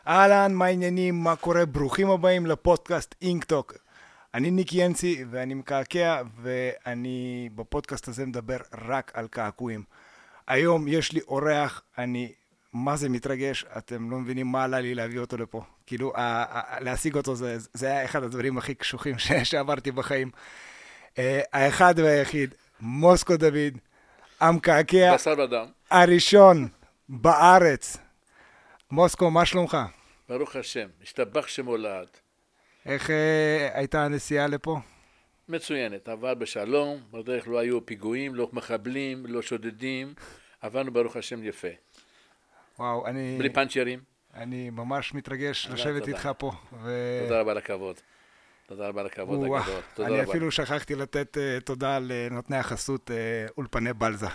אהלן, מה העניינים, מה קורה? ברוכים הבאים לפודקאסט אינקטוק. אני ניק ינצי ואני מקעקע, ואני בפודקאסט הזה מדבר רק על קעקועים. היום יש לי אורח, אני מה זה מתרגש, אתם לא מבינים מה עלה לי להביא אותו לפה. כאילו, להשיג אותו זה היה אחד הדברים הכי קשוחים שעברתי בחיים. האחד והיחיד, מוסקו דוד, המקעקע הראשון בארץ. מוסקו, מה שלומך? ברוך השם, השתבח שמו לעד. איך הייתה הנסיעה לפה? מצוינת, עבר בשלום, בדרך לא היו פיגועים, לא מחבלים, לא שודדים, עברנו ברוך השם יפה. וואו, בלי פנצ'רים. אני ממש מתרגש לשבת איתך פה. תודה רבה לכבוד. תודה רבה לכבוד הגדול. אני אפילו שכחתי לתת תודה לנותני החסות אולפני בלזה.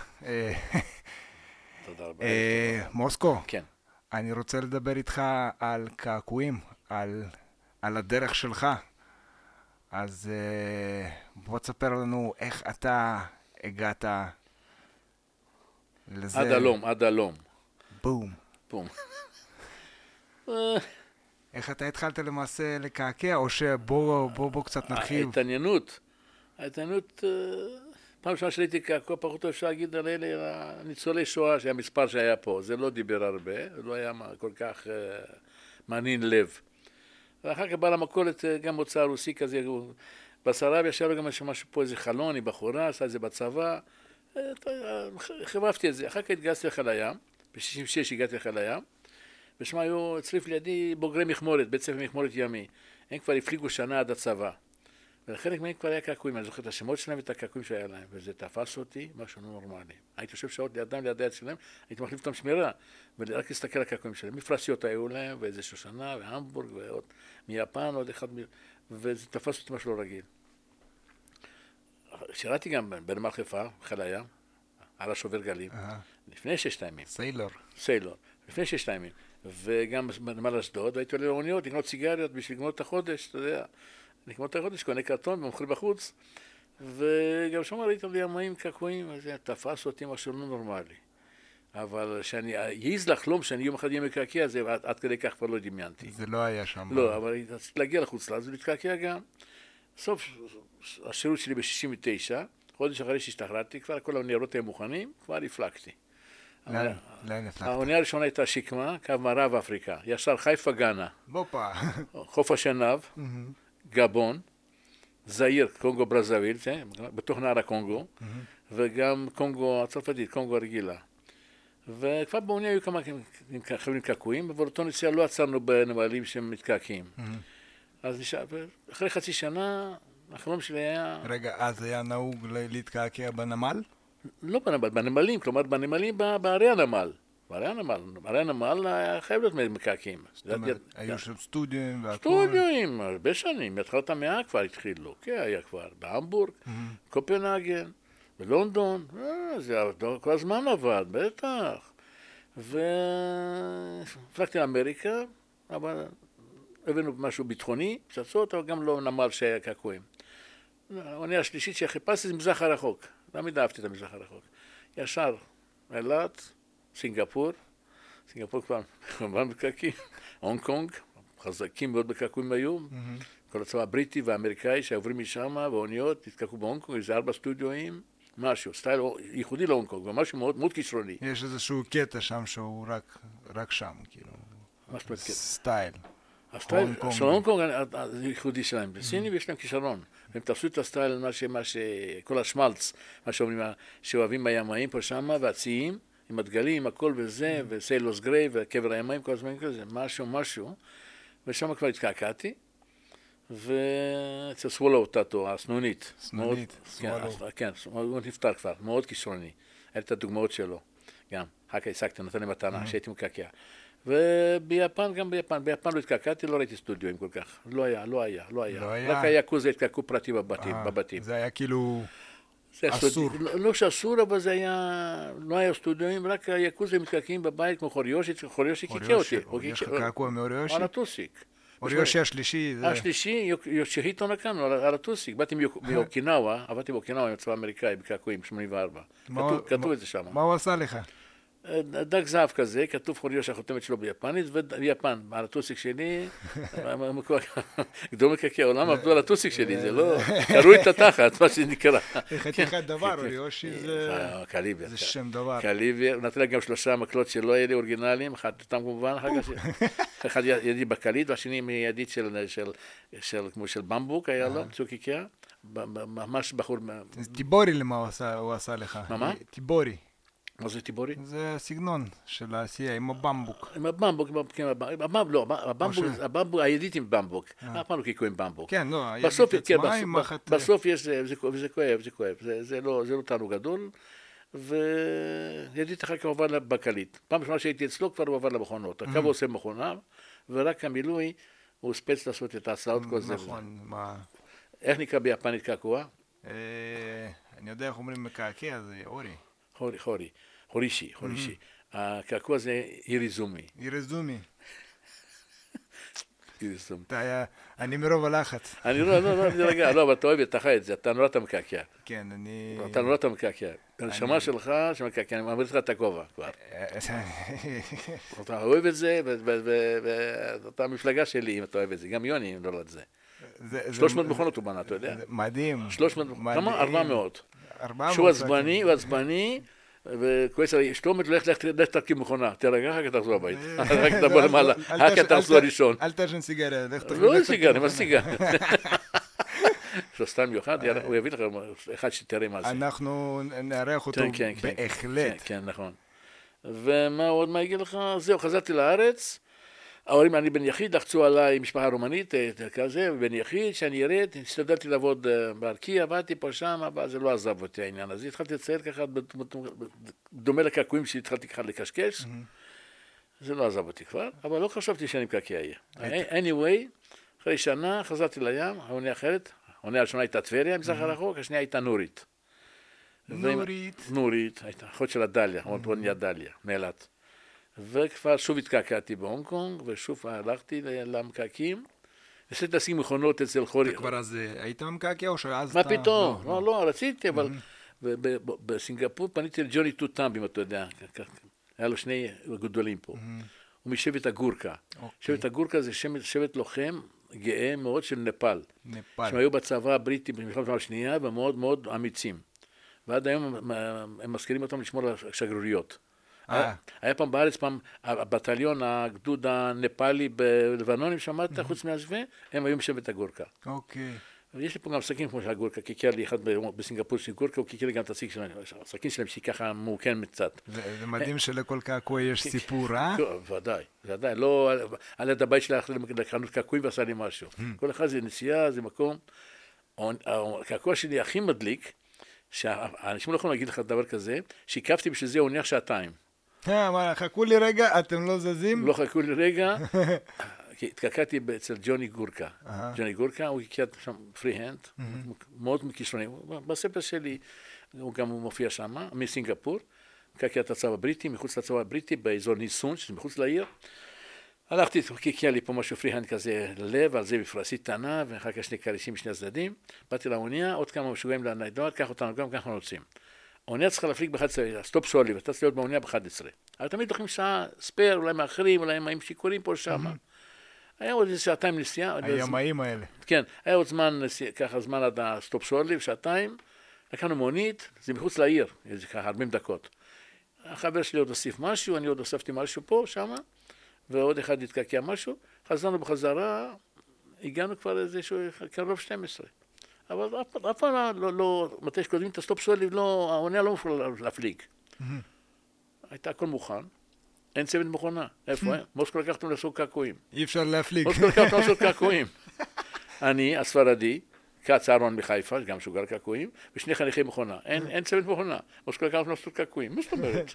תודה רבה. מוסקו. כן. אני רוצה לדבר איתך על קעקועים, על הדרך שלך. אז בוא תספר לנו איך אתה הגעת לזה. עד הלום. בום. בום. איך אתה התחלת למעשה לקעקע, או שבוא קצת נרחיב? ההתעניינות, פעם ראשונה שהייתי קעקוע, פחות אפשר להגיד על אלה הניצולי שואה, שהמספר שהיה פה, זה לא דיבר הרבה, זה לא היה כל כך מעניין לב. ואחר כך בא למכולת גם מוצא רוסי כזה, בסרביה שהיה לו גם משהו פה, איזה חלון, היא בחורה, עשה את זה בצבא, חברפתי את זה. אחר כך התגייסתי לחיל הים, ב-66 הגעתי לחיל הים, ושם היו צריף לידי בוגרי מכמורת, בית ספר מכמורת ימי. הם כבר הפליגו שנה עד הצבא. ולחלק מהם כבר היה קעקועים, אני זוכר את השמות שלהם ואת הקעקועים שהיה להם, וזה תפס אותי משהו נורמלי. הייתי יושב שעות לידם ליד היד שלהם, הייתי מחליף אותם שמירה, ורק להסתכל על הקעקועים שלהם. מפרשיות היו להם, ואיזה שושנה, והמבורג, ועוד מיפן, עוד אחד, וזה תפס אותי משהו לא רגיל. שירתי גם בנמל חיפה, חיל הים, על השובר גלים, לפני 6 ימים. סיילור, לפני 6 ימים. וגם בנמל אשדוד, והייתי עולה לאוניות, לקנות סיגריות בשביל לגמור את החודש, אתה יודע. לקנות את החודש, קונה קרטון ומוכר בחוץ, וגם שם ראיתי לי ימאים קעקועים, אז זה תפס אותי משהו לא נורמלי. אבל שאני אעז לחלום שאני יום אחד אהיה מקעקע, זה עד כדי כך כבר לא דמיינתי. זה לא היה שם. לא, אבל רציתי להגיע לחוץ לארץ ולהתקעקע גם. בסוף השירות שלי ב-69, חודש אחרי שהשתחררתי, כבר כל הניירות היו מוכנים, כבר הפלגתי. לאן הפלגת? העונה הראשונה הייתה שקמה, קו מערב אפריקה, ישר חיפה גאנה. בופה. חוף השנהב, גבון, זעיר, קונגו ברזוויל, בתוך נהר הקונגו, וגם קונגו הצרפתית, קונגו הרגילה. וכבר בעונה היו כמה חברים קעקועים, אבל אותו נסיעה לא עצרנו בנמלים שהם מתקעקעים. אז אחרי חצי שנה, החלום שלי היה... רגע, אז היה נהוג להתקעקע בנמל? לא בנמל, בנמלים, כלומר בנמלים בערי הנמל. בערי הנמל חייב להיות מקעקעים. זאת אומרת, היו שם סטודיואים והכל? סטודיואים, הרבה שנים, מתחילת המאה כבר התחילו, כן, היה כבר בהמבורג, קופנהגן, בלונדון, זה כל הזמן עבד, בטח. והפלגתי לאמריקה, אבל הבאנו משהו ביטחוני, פצצות, אבל גם לא נמל שהיה קעקועים. העונה השלישית שחיפשתי זה מזרח הרחוק, תמיד אהבתי את המזרח הרחוק. ישר, אילת, סינגפור כבר מקעקעים, הונג קונג, חזקים מאוד בקעקועים היו, כל הצבא הבריטי והאמריקאי שעוברים משם, ואוניות, התקעקעו בהונג קונג, איזה 4 סטודיואים, משהו, סטייל ייחודי להונג קונג, ומשהו מאוד מאוד כישרוני. יש איזשהו קטע שם שהוא רק שם, כאילו, סטייל. הסטייל של הונג קונג זה ייחודי שלהם, בסינים יש להם כישרון, הם תפסו את הסטייל, כל השמלץ, מה שאומרים, שאוהבים הימאים פה שם, והציים, עם הדגלים, הכל וזה, וסיילוס גריי, וקבר הימאים, כל הזמן כזה, משהו, ושם כבר התקעקעתי, ואצל סוולו טאטו, הסנונית. סנונית. כן, הוא נפטר כבר, מאוד כישרוני. היה את הדוגמאות שלו, גם. אחר כך השגתי, נתן לי מתנה, שהייתי מקעקע. וביפן, גם ביפן לא התקעקעתי, לא ראיתי סטודיואים כל כך. לא היה. רק היה כזה התקעקעו פרטי בבתים. זה היה כאילו אסור. לא שאסור, אבל זה היה, לא היה סטודיואים, רק היקוז מתקעקעים בבית כמו חוריושי קיקה אותי. יש לך קעקוע מאוריושי? על הטוסיק. אוריושי השלישי. השלישי, יושיהיטו נקנו, על הטוסיק. באתי מאוקינאווה, עבדתי באוקינאווה עם הצבא האמריקאי בקעקועים, 84. כתוב את זה שם. מה הוא עשה לך? דג זהב כזה, כתוב חוריו שהחותמת שלו ביפנית, ויפן, על הטוסיק שלי, גדול מקעקע העולם עבדו על הטוסיק שלי, זה לא, קראו את התחת, מה שנקרא. חתיכת דבר, יושי זה שם דבר. קליבי, הוא נתן לה גם 3 מקלות שלא היה לי אורגינליים, אחד אותם כמובן, אחד ידיד בקליד, והשני מידיד כמו של במבוק היה לו, צוקיקיה, ממש בחור. טיבורי למה הוא עשה לך? מה? טיבורי. מה זה טיבורי? זה הסגנון של העשייה עם הבמבוק. עם הבמבוק, לא, הבמבוק, הידיד עם במבוק. אף פעם לא קיקו עם במבוק. כן, לא, הידיד עצמה עם אחת... בסוף יש, זה כואב, זה לא תענוג גדול, וידיד אחר כך עובר לבקלית. פעם ראשונה שהייתי אצלו כבר הוא עבר למכונות. הקו עושה מכונה, ורק המילוי הוא ספץ לעשות את ההסעות כל זה. נכון, מה... איך נקרא ביפנית קעקוע? אני יודע איך אומרים מקעקע, זה אורי. חורישי. הקעקוע זה איריזומי. איריזומי. אני מרוב הלחץ. לא, אבל אתה אוהב, אתה חי את זה, אתה נורא אתה מקעקע. כן, אני... אתה נורא אתה מקעקע. הנשמה שלך שמקעקע, אני מעמיד לך את הכובע כבר. אתה אוהב את זה, ואתה המפלגה שלי אם אתה אוהב את זה. גם יוני נולד זה. 300 מכונות הוא בנה, אתה יודע? מדהים. 300, כמה? 400. שהוא עצבני, וכועס עלי, אשתו אומרת, לך תרכיב מכונה, תרגע, אחר כך תחזור הבית. רק תבוא למעלה, אחר כך תחזור ראשון. אל תשן סיגריה, לך תרכיב. לא סיגריה, מה סיגריה? יש לו סתם מיוחד, הוא יביא לך אחד שתראה מה זה. אנחנו נארח אותו בהחלט. כן, נכון. ומה עוד מה אגיד לך? זהו, חזרתי לארץ, ההורים, אני בן יחיד, לחצו עליי משפחה רומנית, כזה, בן יחיד, שאני ארד, הסתדרתי לעבוד בארקי, עבדתי פה שם, אבל זה לא עזב אותי העניין הזה. התחלתי לצייר ככה, דומה לקעקועים שהתחלתי ככה לקשקש, זה לא עזב אותי כבר, אבל לא חשבתי שאני מקעקע יהיה. anyway, אחרי שנה חזרתי לים, העונה אחרת, העונה הראשונה הייתה טבריה, מזרח הרחוק, השנייה הייתה נורית. נורית, הייתה אחות של הדליה, עונה דליה, מאילת. וכבר שוב התקעקעתי בהונג קונג, ושוב הלכתי למקעקים, ניסיתי להשיג מכונות אצל חורי. אתה כבר אז היית מקעקע או שאז אתה... מה פתאום? לא, רציתי, אבל בסינגפור פניתי לג'וני טוטאמב, אם אתה יודע, היה לו 2 גדולים פה. הוא משבט הגורקה. שבט הגורקה זה שבט לוחם גאה מאוד של נפאל. שהם היו בצבא הבריטי במלחמת העולם השנייה, ומאוד מאוד אמיצים. ועד היום הם מזכירים אותם לשמור על השגרירויות. היה פעם בארץ, הבטליון, הגדוד הנפאלי בלבנון, אם שמעת, חוץ מהשווה, הם היו משבט הגורקה. אוקיי. ויש לי פה גם סכין כמו שהגורקה, קיקר לי אחד בסינגפור של גורקה, הוא קיקר לי גם את הסכין שלהם, שהיא ככה מעוקן קצת. זה מדהים שלכל קעקוע יש סיפור, אה? ודאי, לא על יד הבית שלה לחנות קעקועים ועשה לי משהו. כל אחד זה נסיעה, זה מקום. הקעקוע שלי הכי מדליק, שהאנשים לא יכולים להגיד לך דבר כזה, שיקפתי בשביל זה עונה 2 שעתיים. חכו לי רגע, אתם לא זזים? לא חכו לי רגע, התקעקעתי אצל ג'וני גורקה. ג'וני גורקה, הוא קיקע שם פרי-הנד, מאוד מכישרוני. בספר שלי, הוא גם מופיע שם, מסינגפור, קיקע את הצבא הבריטי, מחוץ לצבא הבריטי, באזור ניסון, שזה מחוץ לעיר. הלכתי, קיקע לי פה משהו פרי-הנד כזה לב, על זה בפרסית קטנה, ואחר כך 2 קרישים משני הצדדים. באתי לאונייה, עוד כמה משוגעים לניידות, קח אותנו גם, ככה נוצאים. האונייה צריכה להפליג ב-11, סטופ סולי, ואתה צריך להיות באונייה ב-11. אבל תמיד לוקחים שעה ספייר, אולי מאחרים, אולי עם שיכורים פה שם. היה עוד איזה 2 שעתיים נסיעה. הימאים האלה. כן, היה עוד זמן, ככה זמן עד הסטופ סולי, 2 שעתיים. לקחנו מונית, זה מחוץ לעיר, איזה ככה 40 דקות. החבר שלי עוד הוסיף משהו, אני עוד הוספתי משהו פה, שם, ועוד אחד התקעקע משהו. חזרנו בחזרה, הגענו כבר איזשהו קרוב 12. אבל אף פעם לא, מתי שקודמים את הסטופ סולי, האונייה לא מוכנה להפליג. הייתה הכל מוכן, אין צוות מכונה. איפה? מוסקו לקחתם לעשות קעקועים. אי אפשר להפליג. מוסקו לקחתם לעשות קעקועים. אני, הספרדי, כץ אהרון מחיפה, גם שוגר קעקועים, ו2 חניכי מכונה. אין צוות מכונה. מוסקו לקחתם לעשות קעקועים. מה זאת אומרת?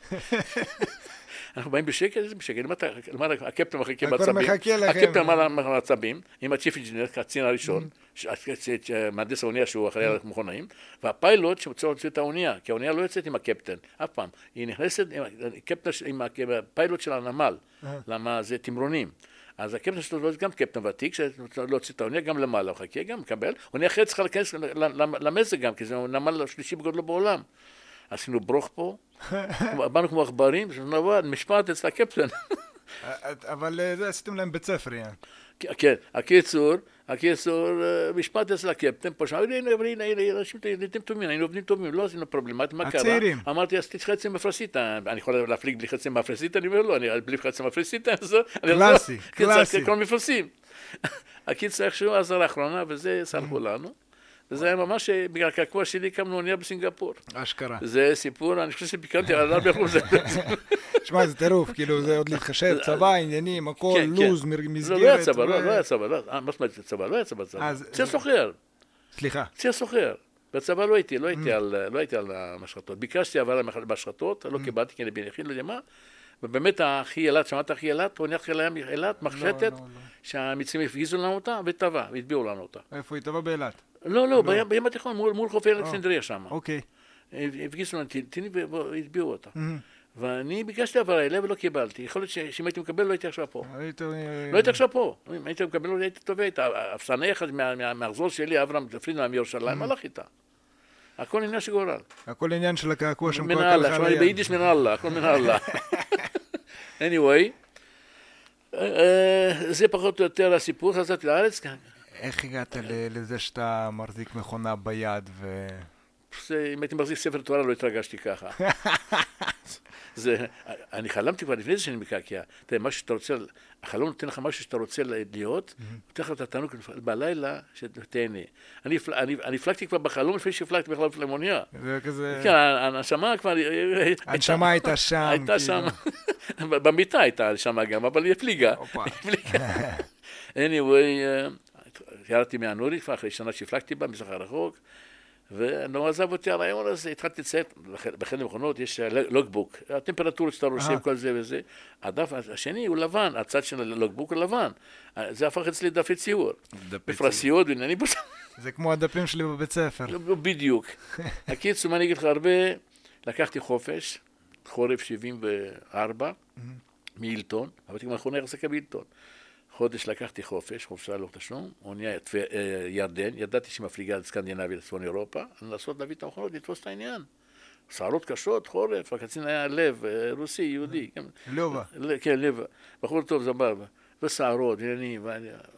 אנחנו באים בשקט, איזה בשקט, למעלה הקפטן מחכה בעצבים, הקפטן למעלה בעצבים, עם הצ'יפ אינג'ינר, הקצין הראשון, מהנדס האונייה שהוא אחראי על המכונאים, והפיילוט שרוצה להוציא את האונייה, כי האונייה לא יוצאת עם הקפטן, אף פעם, היא נכנסת עם הפיילוט של הנמל, למה זה תמרונים. אז הקפטן שלו גם קפטן ותיק, שרוצה להוציא את האונייה גם למעלה, הוא חכה, גם מקבל, אונייה אחרת צריכה להיכנס למזג גם, כי זה נמל השלישי בגודלו בעולם. עשינו ברוך פה, באנו כמו עכברים, משפט אצל הקפטן. אבל זה עשיתם להם בית ספר, יען. כן, הקיצור, משפט אצל הקפטן, פה שם, הנה, אנשים טובים, היינו עובדים טובים, לא עשינו פרובלמט, מה קרה? הצעירים. אמרתי, אז תצא חצי מפרסית, אני יכול להפליג בלי חצי מפרסית, אני אומר לו, אני בלי חצי מפרסית, קלאסי, קלאסי. כל מפרסים. הקיצור, איכשהו עזר לאחרונה, וזה סלחו לנו. וזה היה ממש, בגלל הקעקוע שלי קמנו אונייה בסינגפור. אשכרה. זה סיפור, אני חושב שביקרתי עליו בחור זה. שמע, זה טירוף, כאילו זה עוד להתחשב, צבא, עניינים, הכל, לוז, מסגרת. לא היה צבא, לא היה צבא, מה זאת אומרת צבא? לא היה צבא. צי סוחר. סליחה. צי סוחר. בצבא לא הייתי על המשחטות. ביקשתי עברה למשחטות, לא קיבלתי, כי אני בן יחיד, לא יודע מה. ובאמת אחי אלת, שמעת אחי אלת, אוניית חיל הים אלת, מחשטת, שהמצרים הפגיזו לנו אותה, וטבע, והטביעו לנו אותה. איפה היא טבע באילת? לא, בים התיכון, מול חופי אלכסנדריה שם. אוקיי. הפגיזו לנו טילים והטביעו אותה. ואני ביקשתי עברה אליה ולא קיבלתי. יכול להיות שאם הייתי מקבל לא הייתי עכשיו פה. לא הייתי עכשיו פה. אם הייתי מקבל לא הייתי טובה איתה. אפסנה אחד מהמחזור שלי, אברהם פרידמן מירושלים, הלך איתה. הכל עניין שגורל. הכל עניין של הקעקוע שם. מן אללה, שמע לי ביידיש מן אללה, הכל מן אללה. anyway, זה פחות או יותר הסיפור, חזרתי לארץ. איך הגעת לזה שאתה מחזיק מכונה ביד ו... אם הייתי מחזיק ספר תורה לא התרגשתי ככה. אני חלמתי כבר לפני זה שאני מקעקע. תראה, משהו שאתה רוצה, החלום נותן לך משהו שאתה רוצה להיות, נותן לך את התענוג בלילה שתהנה. אני הפלגתי כבר בחלום לפני שהפלגתי בכלל לפלמוניה. זה כזה... כן, הנשמה כבר... הנשמה הייתה שם. הייתה שם. במיטה הייתה הנשמה גם, אבל היא הפליגה. anyway, ירדתי מהנורית כבר אחרי שנה שהפלגתי בה, מזרח הרחוק. ולא עזב אותי הרעיון הזה, התחלתי לציית, בחדר מכונות יש לוגבוק, הטמפרטורות שאתה רושם, כל זה וזה. הדף השני הוא לבן, הצד של הלוגבוק הוא לבן. זה הפך אצלי דפי ציור. מפרסיות ועניינים. זה כמו הדפים שלי בבית ספר. בדיוק. הקיצור, מה אני אגיד לך הרבה, לקחתי חופש, חורף 74, מאילטון, עבדתי כמו מכונה החזקה באילטון. חודש לקחתי חופשה לא תשלום, אונייה ירדן, ידעתי שמפליגה לסקנדינביה לצפון אירופה, לנסות להביא את המכונות, לתפוס את העניין. סערות קשות, חורף, הקצין היה לב, רוסי, יהודי. לובה. כן, לובה. בחור טוב, זבר. וסערות, עניינים,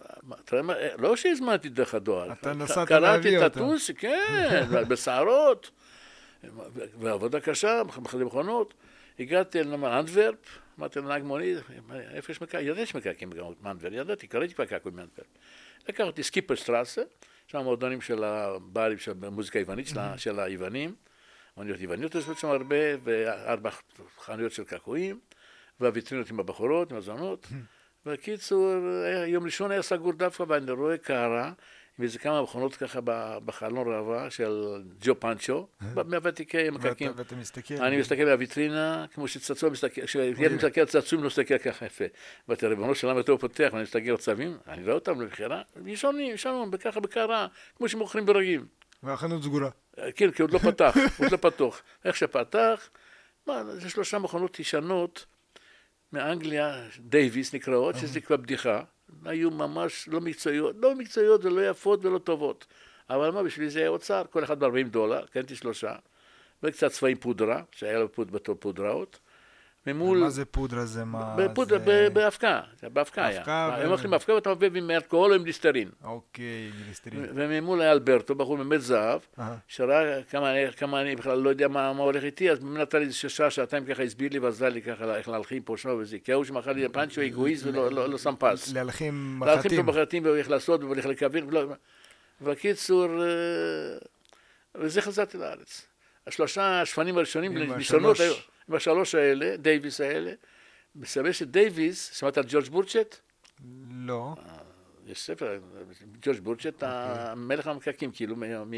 לא שהזמנתי דרך הדואר. אתה נסעת להביא אותו. קראתי את הטוס, כן, בסערות, בעבודה קשה, בחדר מכונות. הגעתי לנמל אנטוורפ, אמרתי לנהג מונית, איפה יש מקעקעים? ידעתי שמקעקעים באנטוורפ, ידעתי, קראתי מקעקעים באנטוורפ. לקחתי סקיפרסטרסה, שם המועדונים של הברים של המוזיקה היוונית, של היוונים, מוניות יווניות, יש שם הרבה, וארבע חנויות של קעקועים, והוויטרינות עם הבחורות, עם הזונות. בקיצור, יום ראשון היה סגור דווקא, ואני רואה קערה, וזה כמה מכונות ככה בחלון רעבה של ג'ו פנצ'ו, מהוותיקי מקעקעים. ואתה מסתכל. אני מסתכל מהוויטרינה, כמו שצעצוע מסתכל, כשילד מסתכל על צעצועים לא מסתכל ככה יפה. ואתה ריבונו שלם יותר פותח, ואני מסתכל על צווים, אני רואה אותם לבחירה, ישונים, ככה בקערה, כמו שמוכרים ברגים. והחנות סגורה. כן, כי עוד לא פתח, עוד לא פתוח. איך שפתח, זה 3 מכונות ישנות, מאנגליה, דייביס נקראות, שזה כבר בדיחה. היו ממש לא מקצועיות ולא יפות ולא טובות. אבל מה, בשבילי זה היה אוצר, כל אחד $40, קניתי 3, וקצת צבעים פודרה, שהיה לו בתור פודראות. מה זה פודרה? זה מה? בהפקה, היה. הם הולכים בהפקה ואתה מביא עם אלכוהול או עם ליסטרין. אוקיי, ליסטרין. וממול היה אלברטו, בחור באמת זהב, שראה כמה אני בכלל לא יודע מה הולך איתי, אז באמת נתן לי שעתיים ככה הסביר לי ועזר לי ככה איך להלחים פה שנו וזה, כי הוא שמחר לי פאנצ'ו אגואיסט ולא שם פס. להלחים מחטים. מחטים ואיך לעשות ואיך לכוון, בקיצור, וזה חזרתי לארץ. 3 השפנים הראשונים נשענות היו. ב3 האלה, דייביס האלה, מסתבר שדייביס, שמעת על ג'ורג' בורצ'ט? לא. יש ספר, ג'ורג' בורצ'ט, המלך המקעקעים, כאילו,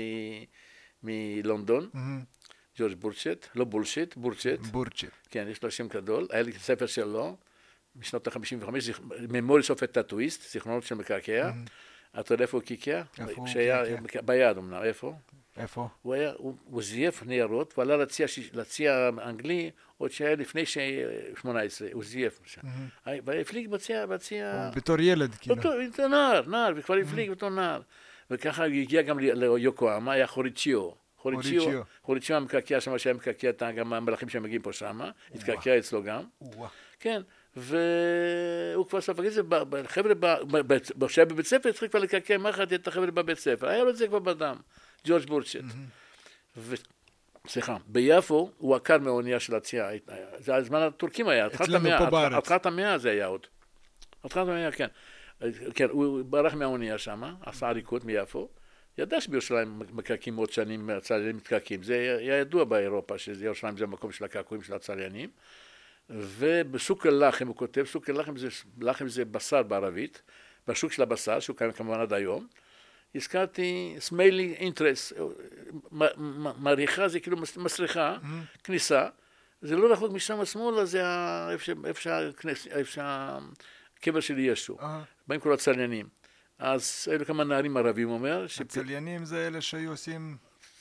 מלונדון. ג'ורג' בורצ'ט, לא בולשיט, בורצ'ט. כן, יש לו שם גדול. היה לי ספר שלו, משנות ה-55, ממוריס אוף טאטואיסט, זיכרונות של מקעקע. אתה יודע איפה הוא קיקע? איפה הוא קיקע? ביד אמנם, איפה? איפה? הוא זייף ניירות, הוא עלה לצי האנגלי, עוד שהיה לפני 18, הוא זייף שם. והפליג בצי... בתור ילד, כאילו. נער, וכבר הפליג בתור נער. וככה הוא הגיע גם ליוקוהמה, היה חוריצ'יו. חוריצ'יו המקעקע שם, שהיה מקעקע, גם המלאכים שמגיעים פה שם, התקעקע אצלו גם. כן, והוא כבר ספק את זה, חבר'ה, כשהיה בבית ספר, התחיל כבר לקעקע מחד את החבר'ה בבית ספר, היה לו את זה כבר בדם, ג'ורג' בורצ'ט. סליחה, ביפו הוא עקר מהאונייה של הצייה, זה הזמן הטורקים היה, התחלת המאה זה היה עוד. התחלת המאה, כן. כן, הוא ברח מהאונייה שם, עשה עריקות מיפו, ידע שבירושלים מקעקים עוד שנים, הצליינים מתקעקים, זה היה ידוע באירופה, שירושלים זה המקום של הקעקועים של הצליינים, ובסוק אל-לחם הוא כותב, סוק אל-לחם זה בשר בערבית, בשוק של הבשר, שהוא קיים כמובן עד היום, הזכרתי סמיילי אינטרס, מעריכה זה כאילו מסריחה, כניסה, זה לא רחוק משם השמאלה, זה איפה שהקבר של ישו, באים כל הצליינים. אז אלו כמה נערים ערבים אומר. הצליינים זה אלה שהיו עושים...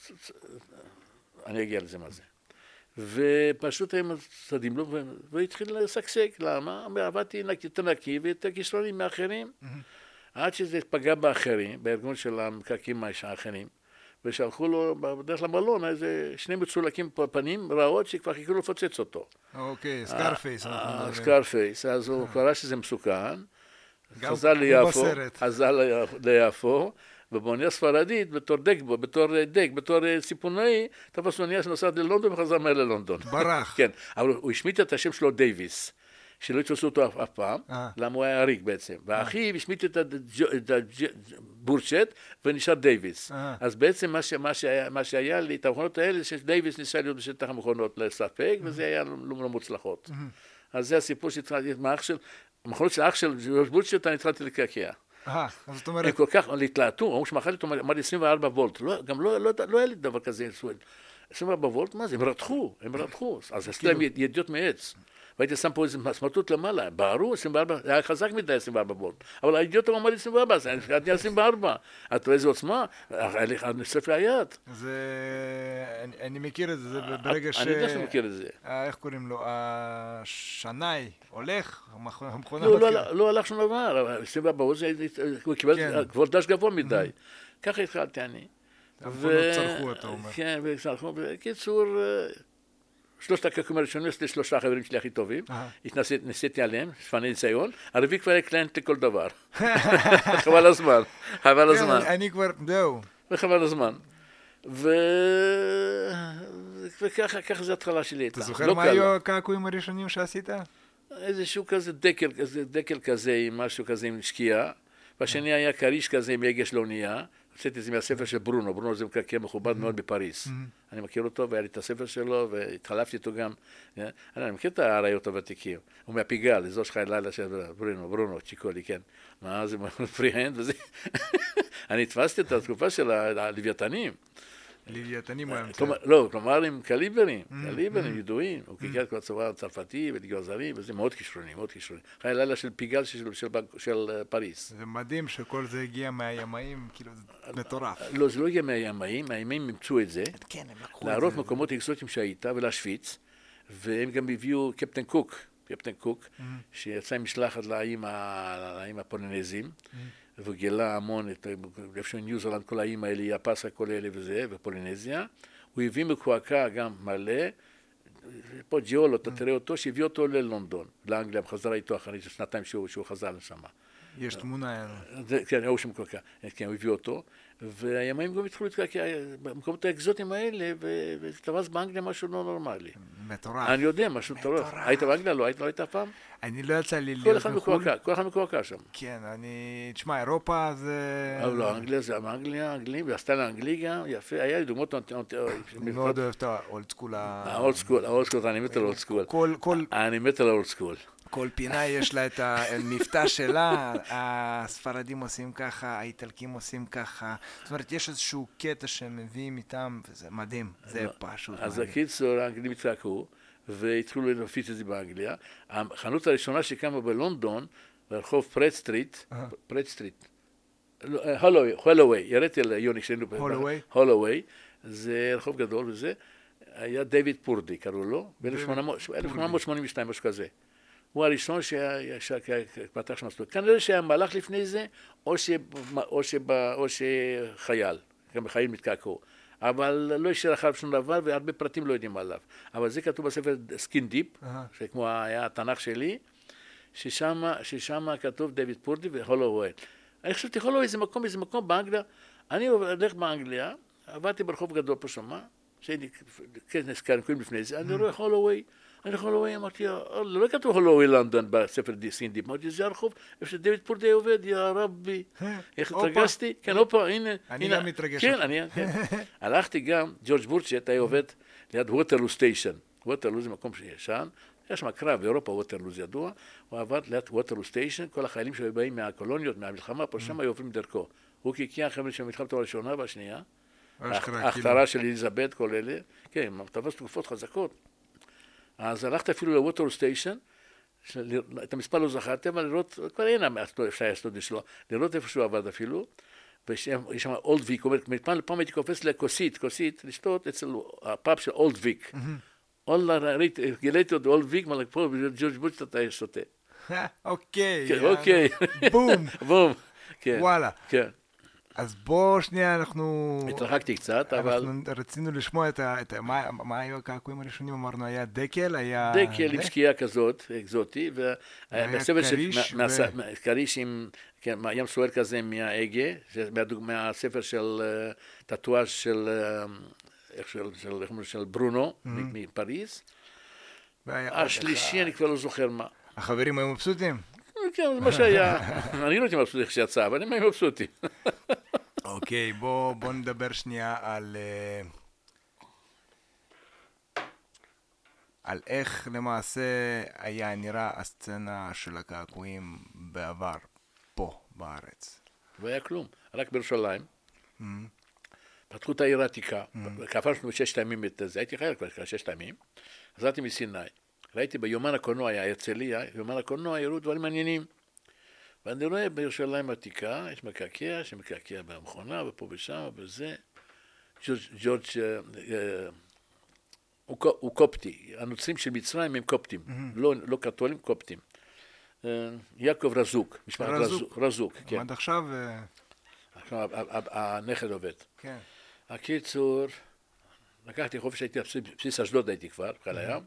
אני אגיע לזה מה זה. ופשוט הם צדים לו והתחיל לסקסק, למה? עבדתי יותר נקי ויותר כישרונים מאחרים. עד שזה פגע באחרים, בארגון של המקעקים האחרים, ושלחו לו בדרך למלון איזה שני מצולקים פנים רעות שכבר חיכו לו לפוצץ אותו. אוקיי, סקארפייס. סקארפייס, אז הוא קרא שזה מסוכן. חזר ליפו, ובאונייה ספרדית, בתור בתור סיפונאי, תפס אונייה שנוסעת ללונדון וחזר מהר ללונדון. ברח. כן, אבל הוא השמיט את השם שלו דייביס, שלא יתפסו אותו אף פעם, למה הוא היה עריק בעצם. ואחיו השמיט את בורצ'ט ונשאר דייביס. אז בעצם מה שהיה לי, את המכונות האלה, שדייביס ניסה להיות בשטח המכונות לספק, וזה היה לא מוצלחות. אז זה הסיפור שהתחלתי מאח של... המכונות של האח של ג'ורג' בורצ'ט, אני התחלתי לקעקע. אז זאת אומרת... הם כל כך להתלהטו, הוא שמחל אותו, אמר לי 24 וולט, גם לא היה לי דבר כזה, 24 וולט, מה זה? הם רתחו, אז עשו להם ידיעות מעץ. והייתי שם פה איזה סמרטוט למעלה, בערו 24, זה היה חזק מדי 24 וולט, אבל הידיעות אמר לי 24, אז אני 24, את רואה איזה עוצמה, נשרף ליד. אני מכיר את זה, ברגע ש... אני יודע שאתה מכיר את זה. איך קוראים לו? השנאי הולך, המכונה... לא הלך שום דבר, 24 וולט, הוא קיבל וולטאז' גבוה מדי. ככה התחלתי אני. המכונות צרכו, אתה אומר. כן, וצרכו, בקיצור... שלושת הקעקועים הראשונים, יש לי 3 חברים שלי הכי טובים, ניסיתי עליהם, שפני ניסיון, הרביעי כבר היה קליינט לכל דבר. חבל הזמן. אני כבר, זהו. וחבל הזמן. וככה זה התחלה שלי. אתה זוכר מה היו הקעקועים הראשונים שעשית? איזשהו כזה דקל כזה, עם משהו כזה עם שקיעה, והשני היה קריש כזה עם יגש לאונייה, עשיתי את זה מהספר של ברונו זה מקעקע מכובד מאוד בפריס. אני מכיר אותו והיה לי את הספר שלו והתחלפתי איתו גם. אני מכיר את האריות הוותיקים. הוא מהפיגל, אזור שלך לילה של ברונו, צ'יקולי, כן. מה זה פריהנד וזה. אני התפסתי את התקופה של הלוויתנים. לוויתנים הוא היה מצא. לא, כלומר עם קליברים ידועים. הוא קיקע את כל הצבא הצרפתי ולגזרים, וזה מאוד כישרוני. חי לילה של פיגל של פריס. זה מדהים שכל זה הגיע מהימאים, כאילו זה מטורף. לא, זה לא הגיע מהימאים, הימאים אימצו את זה. כן, הם לקחו את זה. להראות מקומות אקזוטיים שהיית ולהשוויץ, והם גם הביאו קפטן קוק, שיצא עם משלחת לאיים הפולינזים, והוא גילה המון, איפה ניו זילנד, כל האיים האלה, יפסה, כל אלה וזה, ופולינזיה. הוא הביא מקועקע גם מלא, פה ג'יאולו, אתה תראה אותו, שהביא אותו ללונדון, לאנגליה, חזרה איתו אחרי שנתיים שהוא חזר לשם. יש תמונה. כן, הוא שם קועקע, כן, הוא הביא אותו, והימאים גם התחילו להתקעקע במקומות האקזוטיים האלה, ותפס באנגליה משהו לא נורמלי. מטורף. אני יודע, משהו מטורף. היית באנגליה? לא היית פעם? אני לא יצא לי להיות בחו"ל. כל אחד מקועקע שם. כן, תשמע, אירופה זה... לא, אנגליה זה אנגלים, והסטייל האנגלי גם, יפה, היה לי דוגמאות... אני מאוד אוהב את האולד סקול. האולד סקול, אני מת על האולד סקול. אני מת על האולד סקול. כל פינה יש לה את המבטא שלה, הספרדים עושים ככה, האיטלקים עושים ככה, זאת אומרת, יש איזשהו קטע שהם מביאים איתם, וזה מדהים, זה פשוט מדהים. אז הקיצור, האנגלים התקעקעו, והתחילו להפיץ את זה באנגליה. החנות הראשונה שקמה בלונדון, ברחוב פרד סטריט, הולווי, יראתי על יוני כשהיינו הולווי, זה רחוב גדול וזה, היה דיוויד פורדי, קראו לו, ב-1882, משהו כזה. הוא הראשון שפתח שם מסלול. כנראה שהיה מלאך לפני זה, או שחייל, גם בחייל מתקעקעו. אבל לא השאיר אחריו שום דבר, והרבה פרטים לא יודעים עליו. אבל זה כתוב בספר סקין דיפ, שכמו היה התנ"ך שלי, ששם כתוב דיוויד פורדי והולווי. אני חשבתי, הולווי זה מקום באנגליה. אני הולך באנגליה, עברתי ברחוב גדול פה שמה, שהייתי כנס קוראים לפני זה, אני רואה הולווי. אמרתי, לא כתוב הולווי לונדון בספר סקין דיפ, אמרתי, זה הרחוב, איפה שדיוויד פורדי עובד, יא רבי. איך התרגשתי? כן, הופה, הנה. אני גם מתרגש. כן. הלכתי גם, ג'ורג' בורצ'ט היה עובד ליד ווטרלו סטיישן. ווטרלו זה מקום שישן, יש שם קרב, באירופה ווטרלו זה ידוע, הוא עבד ליד ווטרלו סטיישן, כל החיילים שהיו באים מהקולוניות, מהמלחמה, פה שם היו עוברים דרכו. הוא קיקיע חבר'ה של מלחמת העולם הראשונה והשנייה, ההכתרה של אליזבת, כל אלה, כן, תפס תקופות חזקות. אז הלכת אפילו לווטרלו סטיישן, את המספר לא זכרתם, אבל לראות, כבר אין אפשר לעשות בשלו, לראות איפה שהוא עבד אפילו, ויש שם אולד ויק, פעם הייתי קופץ לכוסית, לשתות אצל הפאב של אולד ויק. גיליתי עוד אולד ויק, אבל פה ג'ורג' בורצ'ט אתה שותה. אוקיי. בום. וואלה. כן. אז בוא שנייה, אנחנו... התרחקתי קצת, אבל... אנחנו רצינו לשמוע מה היו הקעקועים הראשונים, אמרנו, היה דקל, היה... דקל עם שקיעה כזאת, אקזוטי, והספר של... קריש עם ים סוער כזה מהאגה, מהספר של טטואז' של ברונו, מפריז. השלישי, אני כבר לא זוכר מה. החברים היו מבסוטים? כן, זה מה שהיה. אני לא הייתי מבסוט איך שיצא, אבל הם היו מבסוטים. אוקיי, בוא נדבר שנייה על איך למעשה היה נראה הסצנה של הקעקועים בעבר, פה בארץ. לא היה כלום, רק בירושלים. פתחו את העיר העתיקה, כפרנו 6 ימים את זה, הייתי חייל כבר 6 ימים, חזרתי מסיני. ראיתי ביומן הקולנוע, היה הרצליה, ביומן הקולנוע הראו דברים מעניינים. ואני רואה בירושלים העתיקה, יש מקעקע, שמקעקע במכונה, ופה ושם, וזה. ג'ורג' הוא קופטי. הנוצרים של מצרים הם קופטים, לא קתולים, קופטים. יעקב רזוק, משפחת רזוק, כן. עד עכשיו... הנכד עובד. כן. הקיצור, לקחתי חופש, הייתי בסיס אשדוד, הייתי כבר, בחיל הים.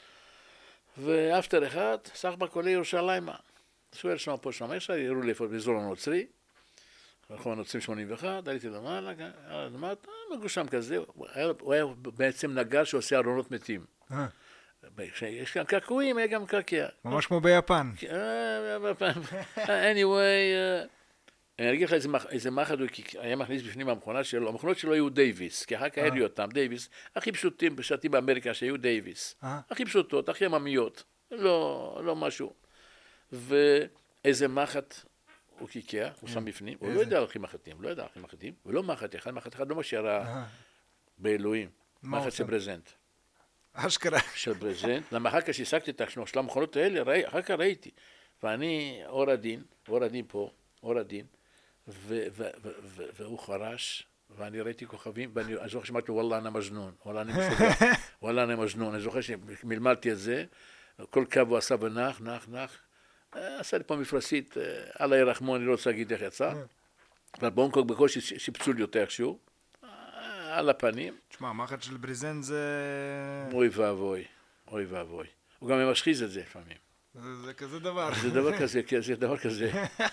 ואפטר אחד, סך בקולי ירושלימה. שואל שם פה שם, יש לי, הראו לי איפה באזור הנוצרי, רחוב הנוצרים 81, עליתי למעלה, למטה, מגושם כזה, הוא היה בעצם נגר שעושה ארונות מתים. יש כאן קעקועים, היה גם קעקע. ממש כמו ביפן. anyway, אני אגיד לך איזה מחד הוא היה מכניס בפנים המכונה שלו, המכונות שלו היו דייביס, כי אחר כך הריו אותם, דייביס, הכי פשוטים בשעתי באמריקה שהיו דייביס, הכי פשוטות, הכי עממיות, לא משהו. ואיזה מחט הוא קיקע, הוא שם בפנים, הוא לא יודע על מחטים, ולא מחט אחד לא מה שירה באלוהים, מחט של ברזנט. אשכרה. של ברזנט, למה אחר כך שהשגתי את של המכונות האלה, אחר כך ראיתי, ואני אור הדין פה, והוא חרש, ואני ראיתי כוכבים, ואני זוכר שמעתי, וואלה, אני מז'נון, אני זוכר שמלמלתי את זה, כל קו הוא עשה ונח, עשה לי פה מפרסית, אללה ירחמו, אני לא רוצה להגיד איך יצא, אבל בהונקונג בקושי שיפצו לי אותה איכשהו, על הפנים. תשמע, המחט של בריזן זה... אוי ואבוי. הוא גם ממשחיז את זה לפעמים. זה כזה דבר. זה דבר כזה.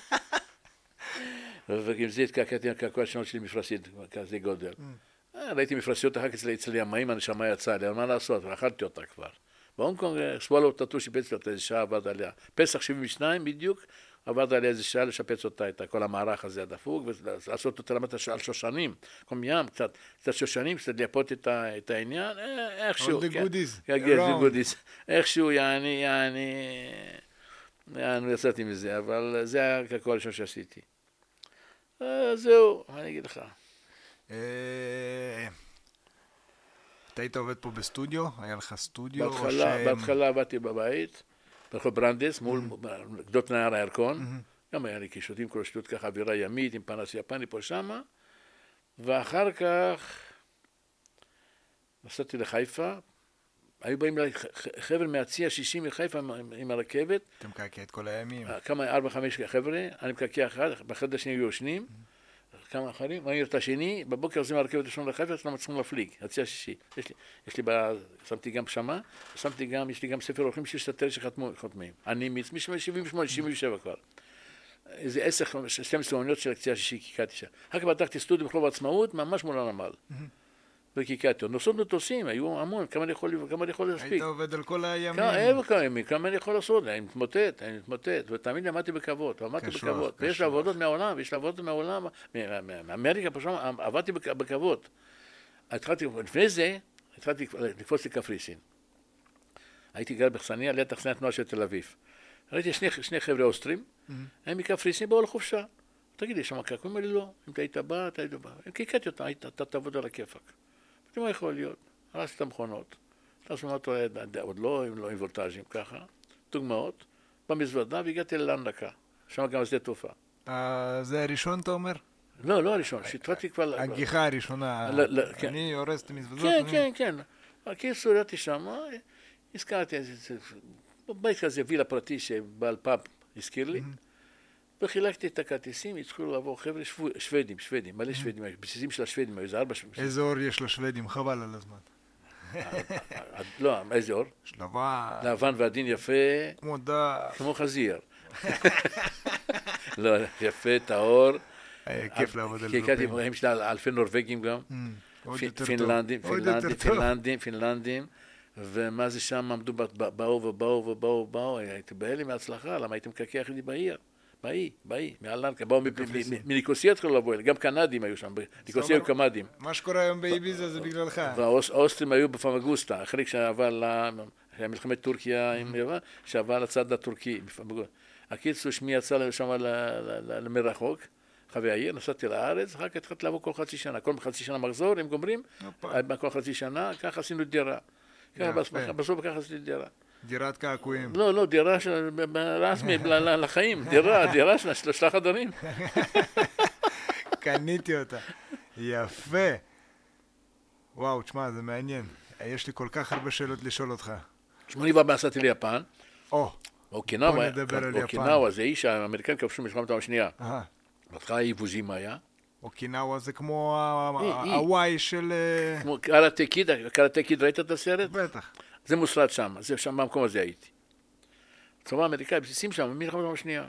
וגם זה התקעקעתי על קעקוע שונות שלי מפרסית, כזה גודל. ראיתי מפרסיות אחר כך אצלי המים, הנשמה יצאה לי, מה לעשות, ואכלתי אותה כבר. בהונקונג, סוואלו טאטו שיפץ אותה, איזה שעה עבד עליה. פסח 72 בדיוק, עבד עליה איזה שעה לשפץ אותה, את כל המערך הזה הדפוק, ולעשות אותה למטה על שושנים, קום ים, קצת שושנים, קצת לייפות את העניין, איכשהו. All the goodies. איכשהו, יעני, יצאתי מזה, אבל זה היה הקעקוע הראשון שעשיתי. זהו, מה אני אגיד לך? אתה היית עובד פה בסטודיו? היה לך סטודיו? בהתחלה עבדתי בבית, ברחוב ברנדס, מול גדות נהר הירקון. גם היה לי קישוטים, כל שטות ככה, אווירה ימית, עם פנס יפני פה שמה. ואחר כך נסעתי לחיפה. היו באים חבר'ה מהצי ה-60 מחיפה עם הרכבת. אתה מקעקע את כל הימים. כמה, 4-5 חבר'ה, אני מקעקע אחד, בחדר השני היו יושנים. כמה אחרים, מעיר את השני, בבוקר זה מהרכבת ראשון לחיפה, אנחנו צריכים להפליג, חצי השישי. יש לי, שמתי גם שמה, יש לי גם ספר אורחים שיש את הטרש שחותמים. אני מ-78, 77 כבר. איזה 10-12 עוניות של הקציעה השישי, קיקעתי שם. אחר כך פתחתי סטודיו בחלוב העצמאות, ממש מול הנמל. וקיקעתי. נוסעות מטוסים, היו המון, כמה אני יכול להספיק. היית עובד על כל הימים. כמה אני יכול לעשות, אני מתמוטט, ותמיד עמדתי בכבוד, ויש לה עבודות מהעולם, מאמריקה פשוט עבדתי בכבוד. לפני זה, התחלתי לקפוץ לקפריסין. הייתי גר בחסניה, ליד תחנת תנועה של תל אביב. ראיתי שני חבר'ה אוסטרים, הם מקפריסין באו לחופשה. תגיד לי, שמה קעקועים? אמר לי לא, אם אתה היית בא, אתה היית בא. קיקעתי אותה, אתה תעבוד על הכיפק. מה יכול להיות? הרסתי את המכונות. עוד לא עם וולטאז'ים ככה, דוגמאות, במזוודה והגעתי ללנדקה, שם גם שדה תעופה. זה הראשון אתה אומר? לא הראשון, שהתחלתי כבר... הגיחה הראשונה, אני הורס את המזוודות? כן. הקיצור, ידעתי שם, הזכרתי איזה בית כזה, וילה פרטי שבעל פאב הזכיר לי, וחילקתי את הכרטיסים, התחילו לעבור חבר'ה שוודים, מלא שוודים, בסיסים של השוודים, איזה 4 שוודים. איזה אור יש לשוודים, חבל על הזמן. לא, איזה אור? לבן ועדין יפה, כמו חזיר. לא, יפה, טהור. כיף לעבוד על זה. קיקעתי עם שלה אלפי נורווגים גם. פינלנדים. ומה זה שם עמדו, באו, הייתי בהלם מההצלחה, למה הייתם מקעקע לי בעיר? באי, מעל לנקה, באו מניקוסיה התחילו לבוא, גם קנדים היו שם, ניקוסיה היו קמדים. מה שקורה היום באיביזה זה בגללך. והאוסטרים היו בפמגוסטה, אחרי כשעבר למלחמת טורקיה עם יוון, שעבר לצד הטורקי. הקיצור, שמי יצא שם למרחוק, חווי העיר, נסעתי לארץ, אחר כך התחלתי לעבור כל חצי שנה, כל חצי שנה מחזור, הם גומרים, כל חצי שנה, ככה עשינו דירה. בסוף ככה עשיתי דירה. דירת קעקועים. לא, דירה רסמי לחיים, דירה של 3 חדרים. קניתי אותה. יפה. וואו, תשמע, זה מעניין. יש לי כל כך הרבה שאלות לשאול אותך. 84 נסעתי ליפן. אוקינאווה זה איש האמריקאים כבשו מלחמת העולם השנייה. בהתחלה איבוזימה היה. אוקינאווה זה כמו הוואי של... כמו קראטה קיד, ראית את הסרט? בטח. זה מוסרט שם, שם במקום הזה הייתי. צבא אמריקאי, בסיסים שם, מלחמת העולם השנייה.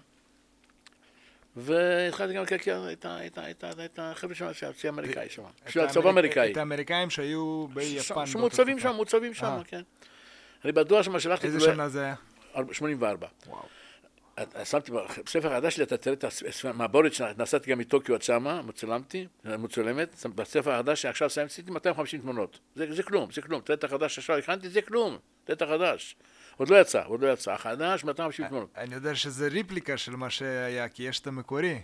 והתחלתי גם לקעקע את החבר'ה שם, שהצי האמריקאי שם. של הצבא האמריקאי. את האמריקאים שהיו ביפן. שמוצבים שם, כן. אני בדואר שם שלחתי... איזה שנה זה היה? 84. וואו. שמתי בספר החדש שלי, אתה תראה את המעבורת שנסעתי גם מטוקיו עד שמה, מצולמת, בספר החדש שעכשיו עשיתי 250 תמונות. זה כלום. תראה את החדש שעכשיו הכנתי, זה כלום. תראה את החדש. עוד לא יצא. החדש 250 תמונות. אני יודע שזה ריפליקה של מה שהיה, כי יש את המקורי.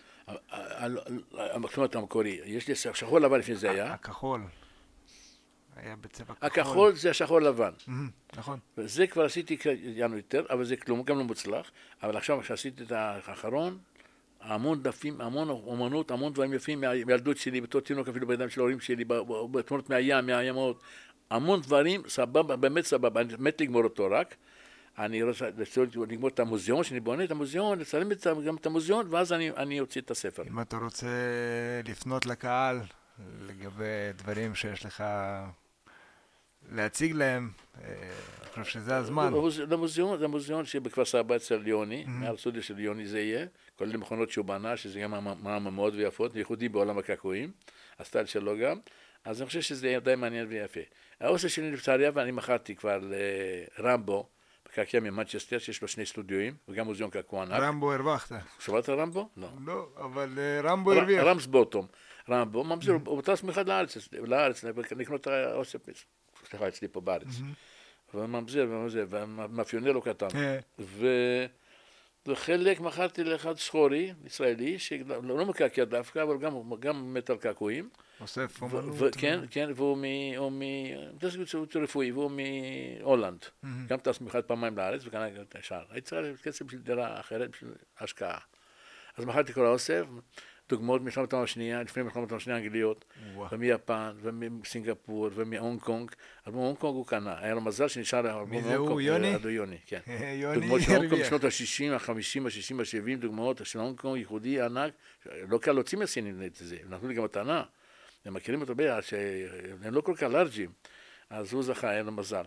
המקורי. יש לי שחור לבן לפני זה היה. הכחול. היה בצבע כחול. הכחול זה השחור לבן. נכון. וזה כבר עשיתי ינו יותר, אבל זה כלום, גם לא מוצלח. אבל עכשיו כשעשיתי את האחרון, המון דפים, המון אומנות, המון דברים יפים מהילדות שלי, בתור תינוק אפילו בידיים של ההורים שלי, בתמונות מהימות, המון דברים, סבבה, באמת סבבה, אני מת לגמור אותו רק. אני רוצה לגמור את המוזיאון, שאני בונה את המוזיאון, לצלם גם את המוזיאון, ואז אני אוציא את הספר. אם אתה רוצה לפנות לקהל לגבי דברים שיש לך להציג להם, אני חושב שזה הזמן. זה המוזיאון שבכפר סבא אצל יוני, מעל סטודיו של יוני זה יהיה, כולל מכונות שהוא בנה, שזה גם מאוד ויפות, ייחודי בעולם הקעקועים, הסטייל שלו גם, אז אני חושב שזה די מעניין ויפה. האוסף שלי לצערי הרב, אני מכרתי כבר לרמבו, בקעקע ממנצ'סטר, שיש לו 2 סטודיואים, וגם מוזיאון קעקוע ענק. רמבו הרווחת. שמעת רמבו? לא. לא, אבל רמבו הרוויח. רמס בוטום. רמבו, ממזיר, הוא טס מיוחד לארץ, לקנות את האוסף, סליחה, אצלי פה בארץ. וממזיר, ומאפיונר לו קטן. וחלק מכרתי לאחד שחורי, ישראלי, שלא מקעקע דווקא, אבל גם מת על קעקועים. אוסף אומנות. כן, והוא רפואי, והוא מהולנד. גם טס מיוחד פעמיים לארץ, וקנה את השאר. הייתי צריך כסף בשביל דירה אחרת, בשביל השקעה. אז מכרתי כל האוסף, דוגמאות מלחמת העולם השנייה, לפני מלחמת העולם השנייה האנגליות, ומיפן, ומסינגפור, ומהונג קונג. אלבום הונג קונג הוא קנה, היה לו מזל שנשאר אלבום מי זה הוא, יוני? יוני, כן. יוני דוגמאות של הונג קונג הרביע. בשנות ה-60, ה-50, ה-60, ה-70, דוגמאות של הונג קונג ייחודי ענק, לא קל להוציא מהסינים את זה, נתנו לי גם מתנה, הם מכירים אותו ביחד, שהם לא כל כך לארג'ים, אז הוא זכה, היה לו מזל.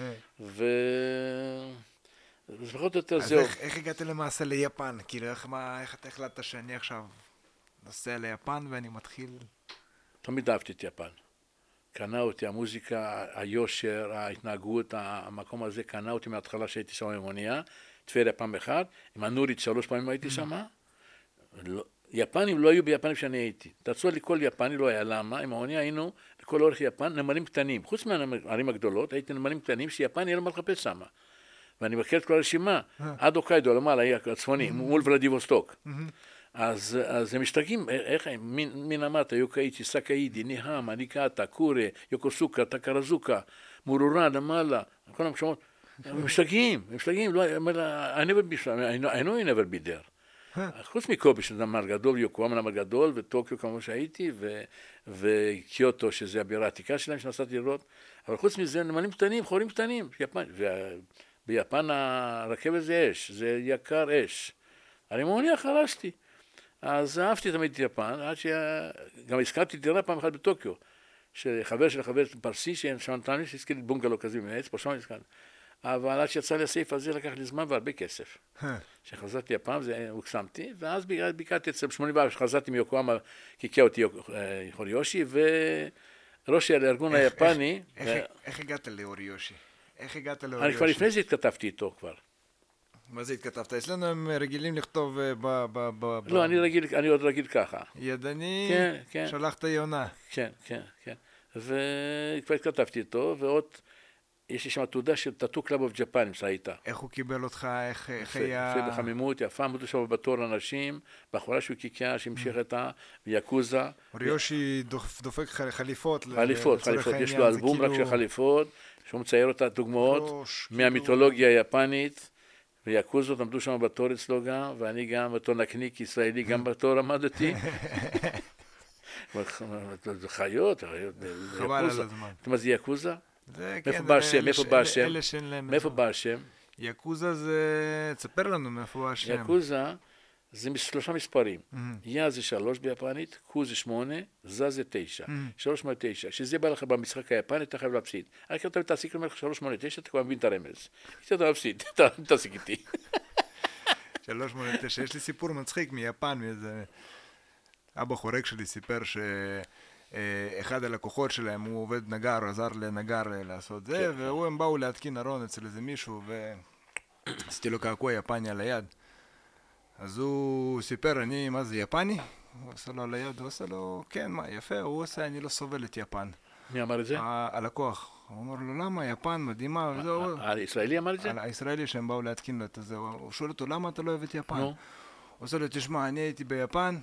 זה פחות או יותר אז זהו. איך הגעת למעשה ליפן? כאילו, איך אתה החלטת שאני עכשיו נוסע ליפן ואני מתחיל... תמיד אהבתי את יפן. קנה אותי המוזיקה, היושר, ההתנהגות, המקום הזה קנה אותי מההתחלה שהייתי שם עם אונייה, טבריה פעם אחת, עם הנורית 3 פעמים הייתי שם. יפנים לא היו ביפנים שאני הייתי. תעשו לי כל יפני, לא היה למה, עם האונייה היינו לכל אורך יפן נמלים קטנים. חוץ מהערים הגדולות, הייתי נמלים קטנים שיפן יהיה לו מה לחפש שם. ואני מכיר את כל הרשימה, עד אוקיידו, למעלה, הצפוני, מול ולדיווסטוק. אז הם משתגעים, איך הם, מינמטה, יוקאיצ'י, סקאידי, ניהאמה, ניקאטה, קורה, יוקוסוקה, טקרזוקה, מורורה, למעלה, כל המשמעות, הם משתגעים, I know you never be there. חוץ מקובי, שזה נמל גדול, יוקוהמה נמל גדול, וטוקיו כמו שהייתי, וקיוטו, שזה הבירה העתיקה שלהם, שנסעתי לראות, אבל חוץ מזה, נמלים קטנים, חורים קטנים, ביפן הרכבת זה אש, זה יקר אש. אני מאונייה חרשתי. אז אהבתי תמיד את יפן, עד שגם הזכרתי דירה פעם אחת בטוקיו, שחבר של חבר פרסי, שם נתן לי שהזכיר לי בונגלו כזה מעץ, פה שם הזכרתי. אבל עד שיצא לי הסעיף הזה לקח לי זמן והרבה כסף. כשחזרתי הפעם, הוקסמתי, ואז ביקרתי אצל 84, שחזרתי מיוקוהמה, קיקה אותי הוריושי, וראש הארגון היפני... איך הגעת לאוריושי? אני כבר לפני זה התכתבתי איתו כבר. מה זה התכתבת? אצלנו הם רגילים לכתוב לא, אני עוד רגיל ככה. ידני, כן. שלחת יונה. כן. וכבר התכתבתי איתו, ועוד יש לי שם תעודה של טאטו קלאב אוף ג'פן, אם שהיית. איך הוא קיבל אותך, איך היה... יפה בחמימות, יפה, עמדו שם בתור לאנשים, בחורה שהוא קיקה, שהמשיך איתה, ויקוזה. אוריושי דופק חליפות. חליפות, יש לו אלבום רק של חליפות, שהוא מצייר אותה דוגמאות מהמיתולוגיה היפנית. ויקוזות עמדו שם בתור אצלו גם, ואני גם בתור נקניק ישראלי גם בתור עמדתי. זה חיות, חבל על הזמן. מה זה יקוזה? מאיפה בא השם? יקוזה זה... תספר לנו מאיפה בא השם. יקוזה זה 3 מספרים. יא זה 3 ביפנית, קו זה 8, זא זה 9. 389. שזה בא לך במשחק היפני, אתה חייב להפסיד. אני כאילו תמיד תעסיק לך 389, אתה כבר מבין את הרמז. אתה להפסיד, תעסיק איתי. 389. יש לי סיפור מצחיק מיפן, מאיזה... אבא חורק שלי סיפר שאחד הלקוחות שלהם, הוא עובד נגר, עזר לנגר לעשות זה, והם באו להתקין ארון אצל איזה מישהו, ועשיתי לו קעקוע יפני על היד. אז הוא סיפר, מה זה, יפני? הוא עושה לו על היד, הוא עושה לו, כן, מה, יפה, הוא עושה, אני לא סובל את יפן. מי אמר את זה? הלקוח. הוא אומר לו, למה, יפן מדהימה, וזהו. הישראלי אמר את זה? הישראלי שהם באו להתקין לו את זה, הוא שואל אותו, למה אתה לא אוהב את יפן? הוא עושה לו, תשמע, אני הייתי ביפן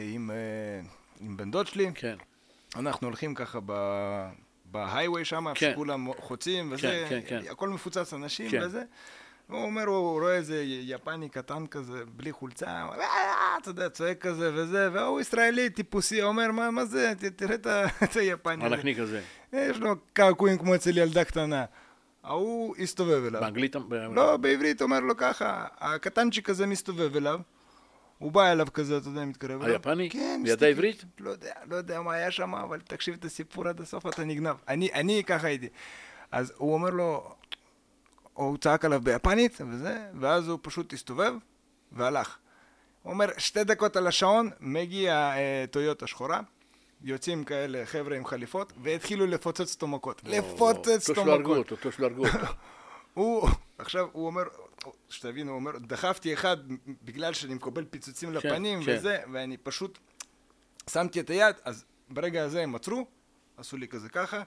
עם בן דוד שלי, אנחנו הולכים ככה בהייווי שם, שכולם חוצים וזה, הכל מפוצץ אנשים וזה. הוא אומר, הוא רואה איזה יפני קטן כזה, בלי חולצה, אתה יודע, צועק כזה וזה, והוא ישראלי טיפוסי, אומר, מה זה, תראה את היפני. הנקניק הזה. יש לו קעקועים כמו אצל ילדה קטנה. הוא הסתובב אליו. באנגלית? לא, בעברית אומר לו ככה, הקטנצ'יק הזה מסתובב אליו, הוא בא אליו כזה, אתה יודע, מתקרב אליו. היפני? כן. בידה עברית? לא יודע מה היה שם, אבל תקשיב את הסיפור עד הסוף, אתה נגנב. אני ככה הייתי. אז הוא אומר לו, הוא צעק עליו ביפנית וזה, ואז הוא פשוט הסתובב והלך. הוא אומר, 2 דקות על השעון, מגיע טויוטה שחורה, יוצאים כאלה חבר'ה עם חליפות, והתחילו לפוצץ אותו מכות. לפוצץ אותו מכות. אותו שלא הרגו אותו. עכשיו הוא אומר, שתבינו, הוא אומר, דחפתי אחד בגלל שאני מקבל פיצוצים לפנים וזה, ואני פשוט שמתי את היד, אז ברגע הזה הם עצרו, עשו לי כזה ככה,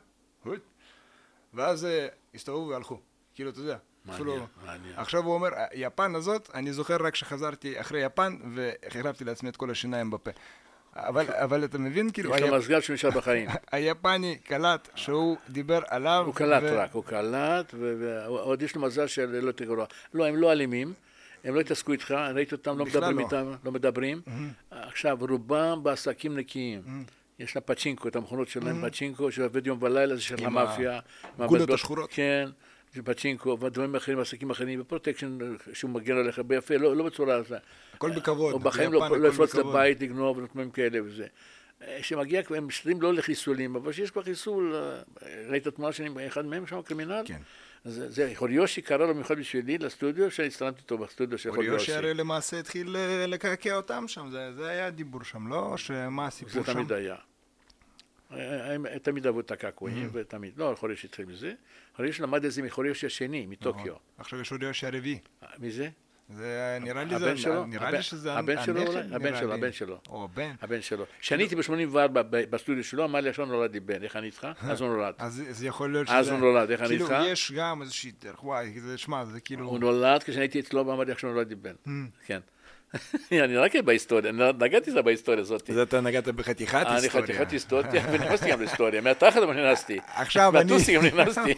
ואז הסתובבו והלכו. כאילו, אתה יודע. מעניין. עכשיו הוא אומר, יפן הזאת, אני זוכר רק שחזרתי אחרי יפן, והחרבתי לעצמי את כל השיניים בפה. אבל אתה מבין, כאילו... יש לו מזגל שנשאר בחיים. היפני קלט שהוא דיבר עליו... הוא קלט, ועוד יש לו מזל שלא תגרוע. לא, הם לא אלימים, הם לא התעסקו איתך, ראיתי אותם, לא מדברים איתם, לא מדברים. עכשיו, רובם בעסקים נקיים. יש לה פצ'ינקו, את המכונות שלהם, פצ'ינקו, שעובד יום ולילה, זה של המאפיה. גולות השחורות. כן, פצ'ינקו, ודברים אחרים, עסקים אחרים, בפרוטקשן, שהוא מגן עליך ביפה, לא בצורה הזה. הכל בכבוד. או בחיים לא יפרוץ לבית, לגנוב, ודברים כאלה וזה. שמגיע, הם משתדלים לא לחיסולים, אבל שיש כבר חיסול, ראית התמונה שאני אחד מהם שם, קרימינל? כן. זה חוריושי קרא לו מיוחד בשבילי לסטודיו, שהצטלמתי אותו בסטודיו של חוריושי. חוריושי הרי למעשה התחיל לקעקע אותם שם, זה היה הדיבור שם, לא? שמה הסיפור שם? זה תמיד היה. תמיד אהבו את הקעקועים, ותמיד, לא, חוריושי התחיל מזה. חוריושי למד את זה מחוריושי השני, מטוקיו. עכשיו יש חוריושי הרביעי. מי זה? זה נראה לי הבן שלו? נראה לי שזה הבן שלו אולי? הבן שלו. או הבן. הבן שלו. כשאני הייתי ב-84 בסטודיו שלו, אמר לי עכשיו נולד לי בן, איך אני איתך? אז הוא נולד. אז יכול להיות שזה... אז הוא נולד, איך אני איתך? כאילו יש גם איזושהי דרך, וואי, שמע, זה כאילו... הוא נולד כשאני הייתי אצלו, ואמר לי עכשיו נולד לי בן. כן. אני רק בהיסטוריה, נגעתי זה בהיסטוריה הזאת. זה אתה נגעת בחתיכת היסטוריה. אני חתיכת היסטוריה, ונכנסתי גם להיסטוריה. מהתחת אבל נכנסתי. עכשיו אני... מהטוסי גם נכנסתי.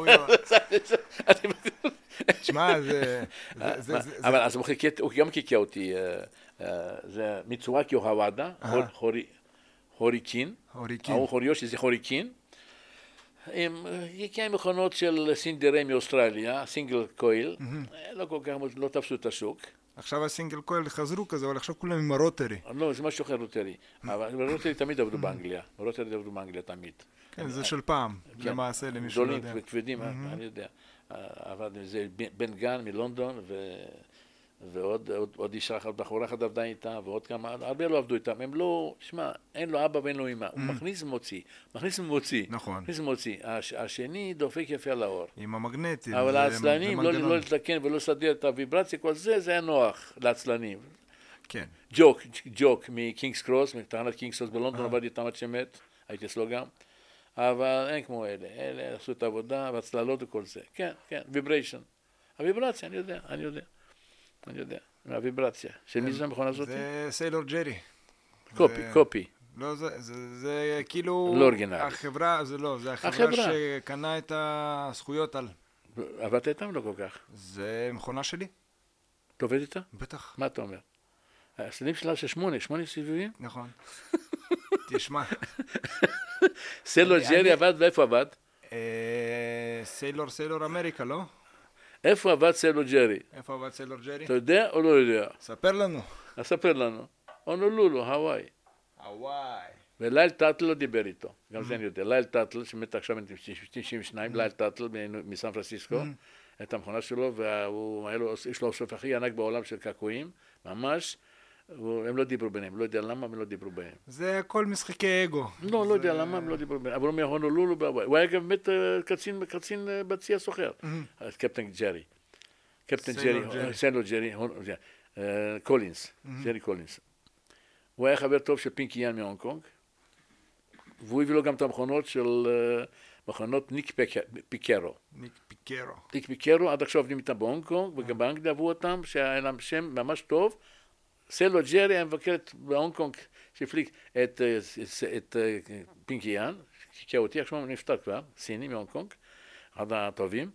תשמע, זה... אבל אז הוא גם קיקע אותי. זה מצורקי אוהוואדה, הוריקין. הוריושי זה הוריקין. קיקע עם מכונות של סינדרי מאוסטרליה, סינגל קויל. לא כל כך, לא תפסו את השוק. עכשיו הסינגל קויל חזרו כזה, אבל עכשיו כולם עם הרוטרי. לא, זה משהו אחר רוטרי. אבל רוטרי תמיד עבדו באנגליה. רוטרי עבדו באנגליה תמיד. כן, זה של פעם, למעשה, למי שלא יודע. גדולים וכבדים, אני יודע. עבד עם זה בן גן מלונדון, ועוד אישה אחת, בחורה אחת עבדה איתה, ועוד כמה, הרבה לא עבדו איתם. הם לא, שמע, אין לו אבא ואין לו אמא. הוא מכניס ומוציא. נכון. מכניס ומוציא. השני דופק יפה על האור. עם המגנטים. אבל העצלנים, לא לתקן ולא לסדר את הוויברציה, כל זה היה נוח לעצלנים. כן. ג'וק מקינגס קרוס, מתחנת קינגס קרוס בלונדון, עבד איתם עד שמת, הייתי אצלו גם. אבל אין כמו אלה עשו את העבודה, והצללות וכל זה. כן, ויבריישן. הוויברציה, אני יודע. הוויברציה. של מי זה המכונה הזאת? זה סיילור ג'רי. קופי. לא, זה כאילו... לא אורגינלי. החברה, זה החברה שקנה את הזכויות על... עבדת איתם? לא כל כך. זה מכונה שלי. אתה עובד איתה? בטח. מה אתה אומר? הסלילים שלה של 8 סיבובים? נכון. תשמע. סיילור ג'רי עבד, ואיפה עבד? סיילור אמריקה, לא? איפה עבד סיילור ג'רי? איפה עבד סיילור ג'רי? אתה יודע או לא יודע? ספר לנו. ספר לנו. הונולולו, הוואי. וליל טאטל לא דיבר איתו, גם זה אני יודע. ליל טאטל, שמת עכשיו ב-92, ליל טאטל מסן פרנסיסקו, את המכונה שלו, יש לו סוף הכי ענק בעולם של קעקועים, ממש. הם לא דיברו ביניהם, לא יודע למה הם לא דיברו ביניהם. זה הכל משחקי אגו. לא יודע למה הם לא דיברו ביניהם, אבל הוא מהונולולו, הוא היה גם באמת קצין בצי הסוחר, קפטן ג'רי. סיילור ג'רי, קולינס, ג'רי קולינס. הוא היה חבר טוב של פינקי יאן מהונג קונג, והוא הביא לו גם את המכונות של מכונות ניק פיקרו. ניק פיקרו, עד עכשיו עובדים איתם בהונג קונג, וגם באנגליה עברו אותם, שהיה להם שם ממש טוב. סיילור ג'רי היה מבקר בהונג קונג, שהפליק את פינקי יאן, קיקע אותי, עכשיו הוא נפטר כבר, סיני מהונג קונג, אחד הטובים,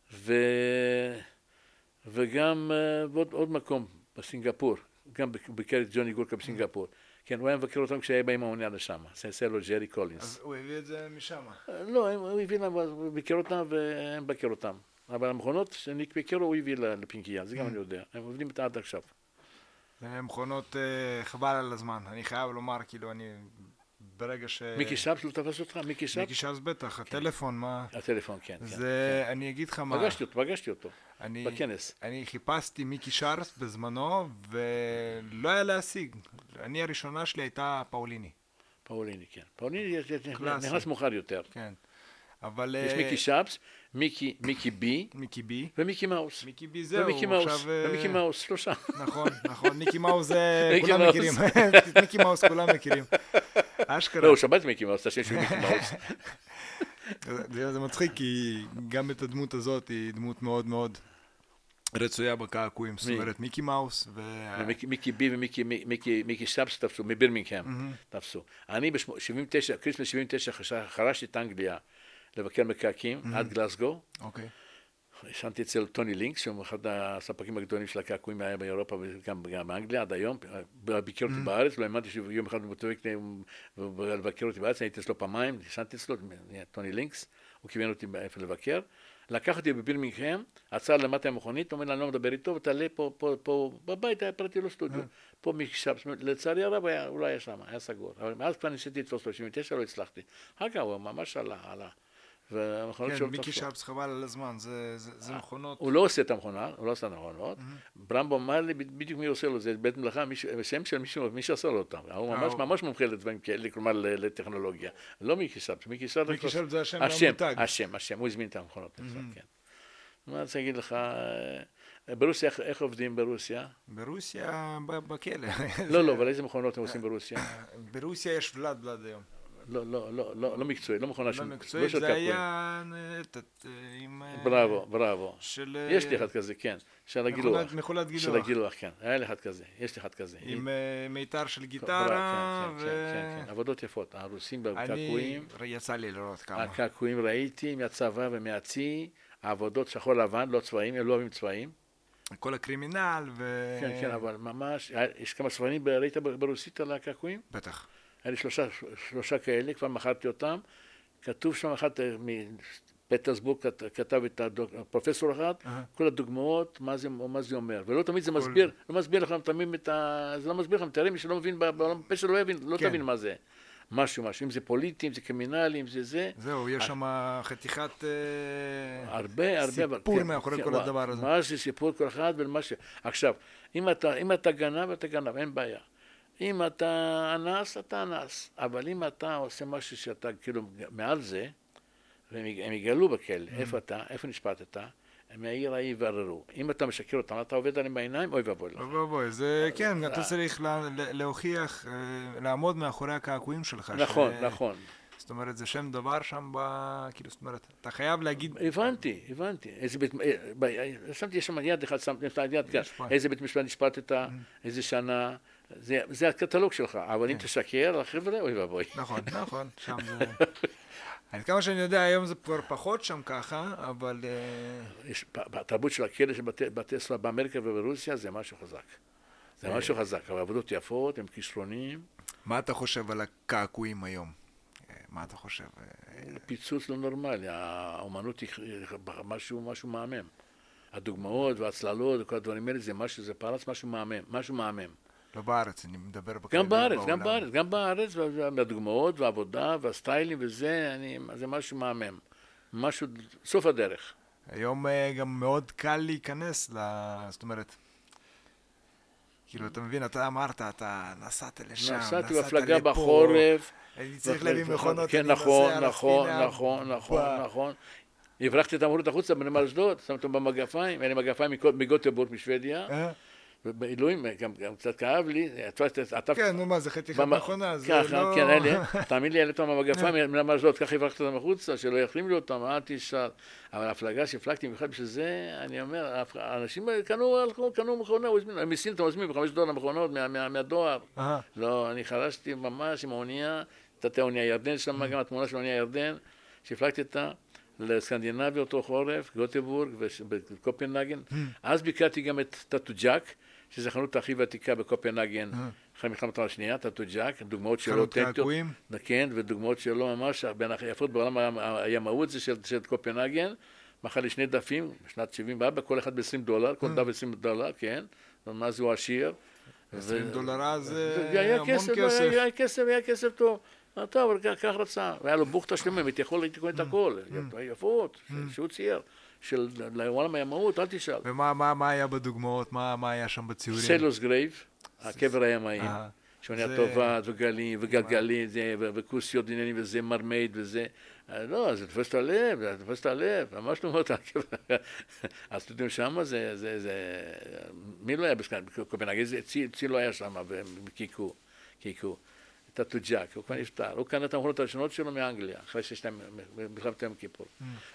וגם עוד מקום בסינגפור, גם ביקר את ג'וני גורקה בסינגפור. כן, הוא היה מבקר אותם כשהיה באים העונה לשם, סיילור ג'רי קולינס. אז הוא הביא את זה משם? לא, הוא הביא להם, הוא ביקר אותם והם ביקר אותם. אבל המכונות שניק ביקר הוא הביא לפינקייה, זה גם אני יודע. הם עובדים איתה עד עכשיו. זה מכונות חבל על הזמן. אני חייב לומר, כאילו, אני ברגע ש... מיקי שבס לא תפס אותך? מיקי שבס? מיקי שבס בטח, הטלפון, מה... הטלפון, כן. זה, אני אגיד לך מה... פגשתי אותו, בכנס. אני חיפשתי מיקי שבס בזמנו, ולא היה להשיג. אני הראשונה שלי הייתה פאוליני. פאוליני, כן. פאוליני נכנס מאוחר יותר. כן. אבל... יש מיקי שבס, מיקי בי, ומיקי מאוס. מיקי בי זהו, ומיקי מאוס, שלושה. נכון, מיקי מאוס זה כולם מכירים. מיקי מאוס כולם מכירים. אשכרה. לא, הוא שמעת מיקי מאוס, השם של מיקי מאוס. זה מצחיק, כי גם את הדמות הזאת היא דמות מאוד מאוד רצויה בקעקועים. זאת אומרת, מיקי מאוס מיקי בי ומיקי שבס תפסו, מבירמינגהם תפסו. אני ב-79, קריסמס 79, חרשתי את אנגליה לבקר מקעקעים עד גלסגו. ישנתי אצל טוני לינקס, שהוא אחד הספקים הגדולים של הקעקועים היה באירופה וגם באנגליה עד היום. ביקר אותי בארץ, לא האמנתי שיום אחד הוא מתווק לבקר אותי בארץ, הייתי אצלו פעמיים, ישנתי אצלו, טוני לינקס, הוא כיוון אותי איפה לבקר. לקח אותי בבירמינגהם, עצר למטה המכונית, אומר לי, אני לא מדבר איתו, ותעלה פה, בבית היה פרטי לו סטודיו, פה משם, לצערי הרב הוא לא היה שם, היה סגור, אבל מאז כבר ניסיתי אצלו 39, לא הצלחתי. אחר כך הוא ממש עלה. כן, מיקי שפס חבל על הזמן, זה מכונות. הוא לא עושה את המכונות, ברמבו אמר לי בדיוק מי עושה לו, זה בית מלאכה, שם של מי שעשה לו אותם, הוא ממש מומחה לדברים כאלה, כלומר לטכנולוגיה, לא מיקי שפס, מיקי שפס זה השם למותג. השם, הוא הזמין את המכונות, כן. מה אני רוצה להגיד לך, ברוסיה, איך עובדים ברוסיה? ברוסיה, בכלא. לא, אבל איזה מכונות הם עושים ברוסיה? ברוסיה יש ולד היום. לא מקצועי, לא מכונה לא מקצועי, זה היה עם... בראבו. יש לי אחד כזה, כן. של הגילוח. מכולת גילוח. של הגילוח, כן. היה לי אחד כזה, יש לי אחד כזה. עם מיתר של גיטרה. כן. עבודות יפות. הרוסים בקעקועים. יצא לי לראות כמה. הקעקועים ראיתי מהצבא ומהצי, העבודות שחור לבן, לא צבעים, הם לא אוהבים צבעים. כל הקרימינל כן, אבל ממש, יש כמה ספרים, ראית ברוסית על הקעקועים? בטח. היה לי שלושה כאלה, כבר מכרתי אותם. כתוב שם אחד מפטרסבורג, כתב את הפרופסור אחד, כל הדוגמאות, מה זה אומר. ולא תמיד זה מסביר, לא מסביר לכם תמיד זה לא מסביר לכם, תראה מי שלא מבין, בעולם פשע לא תבין מה זה. משהו, אם זה פוליטי, אם זה קרימינלי, אם זה. זהו, יש שם חתיכת הרבה סיפור מאחורי כל הדבר הזה. מה זה סיפור כל אחד ומה ש... עכשיו, אם אתה גנב, אין בעיה. אם אתה אנס, אתה אנס. אבל אם אתה עושה משהו שאתה כאילו מעל זה, והם יגלו בכלא, איפה נשפטת, מהעיר ההיא יבררו. אם אתה משקר אותם, אתה עובד עליהם בעיניים, אוי ואבוי לך. אוי ואבוי, זה כן, אתה צריך להוכיח, לעמוד מאחורי הקעקועים שלך. נכון. זאת אומרת, זה שם דבר שם, כאילו, זאת אומרת, אתה חייב להגיד... הבנתי. שמתי שם יד אחד, איזה בית משפט נשפטת, איזה שנה, זה הקטלוג שלך, אבל אם תשקר, החבר'ה, אוי ואבוי. נכון, שם זה... עד כמה שאני יודע, היום זה כבר פחות שם ככה, אבל... התרבות של הכלא של בתי סוהר באמריקה וברוסיה זה משהו חזק. אבל עבודות יפות, הם כישרונים. מה אתה חושב על הקעקועים היום? מה אתה חושב? פיצוץ לא נורמלי, האומנות היא משהו מהמם. הדוגמאות והצללות וכל הדברים האלה, זה פרץ משהו מהמם. לא בארץ, אני מדבר גם בארץ, והדוגמאות והעבודה והסטיילים וזה, זה משהו מהמם. משהו, סוף הדרך. היום גם מאוד קל להיכנס, זאת אומרת, כאילו, אתה מבין, אתה אמרת, אתה נסעת לשם, נסעתי בהפלגה בחורף. אני צריך להביא מכונות, כן, נכון. הברחתי את המורות החוצה בנמל אשדוד, שם אותם במגפיים, היה לי מגפיים מגוטבורג משוודיה. באלוהים, גם קצת כאב לי. כן, נו מה, זה חתיכת מכונה, זה לא... כן, תאמין לי, היה לי אותם במגפיים, מנמל אשדוד, ככה הברחתי אותם החוצה, שלא יחלים לי אותם, אל תשאל. אבל ההפלגה שהפלגתי במיוחד בשביל זה, אני אומר, האנשים קנו מכונה, הם מסין, אתם מזמינים $5 מכונות מהדואר. לא, אני חרשתי ממש עם האונייה, תתי האונייה ירדן, שם גם התמונה של האונייה ירדן, שהפלגתי אותה לסקנדינביה אותו חורף, גוטבורג וקופנהגן. אז ביקרתי גם את טאטו-ג'אק, שזו חנות הכי ותיקה בקופנהגן, אחרי מלחמת העולם השנייה, טאטו-ג'אק, דוגמאות שלו אותנטיות. כן, ודוגמאות שלו ממש, בין היפות בעולם הימאות זה של קופנהגן, מכר לי 2 דפים, בשנת 74, כל אחד $20, כל דף $20, כן, ואז הוא עשיר. $20 זה המון כסף. היה כסף טוב. טוב, אבל כך רצה, והיה לו בוכטה שלמה, הייתי קונה את הכל, יפות, שהוא צייר, של לעולם הימאות, אל תשאל. ומה היה בדוגמאות, מה היה שם בציורים? סלוס גרייב, הקבר הימאים, שעונייה טובה, וגלגלים, וכוסיות עניינים, וזה מרמייד, וזה, לא, זה תופס את הלב, ממש לא אומרת, אז אתם יודעים שמה, מי לא היה בקופנהגן, צי לא היה שם, וקיקו. טאטו-ג'אק, הוא כבר נפטר, הוא קנה את המכונות הראשונות שלו מאנגליה, אחרי שיש להם מלחמת יום כיפור.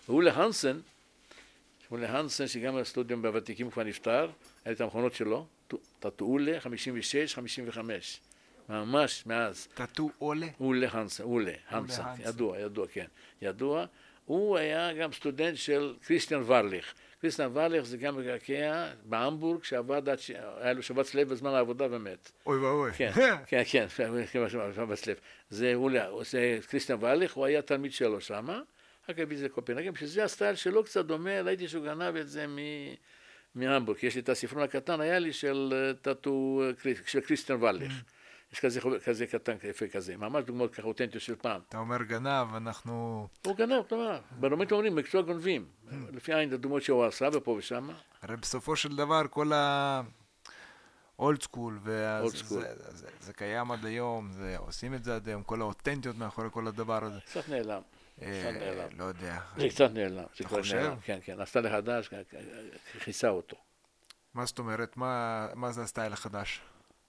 והוא להנסן, שגם הסטודיום בוותיקים כבר נפטר, היה את המכונות שלו, טאטו-אולה, 56, 55, ממש מאז. טאטו-אולה? אולה הנסן, ידוע, כן, ידוע, הוא היה גם סטודנט של כריסטיאן ורליך. כריסטיאן ורליך זה גם מקעקע בהמבורג, שעבד עד היה לו שבץ לב בזמן העבודה ומת. אוי ואוי. כן, כן, כן, שבץ לב. זה כריסטיאן ורליך, הוא היה תלמיד שלו שמה, רק הביא את זה קופנהגן, שזה הסטייל שלו קצת דומה, ראיתי שהוא גנב את זה מהמבורג, כי יש לי את הספרון הקטן, היה לי של טאטו, של כריסטיאן ורליך. יש כזה קטן, יפה כזה, ממש דוגמאות ככה אותנטיות של פעם. אתה אומר גנב, אנחנו... הוא גנב, כלומר, ברומית אומרים, מקצוע גונבים, לפי העין הדוגמאות שהוא עשה ופה ושם. הרי בסופו של דבר כל האולד סקול, זה קיים עד היום, עושים את זה עד היום, כל האותנטיות מאחורי כל הדבר הזה. קצת נעלם. לא יודע. זה קצת נעלם. אתה חושב? כן, כן, עשתה לחדש, כיסה אותו. מה זאת אומרת? מה זה הסטייל החדש?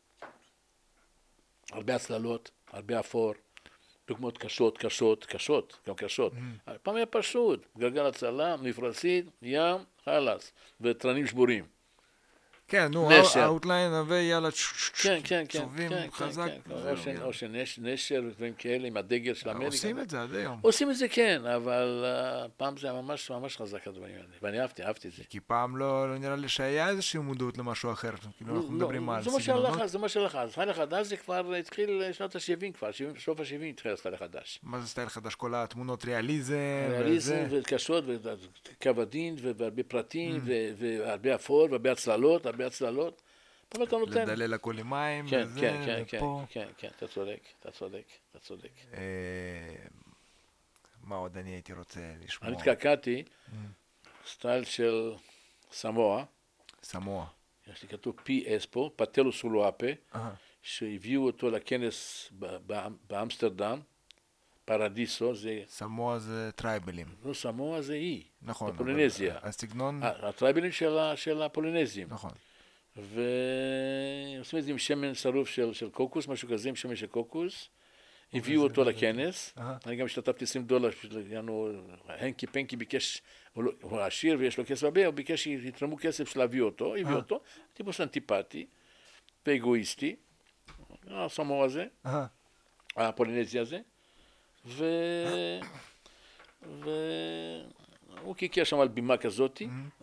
הרבה הצללות, הרבה אפור, דוגמאות קשות, גם קשות. פעם היה פשוט, גלגל הצלה, מפרצית, ים, חלאס, וטרנים שבורים. כן, נו, האוטליין ויאללה, צובעים חזק. או שנשר ודברים כאלה עם הדגל של אמריקה. עושים את זה עד היום. עושים את זה כן, אבל פעם זה היה ממש חזק הדברים האלה, ואני אהבתי את זה. כי פעם לא נראה לי שהיה איזושהי מודעות למשהו אחר, כאילו אנחנו מדברים על סגנונות. זה מה שהלך, הסטייל החדש זה כבר התחיל שנות ה-70 כבר, סוף ה-70 התחיל הסטייל החדש. מה זה סטייל חדש? כל התמונות ריאליזם וקשות, וקו הדין, והרבה פרטים, והרבה אפור, והרבה הצללות, לדלל הכל עם מים, כן, אתה צודק. מה עוד אני הייתי רוצה לשמוע? אני התקעקעתי, סטייל של סמואה. יש לי כתוב PS פה, פטלו סולואפה, שהביאו אותו לכנס באמסטרדם, פרדיסו, זה... סמואה זה טרייבלים. לא, סמואה זה אי. נכון. הפולינזיה. הסגנון... הטרייבלים של הפולינזים. נכון. ועושים את זה עם שמן שרוף של קוקוס, משהו כזה עם שמן של קוקוס. הביאו אותו לכנס. אני גם השתתפתי $20, הנקי פנקי ביקש, הוא עשיר ויש לו כסף הרבה, הוא ביקש שיתרמו כסף של להביא אותו, הביאו אותו. טיפוס אנטיפטי ואגואיסטי, הסמואה הזה, הפולינזיה הזה. והוא קיקר שם על בימה כזאת,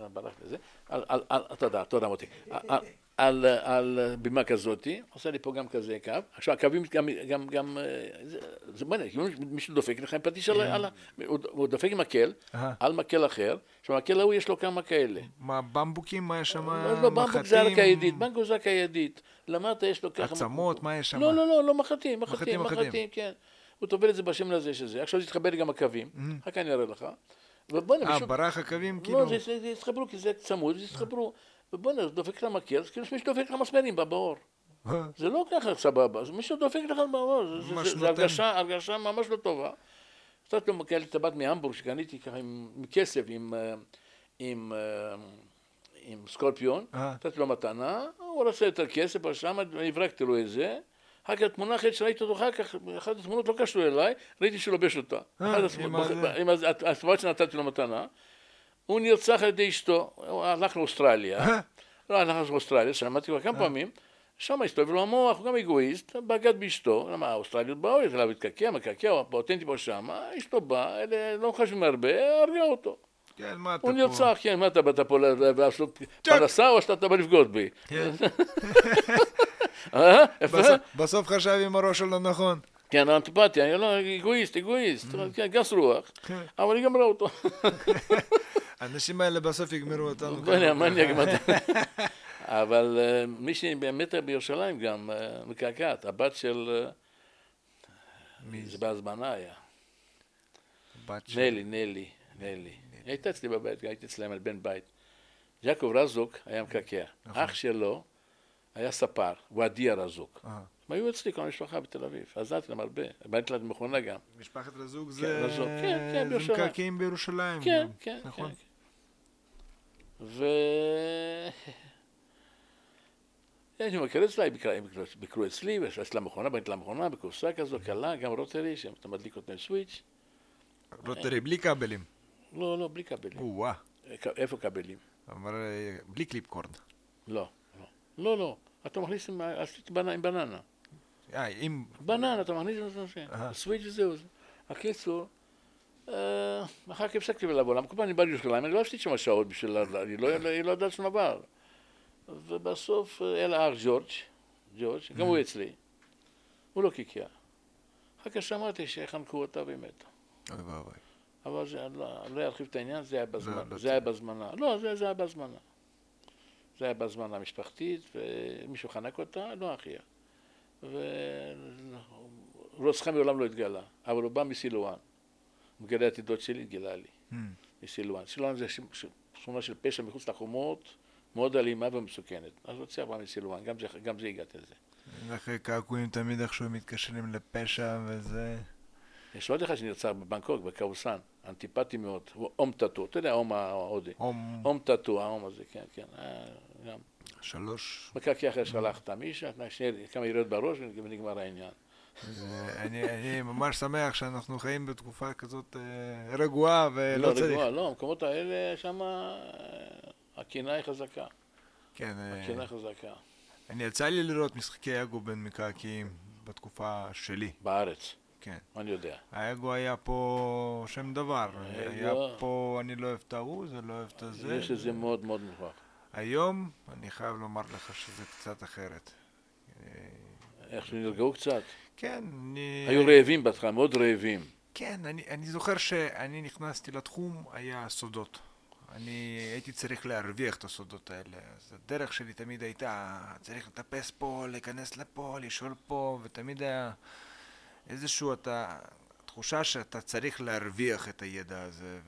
אתה יודע מותי, על בימה כזאת, עושה לי פה גם כזה קו, עכשיו הקווים גם, זה מעניין, מישהו דופק לך עם פטיש, הוא דופק עם מקל, על מקל אחר, עכשיו המקל ההוא יש לו כמה כאלה. מה, במבוקים, מה יש שם? לא, במבוק זה על הקיידית, במבוק זה הקיידית, למטה יש לו ככה... עצמות, מה יש שם? לא, מחטים, כן. הוא טובל את זה בשם לזה שזה, עכשיו זה יתחבר לי גם הקווים, רק אני אראה לך. ברח הקווים כאילו? לא, זה יתחברו, כי זה צמוד, זה יתחברו. ובוא'נה, זה דופק לך מקל, אז כאילו מישהו דופק לך מסמרים בעור. זה לא ככה סבבה, מישהו דופק לך בעור, זה הרגשה ממש לא טובה. קצת לא מקל לי טבעת מהמבורג שקניתי ככה עם כסף, עם סקורפיון, קצת לו מתנה, הוא רצה יותר כסף, אבל שם הברקתי לו את זה. אחר כך תמונה אחרת שראיתי אותו אחר כך, אחת התמונות לא קשרו אליי, ראיתי שהוא לובש אותה. עם התמונות שנתתי לו מתנה. הוא נרצח על ידי אשתו, הוא הלך לאוסטרליה, הלך לאוסטרליה, שמעתי כבר כמה פעמים, שם הסתובב לו המוח, הוא גם אגואיסט, בגד באשתו, למה האוסטרליות באו, יש לה מקעקע, באותנטי פה שם, אשתו בא, אלה לא חושבים הרבה, הרגע אותו. כן, מה אתה פה? הוא נרצח, כן, מה אתה באת פה לעשות פרנסה או שאתה בא לבגוד בי? בסוף חשב עם הראש שלו נכון. כן, האנטיפטיה, אני לא, אגואיסט, כן, גס רוח, אבל היא גמרה אותו. האנשים האלה בסוף יגמרו אותנו. מה אני אגמר? אבל מישהי באמת בירושלים גם מקעקעת, הבת של... זה בהזמנה היה. נלי. הייתה אצלי בבית, הייתי אצלם על בן בית. יעקב רזוק היה מקעקע. אח שלו היה ספר, ועדי הרזוק. הם היו אצלי כל המשפחה בתל אביב, עזרתי להם הרבה, בניתי להם מכונה גם. משפחת רזוק זה... כן, בירושלים. זה מקעקעים בירושלים. כן. אני מכיר אצלי, ביקרו אצלי, ויש לה מכונה, בניתי לה מכונה, בקופסה כזו, קלה, גם רוטרי, שאתה מדליק אותם סוויץ'. רוטרי בלי כבלים? לא, בלי כבלים. וואה. איפה כבלים? אבל בלי קליפקורד. לא. אתה מכניס עם בננה. עם... בננה, אתה מכניס עם סוויץ' וזהו. הקיצור, אחר כך הפסקתי לבוא, למה כל פעם אני בא לירושלים, אני לא עשיתי שם שעות בשביל, אני לא יודעת שום דבר. ובסוף אלה האח ג'ורג', גם הוא אצלי, הוא לא קיקיע. אחר כך שמעתי שחנקו אותה באמת. אוי ואבוי. אבל לא ארחיב את העניין, זה היה בזמנה. לא, זה היה בזמנה. זה היה בזמנה המשפחתית, ומישהו חנק אותה, לא אחיה. ורוצחה מעולם לא התגלה, אבל הוא בא מסילואן. מגלה עתידות שלי, התגלה לי. מסילואן. סילואן זה שכונה של פשע מחוץ לחומות, מאוד אלימה ומסוכנת. אז רוצח בא מסילואן, גם זה הגעתי לזה. אחרי קעקועים תמיד איכשהו מתקשרים לפשע וזה... יש עוד אחד שנרצח בבנקוק, בקאוסן, אנטיפטי מאוד, אום טאטו, אתה יודע, אום ההודי. אום טאטו, האום הזה, כן, כן. גם. 3. מקרקע אחרי שלחת מישהו, כמה יריות בראש ונגמר העניין. אני ממש שמח שאנחנו חיים בתקופה כזאת רגועה ולא צריך. לא רגועה, לא, המקומות האלה שם הקינה היא חזקה. כן. הקינה היא חזקה. אני יצא לי לראות משחקי אגו בין מקעקעים בתקופה שלי. בארץ. כן. אני יודע. האגו היה פה שם דבר. היה פה אני לא אוהב את ההוא, זה לא אוהב את זה. יש לזה מאוד מאוד מוכרח. היום אני חייב לומר לך שזה קצת אחרת. איך שנרגעו קצת? כן, היו רעבים בהתחלה, מאוד רעבים. כן, אני זוכר שאני נכנסתי לתחום, היה סודות. אני הייתי צריך להרוויח את הסודות האלה. אז הדרך שלי תמיד הייתה, צריך לטפס פה, להיכנס לפה, לשאול פה, ותמיד היה איזשהו תחושה שאתה צריך להרוויח את הידע הזה,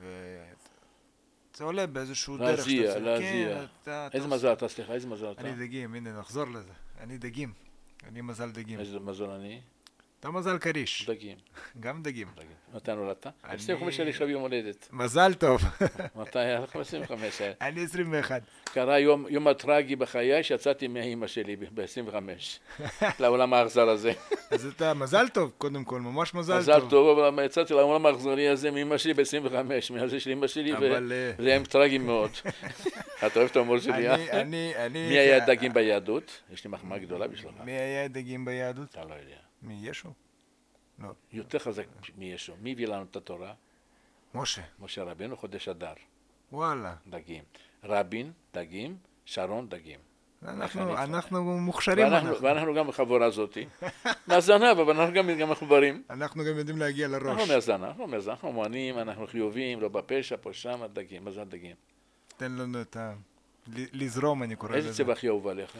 זה עולה באיזשהו דרך. להזיע. איזה מזל אתה, סליחה, איזה מזל אתה? אני דגים, הנה נחזור לזה. אני דגים. אני מזל דגים. איזה מזל אני? אתה מזל קריש. דגים. גם דגים. מתי נולדת? 25 שלי עכשיו יום הולדת. מזל טוב. מתי היה לך 25? אני 21. קרה יום הטרגי בחיי שיצאתי מהאימא שלי ב-25. לעולם האכזר הזה. אז אתה מזל טוב, קודם כל, ממש מזל טוב. מזל טוב, אבל יצאתי לעולם האכזרי הזה מאמא שלי ב-25, מהזה של אמא שלי, וזה היה טרגי מאוד. אתה אוהב את ההומור שלי, אה? מי היה הדגים ביהדות? יש לי מחמאה גדולה בשבילך. מי היה הדגים ביהדות? אתה לא יודע. מי ישו? לא. יותר חזק מישו. מי הביא לנו את התורה? משה. משה רבינו, חודש אדר. וואלה. דגים. רבין, דגים, שרון, דגים. אנחנו מוכשרים. ואנחנו גם בחבורה הזאת. מהזנב, אבל אנחנו גם מחוברים. אנחנו גם יודעים להגיע לראש. אנחנו מהזנב, אנחנו מוענים, אנחנו חיובים, לא בפשע, פה שם, דגים, מזל דגים. תן לנו את לזרום, אני קורא לזה. איזה צבע הכי אהוב עליך?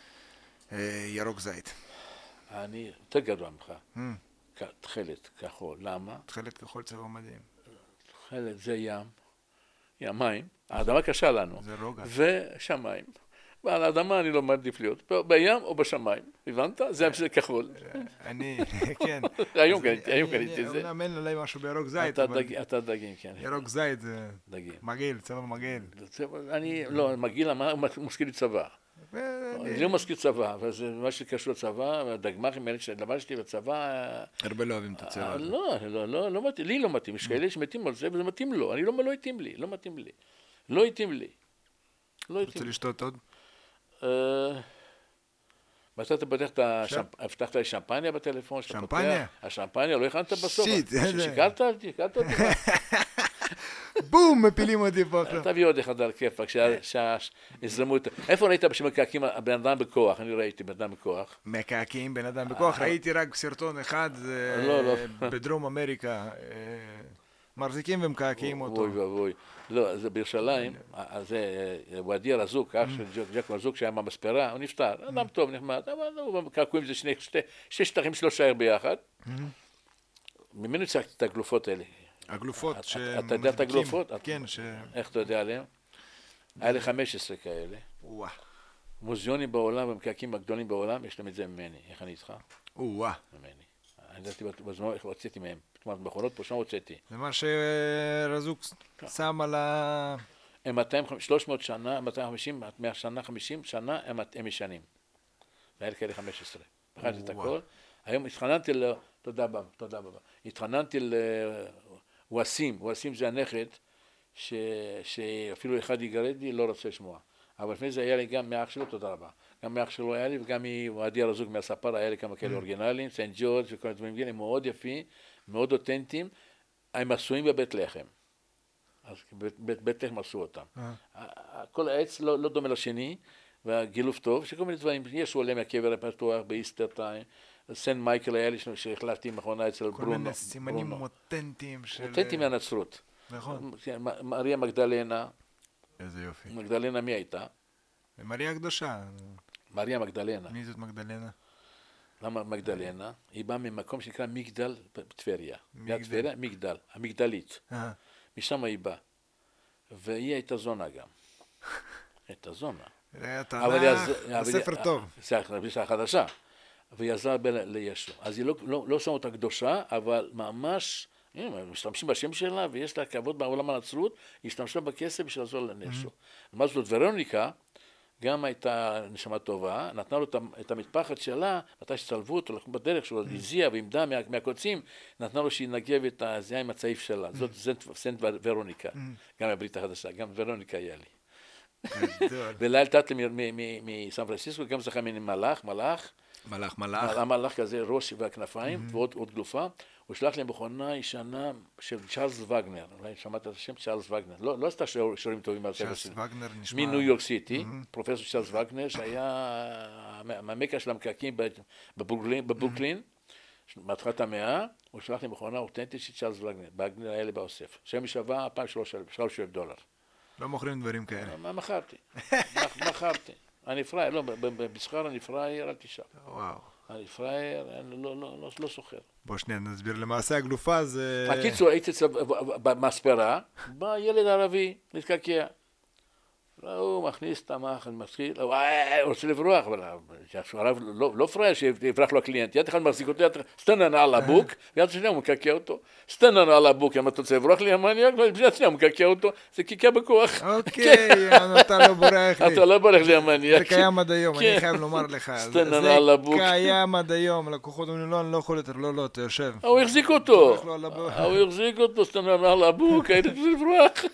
ירוק זית. אני יותר גדול ממך. תכלת כחול, למה? תכלת כחול צבע מדהים. תכלת זה מים, האדמה קשה לנו. זה רוגע. ושמיים. ועל האדמה אני לא מעדיף להיות, בים או בשמיים, הבנת? זה כחול. כן. היום קניתי את זה. אני מאמן עליי משהו בירוק זית. אתה דגים, כן. ירוק זית זה מגעיל, צבע מגעיל. לא, מגעיל, מזכיר לי צבא. זה לא מזכיר צבא, אבל זה מה שקשור לצבא, הדגמ"חים האלה שלבשתי בצבא... הרבה לא אוהבים את הצבע. לא מתאים, לי לא מתאים, יש כאלה שמתאים על זה וזה מתאים לו, אני לא התאים לי, לא התאים לי. רוצה לשתות עוד? מתי אתה פתחת לי שמפניה בטלפון? שמפניה? השמפניה, לא הכנת בסוף? שיט. שיקרת אותי? בום, מפילים אותי פה עכשיו. תביא עוד אחד על כיפק, שיזרמו את... איפה ראית שמקעקים בן אדם בכוח? אני ראיתי בן אדם בכוח. מקעקים בן אדם בכוח? ראיתי רק סרטון אחד בדרום אמריקה. מחזיקים ומקעקים אותו. אוי. לא, זה בירושלים, זה ואדי רזוק, אח של ג'ק רזוק שהיה במספרה, הוא נפטר, אדם טוב, נחמד, אבל הוא קעקועים זה שני שטחים שלו שער ביחד. ממנו הצגתי את הגלופות האלה. הגלופות אתה יודע את הגלופות? כן. איך אתה יודע עליהם? היה לי 15 כאלה. מוזיאונים בעולם, המקעקים הגדולים בעולם, יש להם את זה ממני. איך אני איתך? ממני. אני ידעתי בזמן איך הוצאתי מהם. זאת אומרת, מכונות פה שם הוצאתי. זה מה שרזוק שם על ה... הם 300 שנה, 250, 100 שנה, 50 שנה, הם ישנים. והיה לי כאלה 15. בחרתי את הכל. היום התחננתי תודה רבה. התחננתי לווסים זה הנכד, שאפילו אחד יגרד לי, לא רוצה לשמוע. אבל לפני זה היה לי גם מאח שלו, תודה רבה. גם מאח שלו היה לי, וגם מוואדי הרזוק מהספר, היה לי כמה כאלה אורגינליים, סנט ג'ורג' וכל הדברים כאלה, מאוד יפים, מאוד אותנטיים, הם עשויים בבית לחם. אז בית לחם עשו אותם. כל העץ לא דומה לשני, והגילוף טוב, שכל מיני דברים, יש עולה מהקבר הפתוח באיסטר טיים, סנט מייקל היה לי שהחלפתי מכונה אצל ברונו. כל מיני סימנים אותנטיים של... אותנטיים מהנצרות. נכון. מריה מגדלנה. איזה יופי. מגדלנה מי הייתה? מריה הקדושה. מריה מגדלנה. מי זאת מגדלנה? למה מגדלנה? היא באה ממקום שנקרא מגדל בטבריה. טבריה, מגדל, המגדלית. משם היא באה. והיא הייתה זונה גם. הייתה זונה. הספר טוב. זה חדשה. והיא עזרה לישו. אז היא לא שמה אותה קדושה, אבל ממש, משתמשים בשם שלה, ויש לה כבוד בעולם הנצרות, היא השתמשה בכסף בשביל לעזור לישו. מה זאת ורוניקה, גם הייתה נשמה טובה, נתנה לו את המטפחת שלה, מתי שצלבו אותו, בדרך שלו, הזיעה ועם דם מהקוצים, נתנה לו שינגב את הזיעה עם הצעיף שלה. זאת סנט ורוניקה, גם הברית החדשה, גם ורוניקה היה לי. וליל טאטל מסן פרנסיסקו, גם זכה ממני מלאך כזה, ראש והכנפיים, ועוד גלופה. הוא שלח לי מכונה ישנה של צ'ארלס וגנר, אולי שמעת את השם צ'ארלס וגנר, לא עשתה שירים טובים על צ'ארלס וגנר נשמע... מניו יורק סיטי, פרופסור צ'ארלס וגנר, שהיה מהמקה של המקקים בברוקלין, בהתחלת המאה, הוא שלח לי מכונה אותנטית של צ'ארלס וגנר היה לי באוסף, שם שווה $3,000. לא מוכרים דברים כאלה. מכרתי. אני פרייר, לא, בשכר אני פרייר, אל תשאל. וואו. אני פרייר, לא סוחר. בוא שנייה נסביר, למעשה הגלופה זה... הקיצור, הייתי במספרה, בא ילד ערבי, להתקעקע. הוא מכניס את המח, אני מתחיל, הוא רוצה לברוח, אבל הרב לא פרייר שיברח לו הקליינט, יד אחד מחזיק אותו, סטנן על הבוק, ויד שנייה הוא מקעקע אותו. סטנן על הבוק, אם אתה רוצה לברוח לי המניאק, ויד שנייה הוא מקעקע אותו, זה קעקע בכוח. אוקיי, אתה לא בורח לי. אתה לא בורח לי המניאק. זה קיים עד היום, אני חייב לומר לך. סטנן על הבוק. זה קיים עד היום, לקוחות אומרים, לא, אני לא יכול יותר, לא, אתה יושב. הוא החזיק אותו, סטנן על הבוק, הייתי רוצה לברוח.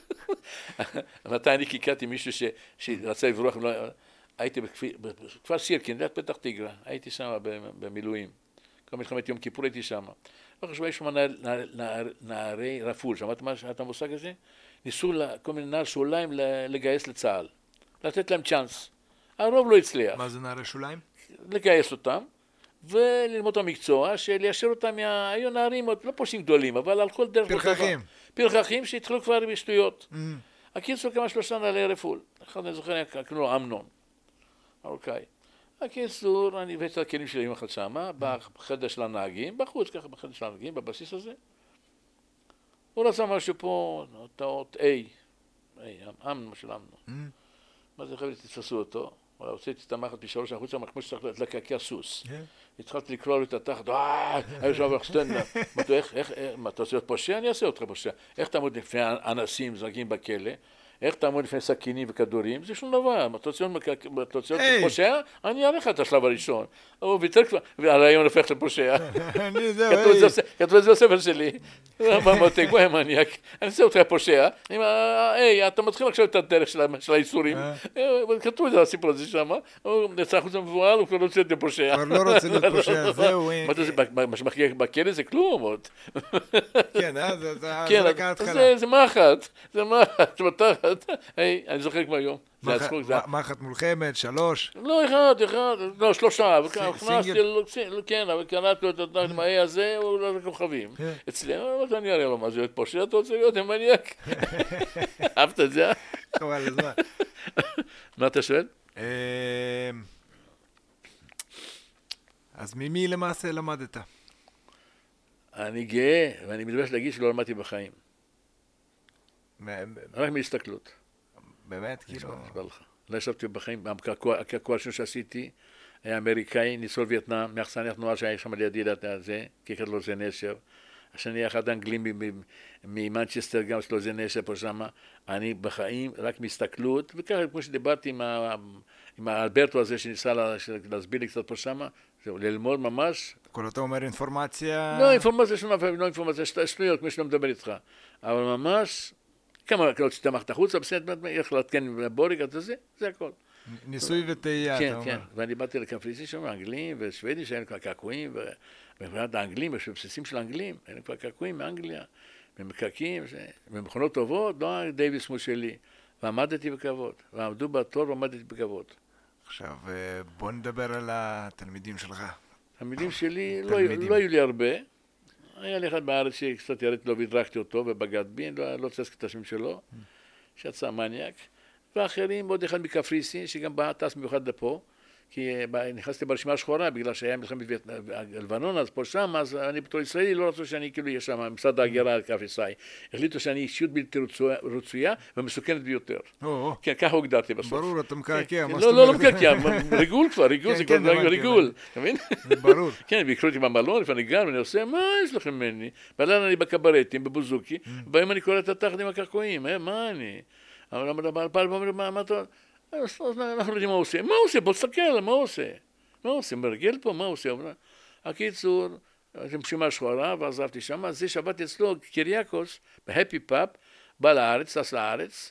מתי אני קיקעתי מישהו שרצה לברוח, הייתי בכפר סירקין, ליד פתח תקווה, הייתי שם במילואים, כל מלחמת יום כיפור הייתי שם. לא חשוב, יש שם נערי רפול, שמעת את המושג הזה? ניסו כל מיני נער שוליים לגייס לצה"ל, לתת להם צ'אנס. הרוב לא הצליח. מה זה נערי שוליים? לגייס אותם, וללמוד את המקצוע, ליישר אותם, היו נערים, לא פושעים גדולים, אבל הלכו לדרך... פרחחים שהתחילו כבר בשטויות. הקיצור כמה 3 נעלי רפול. אחד אני זוכר, קראו לו אמנון. אוקיי. הקיצור, אני הבאתי את הכלים שלי יום אחד שמה, בחדר של הנהגים, בחוץ ככה, בחדר של הנהגים, בבסיס הזה. הוא רצה משהו פה, תאות A, אמנון של אמנון. מה זה חבר'ה, תתפסו אותו. הוא הוצאתי את המחט פי 3 החוצה, כמו שצריך לקעקע סוס. התחלתי לקרוא לו את התחת, היה שם סטנדר. מה, אתה רוצה להיות פושע? אני אעשה אותך פושע. איך תעמוד לפני אנסים זרקים בכלא? איך תעמוד לפני סכינים וכדורים? זה שום דבר. אתה רוצה להיות פושע? אני אראה לך את השלב הראשון. הוא ויתר כבר, והרעיון הופך לפושע. כתוב את זה בספר שלי. במותק, בוא המניאק. אני אעשה אותך פושע. אתה מתחיל עכשיו את הדרך של האיסורים. כתוב את זה הסיפור הזה שם. הוא נצא חוץ המבואל, הוא כבר לא רוצה להיות פושע. כבר לא רוצה להיות פושע, זהו. מה שמחכה בכלא זה כלום עוד. כן, זה רק ההתחלה. זה מחט, אני זוכר כמו היום. מחט מולחמת, 3? לא, לא, 3. כן, אבל קראתי לו את הדמאי הזה, הוא לא כוכבים. אצלי, אני אראה לו מה זה להיות פושע, אתה רוצה להיות מניאק. אהבת את זה? חבל הזמן. מה אתה שואל? אז ממי למעשה למדת? אני גאה, ואני מתבייש להגיד שלא למדתי בחיים. רק מהסתכלות. באמת? כאילו... לא ישבתי בחיים, הקעקוע הראשון שעשיתי היה אמריקאי, ניצול וייטנאם, מאכסניה תנועה שהיה שם לידי זה, כיכר לוזי נשר. השני אחד האנגלים ממנצ'סטר, גם שלו זה נשר פה שם. אני בחיים רק מהסתכלות, וככה כמו שדיברתי עם האלברטו הזה שניסה להסביר לי קצת פה שם, זהו, ללמוד ממש. כל אתה אומר אינפורמציה... לא, אינפורמציה שונה, לא אינפורמציה, שטויות, כמו שאני מדבר איתך. אבל ממש... כמה קלות שתמכת החוצה, בסדר, איך להתקן בבוריק, זה הכל. ניסוי וטעייה, אתה אומר. כן, ואני באתי לקפריסין שם, אנגלים ושוודים, שהיינו כבר קעקועים, ובמיוחד האנגלים, בבסיסים של האנגלים, היינו כבר קעקועים מאנגליה, במקקים, במכונות טובות, לא דייוויס כמו שלי. ועמדתי בכבוד, ועמדו בתור ועמדתי בכבוד. עכשיו, בוא נדבר על התלמידים שלך. התלמידים שלי לא היו לי הרבה. היה לי אחד בארץ שקצת ירדתי לו והדרכתי אותו ובגד בי, אני לא רוצה להזכיר את השם שלו, שיצא מניאק. ואחרים, עוד אחד מקפריסין, שגם בא טס מיוחד לפה, כי נכנסתי ברשימה השחורה בגלל שהיה מלחמת לבנון, אז פה שם, אז אני בתור ישראלי לא רצו שאני כאילו אהיה שם, משרד ההגירה הקפריסאי. החליטו שאני אישיות בלתי רצויה ומסוכנת ביותר. כן, ככה הוגדרתי בסוף. ברור, אתה מקעקע. לא מקעקע, ריגול כבר, ריגול זה כבר ריגול. אתה מבין? ברור. כן, ויקחו אותי במלון, לפני גר, ואני עושה, מה יש לכם ממני? בלילה אני בקברטים, בבוזוקי, בהם אני קורא את התחת עם הקעקועים, מה אני? אבל מה אתה... אנחנו לא יודעים מה הוא עושה. מה הוא עושה? בוא תסתכל, מה הוא עושה? מה הוא עושה? מרגל פה, מה הוא עושה? הקיצור, רשימה שחורה, ועזבתי שם, אז זה שעבדתי אצלו, קיריאקוס, בהפי פאפ, בא לארץ, טס לארץ,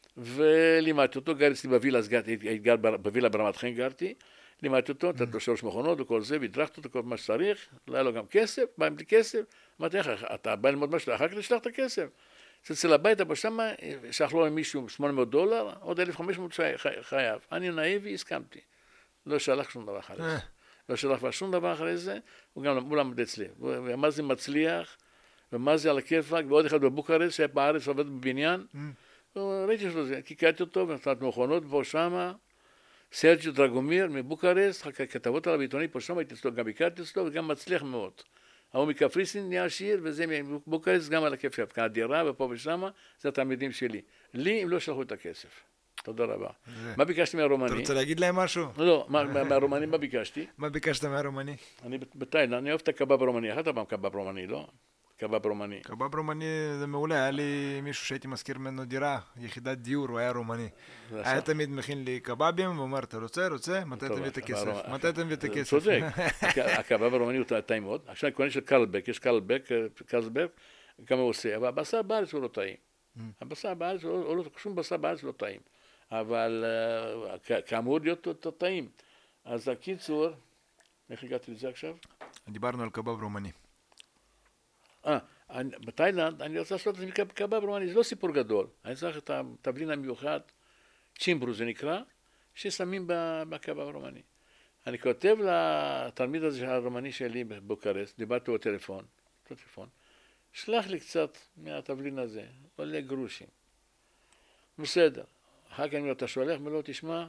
ולימדתי אותו, גר אצלי בווילה, בווילה ברמת חן גרתי, לימדתי אותו, נתתי לו 3 מכונות וכל זה, והדרכתי אותו כל מה שצריך, לא היה לו גם כסף, בא עם לי כסף, אמרתי לך, אתה בא ללמוד משהו, אחר כך תשלח את הכסף. אצל הביתה בשמה, שלח לו מישהו $800, עוד 1,500 חייב. אני נאיבי, הסכמתי. לא שלח שום דבר אחרי זה. לא שלח שום דבר אחרי זה, הוא גם למד אצלי. ומה זה מצליח, ומה זה על הכיפק, ועוד אחד בבוקרשט, שהיה בארץ, עובד בבניין. ראיתי שלו זה, קיקרתי אותו, ונתת מכונות פה שמה. סרג'יו דרגומיר מבוקרשט, כתבות עליו בעיתוני פה שמה, הייתי אצלו, גם ביקרתי אצלו, וגם מצליח מאוד. ההוא מקפריסין נהיה עשיר, וזה מבוקרשט גם על הכיף, הדירה ופה ושמה, זה התלמידים שלי. לי הם לא שלחו את הכסף. תודה רבה. מה ביקשתי מהרומני? אתה רוצה להגיד להם משהו? לא, מהרומני מה ביקשתי? מה ביקשת מהרומני? אני בתאילנד, אני אוהב את הקבב הרומני. אחת פעם קבב רומני, לא? קבב רומני. קבב רומני זה מעולה, היה לי מישהו שהייתי מזכיר ממנו דירה, יחידת דיור, הוא היה רומני. היה תמיד מכין לי קבבים, ואומר, אתה רוצה? מתי תביא את הכסף? מתי תביא את הכסף? צודק. הקבב הרומני הוא טעים מאוד. עכשיו אני קונה של קרלבק, יש קרלבק, כמה הוא עושה, אבל הבשר בארץ הוא לא טעים. הבשר בארץ, שום בשר בארץ לא טעים. אבל כאמור להיות טעים. אז הקיצור, איך הגעתי לזה עכשיו? דיברנו על קבב רומני. בתאילנד אני רוצה לעשות את זה קבב רומני, זה לא סיפור גדול. אני צריך את התבלין המיוחד, צ'ימברו זה נקרא, ששמים בקבב הרומני. אני כותב לתלמיד הזה הרומני שלי בבוקרשט, דיברתי בטלפון, שלח לי קצת מהתבלין הזה, עולה גרושים. בסדר. אחר כך אתה שולח, אומר לו, תשמע,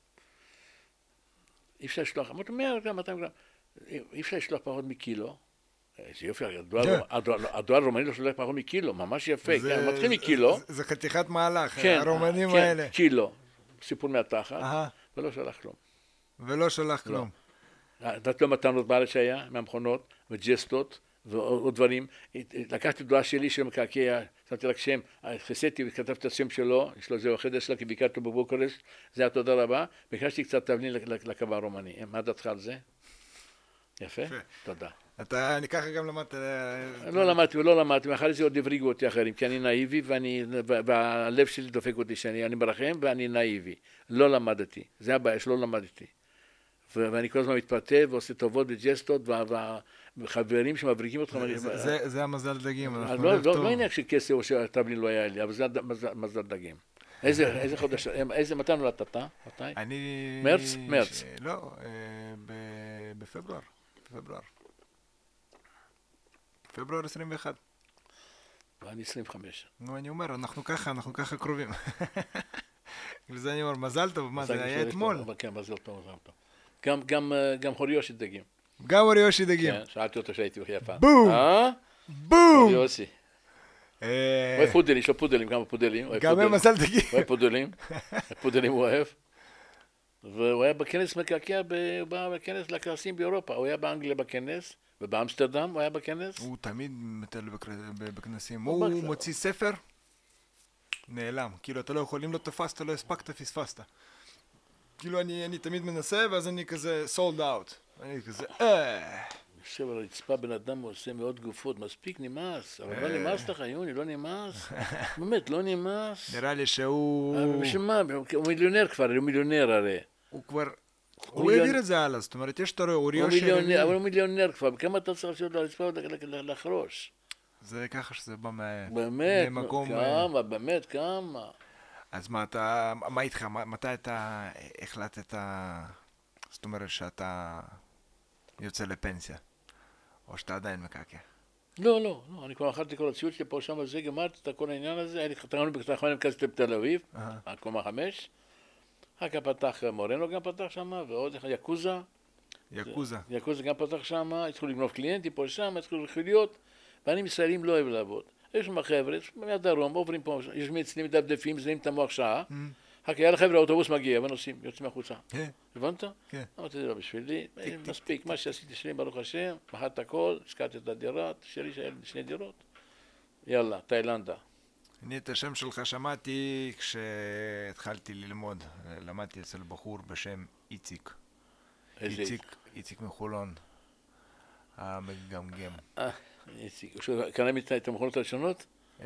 אי אפשר לשלוח, אמרתי, 100 גרם, 200 גרם, אי אפשר לשלוח פחות מקילו. זה יופי, הדואר הרומני לא שולח פחות מקילו, ממש יפה, מתחיל מקילו. זה חתיכת מהלך, הרומנים האלה. כן, קילו, סיפור מהתחת, ולא שלח כלום. נתתי לו מתנות בארץ שהיה, מהמכונות, וג'סטות, ועוד דברים. לקחתי דואר שלי של מקעקע, שמתי רק שם, חסיתי וכתבתי את השם שלו, יש לו זהו החדר שלה, כי ביקרתי בבוקרשט, זה היה תודה רבה, ביקשתי קצת תבלין לקבב הרומני. מה דעתך על זה? יפה? תודה. אני ככה גם למדתי... לא למדתי, ואחרי זה עוד הבריגו אותי אחרים, כי אני נאיבי, והלב שלי דופק אותי שאני מרחם, ואני נאיבי. לא למדתי, זה הבעיה שלא למדתי. ואני כל הזמן מתפתה ועושה טובות וג'סטות, וחברים שמבריקים אותך. זה המזל דגים. לא עניין שכסף או שהתבלין לא היה לי, אבל זה מזל דגים. איזה חודש, מתי נולדת אתה? אני... מרץ. לא, בפברואר. פברואר 21. ואני 25. נו, אני אומר, אנחנו ככה קרובים. לזה אני אומר, מזל טוב, מה זה היה אתמול? כן, מזל טוב. גם הוריושי דגים. גם הוריושי דגים. כן, שאלתי אותו שהייתי בחיפה. בום! בום! הוריושי. אוהב פודלים, יש לו פודלים, כמה פודלים. גם הם מזל דגים. אוהב פודלים הוא אוהב. והוא היה בכנס מקעקע, הוא בא בכנס לכנסים באירופה, הוא היה באנגליה בכנס, ובאמסטרדם הוא היה בכנס. הוא תמיד מטל בכנסים, הוא מוציא ספר, נעלם, כאילו אתה לא יכול, אם לא תפסת, לא הספקת, פספסת. כאילו אני תמיד מנסה, ואז אני כזה sold out, אני כזה יושב על הרצפה, בן אדם עושה מאוד גופות, מספיק נמאס, אבל לא נמאס לך, יוני, לא נמאס, באמת, לא נמאס. נראה לי שהוא... בשמה, הוא מיליונר כבר, הוא מיליונר הרי. הוא כבר... הוא העביר את זה הלאה, זאת אומרת, יש תורי אוריושי... אבל הוא מיליונר כבר, כמה אתה צריך לשבת על הרצפה לחרוש? זה ככה שזה בא באמת, ממקום... כמה, באמת, כמה. אז מה איתך? מתי אתה החלטת, זאת אומרת שאתה יוצא לפנסיה? או שאתה עדיין מקעקע? לא, אני כבר אכלתי כל הציוד שלי פה, שם וזה, גמרתי את כל העניין הזה, היה לי חתרנו בתחנה מרכזית בתל אביב, קומה 5, אחר כך פתח מורנו גם פתח שם, ועוד אחד יקוזה. יקוזה גם פתח שם, התחילו לגנוב קליינטים פה שם, התחילו לחיליות, ואני עם ישראלים לא אוהב לעבוד. יש שם חבר'ה, מהדרום, עוברים פה, יושבים אצלי מדפדפים, מזיינים את המוח שעה, אחר כך יאללה חבר'ה, האוטובוס מגיע, ונוסעים, יוצאים החוצה. הבנת? כן. אמרתי, זה לא בשבילי, מספיק, מה שעשיתי שלי, ברוך השם, מחת הכל, השקעתי את הדירה, שלי שהיו לי 2 דירות, יאללה, תאילנדה. אני את השם שלך שמעתי כשהתחלתי ללמוד, למדתי אצל בחור בשם איציק. איציק מחולון, המגמגם. איציק, קנה ממני את המכונות הראשונות?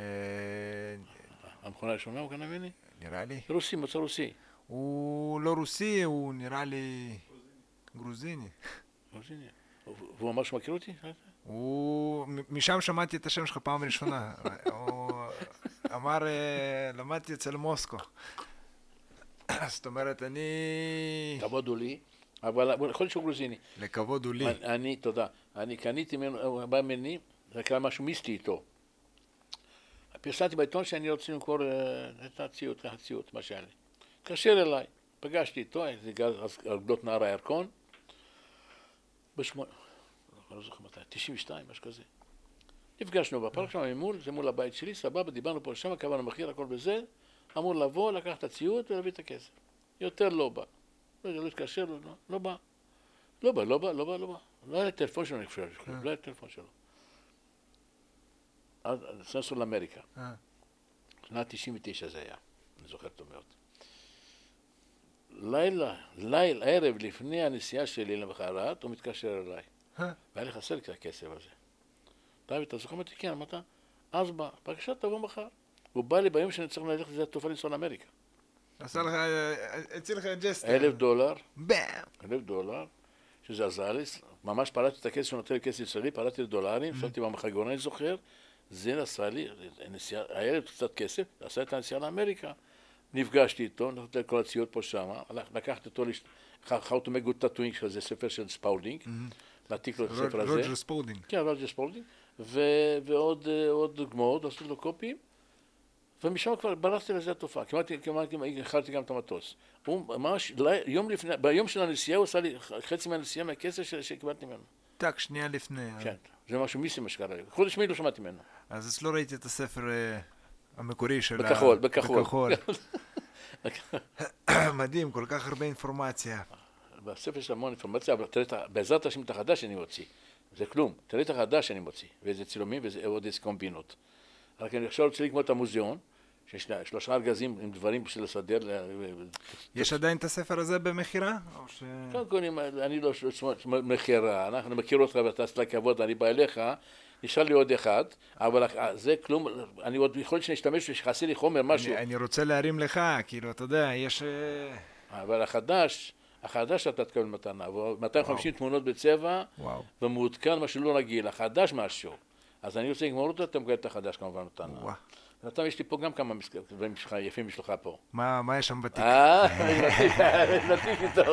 המכונה הראשונה הוא קנה ממני? נראה לי. רוסי, מוצא רוסי. הוא לא רוסי, הוא נראה לי גרוזיני. גרוזיני. והוא אמר שהוא מכיר אותי? משם שמעתי את השם שלך פעם ראשונה. הוא אמר, למדתי אצל מוסקו. זאת אומרת, אני... כבוד הוא לי, אבל יכול להיות שהוא גרוזיני. לכבוד הוא לי. תודה. אני קניתי ממנו, הוא בא ממני, זה קרה משהו מיסטי איתו. פרסמתי בעיתון שאני רוצה למכור את הציוד, מה שהיה לי. התקשר אליי, פגשתי איתו, זה על גדות נהר הירקון, אני לא זוכר מתי, 92, משהו כזה. נפגשנו בפארק שם ממול, זה מול הבית שלי, סבבה, דיברנו פה שם, קבענו מחיר, הכל בזה, אמור לבוא, לקח את הציוד ולהביא את הכסף. יותר לא בא. לא התקשר, לא בא. לא היה טלפון שלו, אני חושב, לא היה טלפון שלו. אז נסענו לאמריקה. שנת 99 זה היה, אני זוכר טוב מאוד. ערב לפני הנסיעה שלי למחרת, הוא מתקשר אליי. והיה לי חסר לי הכסף הזה. דוד, אתה זוכר אותי? כן, אמרת? אז בא, בבקשה תבוא מחר. הוא בא לי ביום שאני צריך ללכת לזה התעופה לנסוע לאמריקה. עשה לך, הציל לך ג'סטר. $1,000, שזה עזר לי, ממש פרעתי את הכסף, שהוא נותן לי כסף ישראלי, פרעתי לדולרים, שמתי במחגון, אני זוכר, זה עשה לי, היה לי קצת כסף, עשה את הנסיעה לאמריקה. נפגשתי איתו, נתתי כל הציוד פה שם, לקחתי אותו, How to make good tattooing, שזה ספר של ספאולדינג, להעתיק לו את הספר הזה. רוג'ר ספאולדינג. כן, רוג'ר ספאולדינג, ועוד דוגמאות, עשיתי לו קופים, ומשם כבר ברחתי לזה התופעה, כמעט הכרתי גם את המטוס. הוא ממש, ביום של הנסיעה הוא עשה לי חצי מהנסיעה מהכסף שקיבלתי ממנו. טק, שנייה לפני. כן, זה משהו מיסי מה שקרה לי. חודש מי לא שמעתי ממנו. אז אצלו ראיתי את הספר המקורי של... בכחול. מדהים, כל כך הרבה אינפורמציה. בספר יש המון אינפורמציה, אבל תראה, בעזרת השם את החדש שאני מוציא. זה כלום. תראה את החדש שאני מוציא. ואיזה צילומים ועוד איזה קומבינות. רק אני עכשיו רוצה לגמור את המוזיאון, שיש 3 ארגזים עם דברים בשביל לסדר. יש עדיין את הספר הזה במחירה? קודם כל, אני לא מחירה. אנחנו מכיר אותך ואתה עשית לכבוד, אני בא אליך, נשאר לי עוד אחד, אבל זה כלום, אני עוד יכול להיות שנשתמש ושחסר לי חומר, משהו. אני רוצה להרים לך, כאילו, אתה יודע, יש... אבל החדש אתה תקבל מתנה, 250 תמונות בצבע, ומעודכן משהו לא רגיל, החדש משהו. אז אני רוצה לגמור אותו, אתה מקבל את החדש כמובן מתנה. ואתה, יש לי פה גם כמה דברים יפים בשבילך פה. מה יש שם בתיק? נתיק איתו.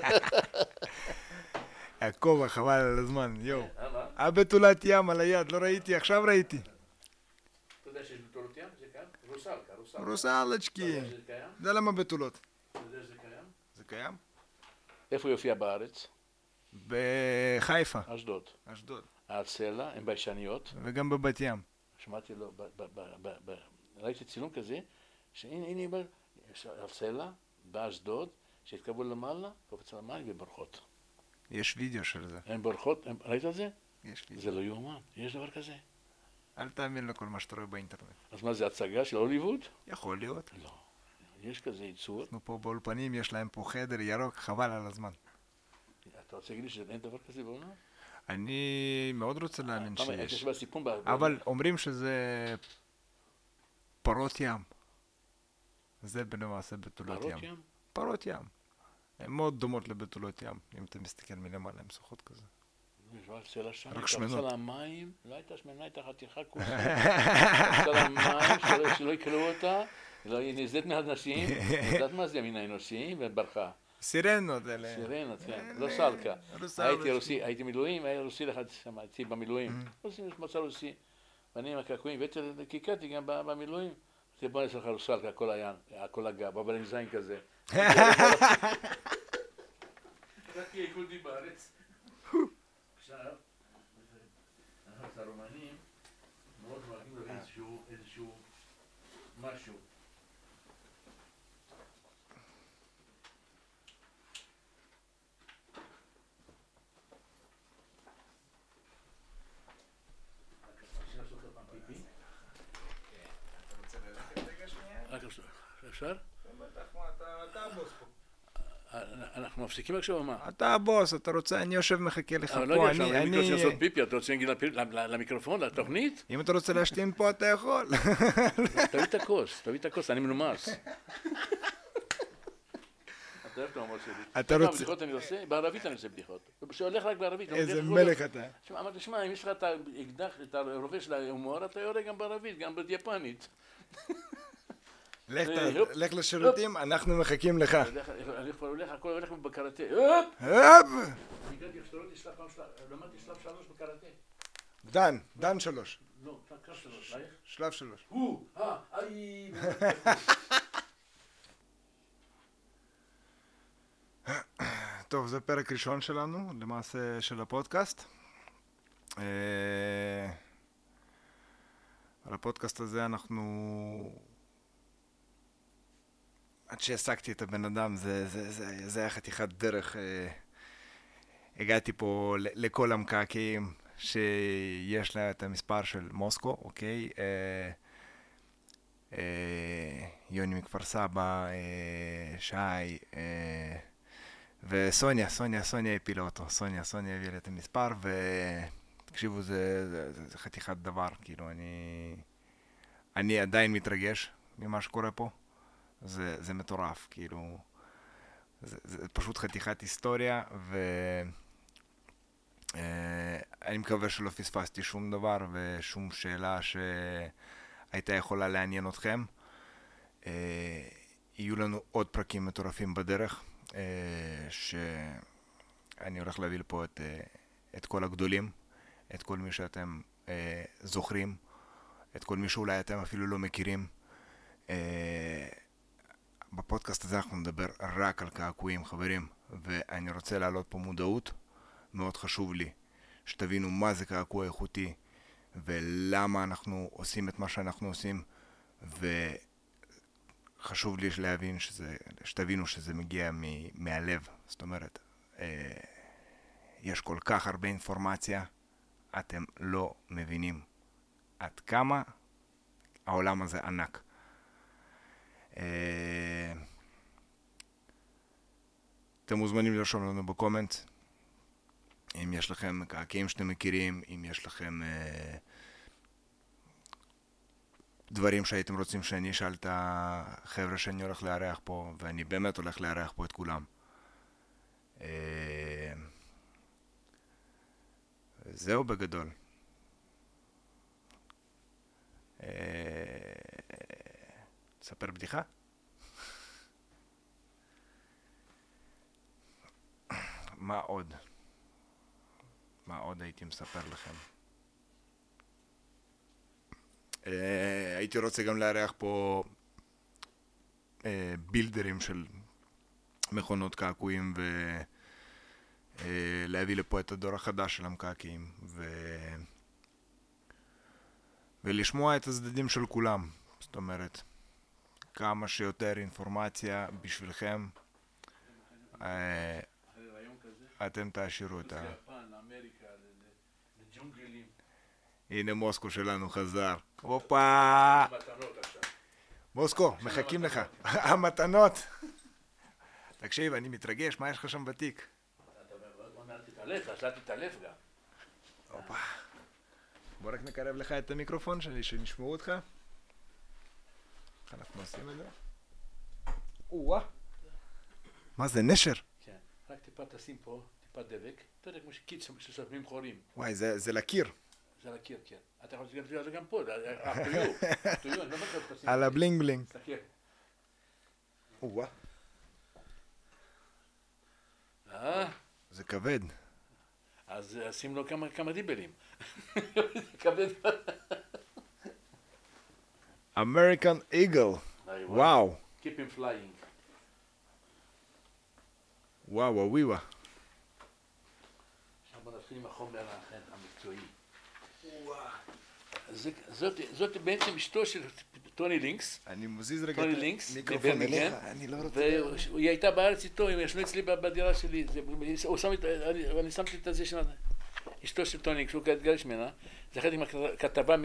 הכובע, חבל על הזמן, יואו. בתולת ים על היד, לא ראיתי, עכשיו ראיתי. אתה יודע שיש בתולות ים? זה קיים? רוסלצ'קי. זה למה בתולות? אתה יודע שזה קיים? זה קיים? איפה יופיע בארץ? בחיפה. אשדוד. הארצלה, הן ביישניות. וגם בבת ים. שמעתי לו, ראיתי צילום כזה, שהנה, ארצלה, באשדוד, שהתקבלו למעלה, קופץ למים וברכות. יש וידאו של זה. הן ברכות, ראית את זה? יש וידאו. זה לא יאומן, יש דבר כזה. אל תאמין לכל מה שאתה רואה באינטרנט. אז מה זה, הצגה של הוליווד? יכול להיות. לא. יש כזה ייצור. אנחנו פה באולפנים, יש להם פה חדר ירוק, חבל על הזמן. אתה רוצה להגיד לי שאין דבר כזה בעולם? אני מאוד רוצה להאמין שיש. בסיפון אבל אומרים שזה פרות ים. זה בנמעשה בתולות ים. פרות ים? פרות ים. הן מאוד דומות לבתולות ים, אם אתה מסתכל מלמעלה, הן שחות כזה. שאלה שם, רק שמנות. קפצה למים, לא הייתה שמנה, הייתה חתיכה כוסית. קפצה למים, שלא יקראו אותה, היא נזלת מהאנשים, יודעת מה זה המין האנושי, וברחה. סירנות אלה. סירנות, כן, לא סלקה. הייתי רוסי, הייתי מילואים, היה רוסי אחד שם, הייתי במילואים. רוסי, מצא רוסי. ואני עם הקעקועים, וקיקרתי גם במילואים. זה בוא נעשה לך רוסלקה, הכל הגב, אבל עם זין כזה. קראתי עיקודי בארץ. עכשיו, הרומנים מאוד מרגיעים לו איזשהו משהו. אפשר? אתה הבוס פה. אנחנו מפסיקים עכשיו או מה? אתה הבוס, אתה רוצה, אני יושב מחכה לך אבל פה, לא יודע, עכשיו אני רוצה לעשות פיפי, אתה רוצה להגיד למיקרופון, לתוכנית? אם אתה רוצה להשתין פה, אתה יכול. תביא את הכוס, אני מנומס. אתה אוהב את ההומור שלי. אתה רוצה... בדיחות אני עושה, בערבית אני עושה בדיחות. שהולך רק בערבית. איזה מלך אתה. אמרתי, שמע, אם יש לך את האקדח, את הרובה של ההומור, אתה יורה גם בערבית, גם ביפנית. לך לשירותים, אנחנו מחכים לך. הכל הולך בקראטה. למדתי שלב 3 בקראטה. דן 3. לא, שלב 3. שלב 3. טוב, זה פרק ראשון שלנו, למעשה של הפודקאסט. על הפודקאסט הזה אנחנו... עד שהעסקתי את הבן אדם, זה היה חתיכת דרך. הגעתי פה לכל המקעקעים שיש לה את המספר של מוסקו, אוקיי? יוני מכפר סבא, שי, וסוניה הפילה אותו. סוניה הביא לי את המספר, ותקשיבו, זה חתיכת דבר. כאילו, אני עדיין מתרגש ממה שקורה פה. זה מטורף, כאילו, זה פשוט חתיכת היסטוריה, ואני מקווה שלא פספסתי שום דבר ושום שאלה שהייתה יכולה לעניין אתכם. יהיו לנו עוד פרקים מטורפים בדרך, שאני הולך להביא לפה את כל הגדולים, את כל מי שאתם זוכרים, את כל מי שאולי אתם אפילו לא מכירים. בפודקאסט הזה אנחנו נדבר רק על קעקועים, חברים, ואני רוצה להעלות פה מודעות. מאוד חשוב לי שתבינו מה זה קעקוע איכותי ולמה אנחנו עושים את מה שאנחנו עושים, וחשוב לי להבין שתבינו שזה מגיע מהלב. זאת אומרת, יש כל כך הרבה אינפורמציה, אתם לא מבינים עד כמה העולם הזה ענק. אתם מוזמנים לרשום לנו בקומנט אם יש לכם מקעקעים שאתם מכירים, אם יש לכם דברים שהייתם רוצים שאני אשאל את החבר'ה שאני הולך לארח פה, ואני באמת הולך לארח פה את כולם. זהו בגדול. תספר בדיחה? מה עוד הייתי מספר לכם? הייתי רוצה גם לארח פה בילדרים של מכונות קעקועים ולהביא לפה את הדור החדש של המקעקעים ולשמוע את הצדדים של כולם. זאת אומרת, כמה שיותר אינפורמציה בשבילכם, אתם תעשירו את הנה מוסקו שלנו חזר. הופה! מוסקו, מחכים לך. המתנות. תקשיב, אני מתרגש, מה יש לך שם בתיק? אל תתעלף גם. הופה. בוא רק נקרב לך את המיקרופון שלי, שנשמעו אותך. איך אנחנו עושים את זה? מה זה, נשר? כן, רק טיפה תשים פה, פת דבק, אתה יודע, כמו שקיץ ששמים חורים. וואי, זה לקיר. זה על הקיר, כן. אתה יכול להגיד את זה גם פה, הטויו, אני לא מכיר את זה. על הבלינג בלינג. תסתכל. וואה. זה כבד. אז שים לו כמה דיבלים. כבד. American Eagle. וואו. Keep him flying. וואו, וואו. עכשיו בוא נתחיל עם החומר המקצועי. זאת בעצם אשתו של טוני לינקס. אני מזיז רגע טוני לינקס, מיקרופון אליך, אני לא רוצה... והיא הייתה בארץ איתו, הם ישנו אצלי בדירה שלי, אני שמתי את זה של אשתו של טוני לינקס, הוא גרש ממנה, זה אחד עם הכתבה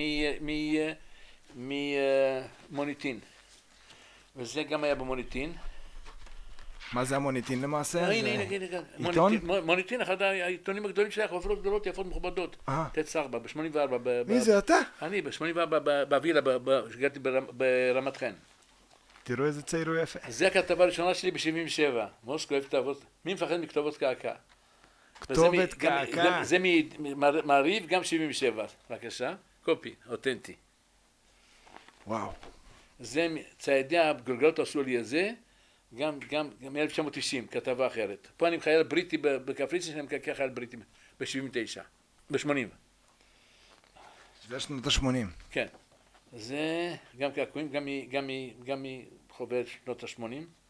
ממוניטין, וזה גם היה במוניטין. מה זה המוניטין למעשה? הנה, עיתון? מוניטין, אחד העיתונים הגדולים שלך, חוברות גדולות, יפות מכובדות. טץ 4, ב-84. מי זה אתה? אני, ב-84 בווילה, שגרתי ברמת חן. תראו איזה צעיר הוא יפה. זה הכתבה הראשונה שלי ב-77. מוסקו אוהב כתבות. מי מפחד מכתובות קעקע? כתובת קעקע. זה ממעריב, גם 77. בבקשה, קופי, אותנטי. וואו. זה ציידי הגולגלות עשו לי את זה. גם מ-1990, כתבה אחרת. פה אני חייל בריטי בקפריסין, שאני מקעקע חייל בריטי ב-79, ב-80. זה שנות ה-80. כן. זה גם קעקועים, גם מחוברת שנות ה-80.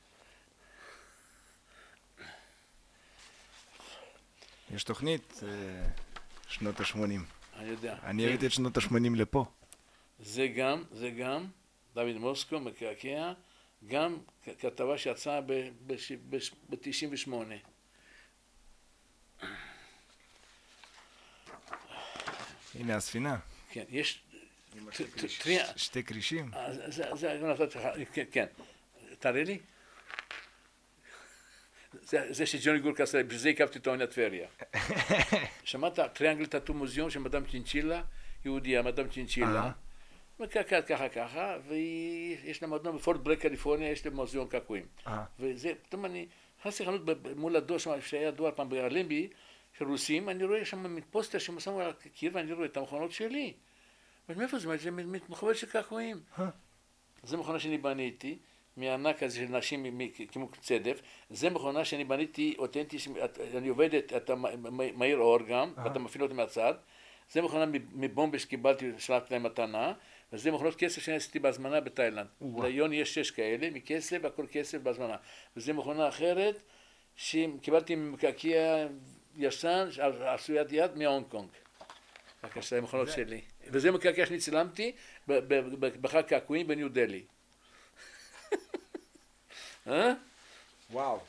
יש תוכנית שנות ה-80. אני יודע. אני הבאתי את שנות ה-80 לפה. זה גם, דוד מוסקו מקעקע, גם כתבה שיצאה ב-98. הנה הספינה. כן, יש... שתי קרישים. כן. תראה לי. זה שג'וני גולק עשה, בשביל זה הקפתי את העונה טבריה. שמעת? טריאנגל טאטו מוזיאון של מדאם צ'ינצ'ילה, יהודיה, מדאם צ'ינצ'ילה. מקעקעת ככה, ויש לה מועדון בפורט ברק, קליפורניה, יש לה מוזיאון קעקועים. וזה, פתאום אני נכנסתי לחנות מול הדור שם, שהיה דואר פעם באלנבי, של רוסים, אני רואה שם פוסטר שמו על הקיר, ואני רואה את המכונות שלי. ומאיפה זה? זה מכונות של קעקועים. זה מכונה שאני בניתי, מהענק הזה של נשים כמו צדף. זה מכונה שאני בניתי אותנטי, אני עובדת, אתה מאיר אור גם, ואתה מפעיל אותי מהצד. זה מכונה מבומבה שקיבלתי, שלחתי להם מתנה, וזה מכונות כסף שאני עשיתי בהזמנה בתאילנד. ליוני יש 6 כאלה, מכסף, הכל כסף בהזמנה. וזה מכונה אחרת, שקיבלתי מקעקע ישן, עשוית יד מהונג קונג. בבקשה, זה מכונות שלי. וזה מקעקע שאני צילמתי בחג קעקועים בניו דלי. וואו.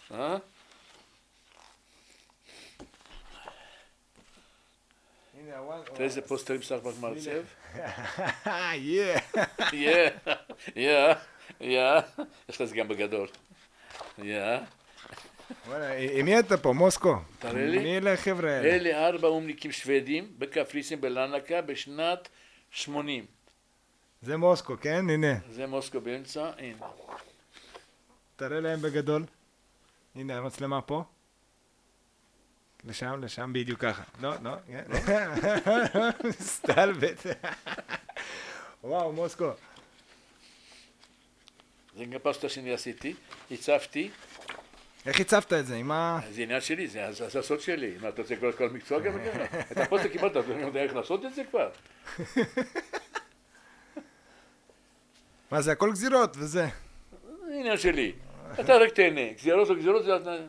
תראה איזה פוסטרים סך בגמרצב. יש לך זה גם בגדול. עם מי אתה פה? מוסקו? תראה לי. מי אלה החבר'ה האלה? אלה 4 אומניקים שוודים בקפריסין בלנקה בשנת 80. זה מוסקו, כן? הנה. זה מוסקו באמצע, הנה. תראה להם בגדול. הנה המצלמה פה. לשם בדיוק ככה. לא. סטלבט. וואו, מוסקו. זה גם פסטה שאני עשיתי, הצפתי. איך הצפת את זה? עם מה? זה עניין שלי, זה הסוד שלי. מה, אתה רוצה כל מקצוע גם? את הפוסטה קיבלת, אתה לא יודע איך לעשות את זה כבר? מה זה, הכל גזירות וזה? זה עניין שלי. אתה רק תהנה. גזירות או גזירות זה...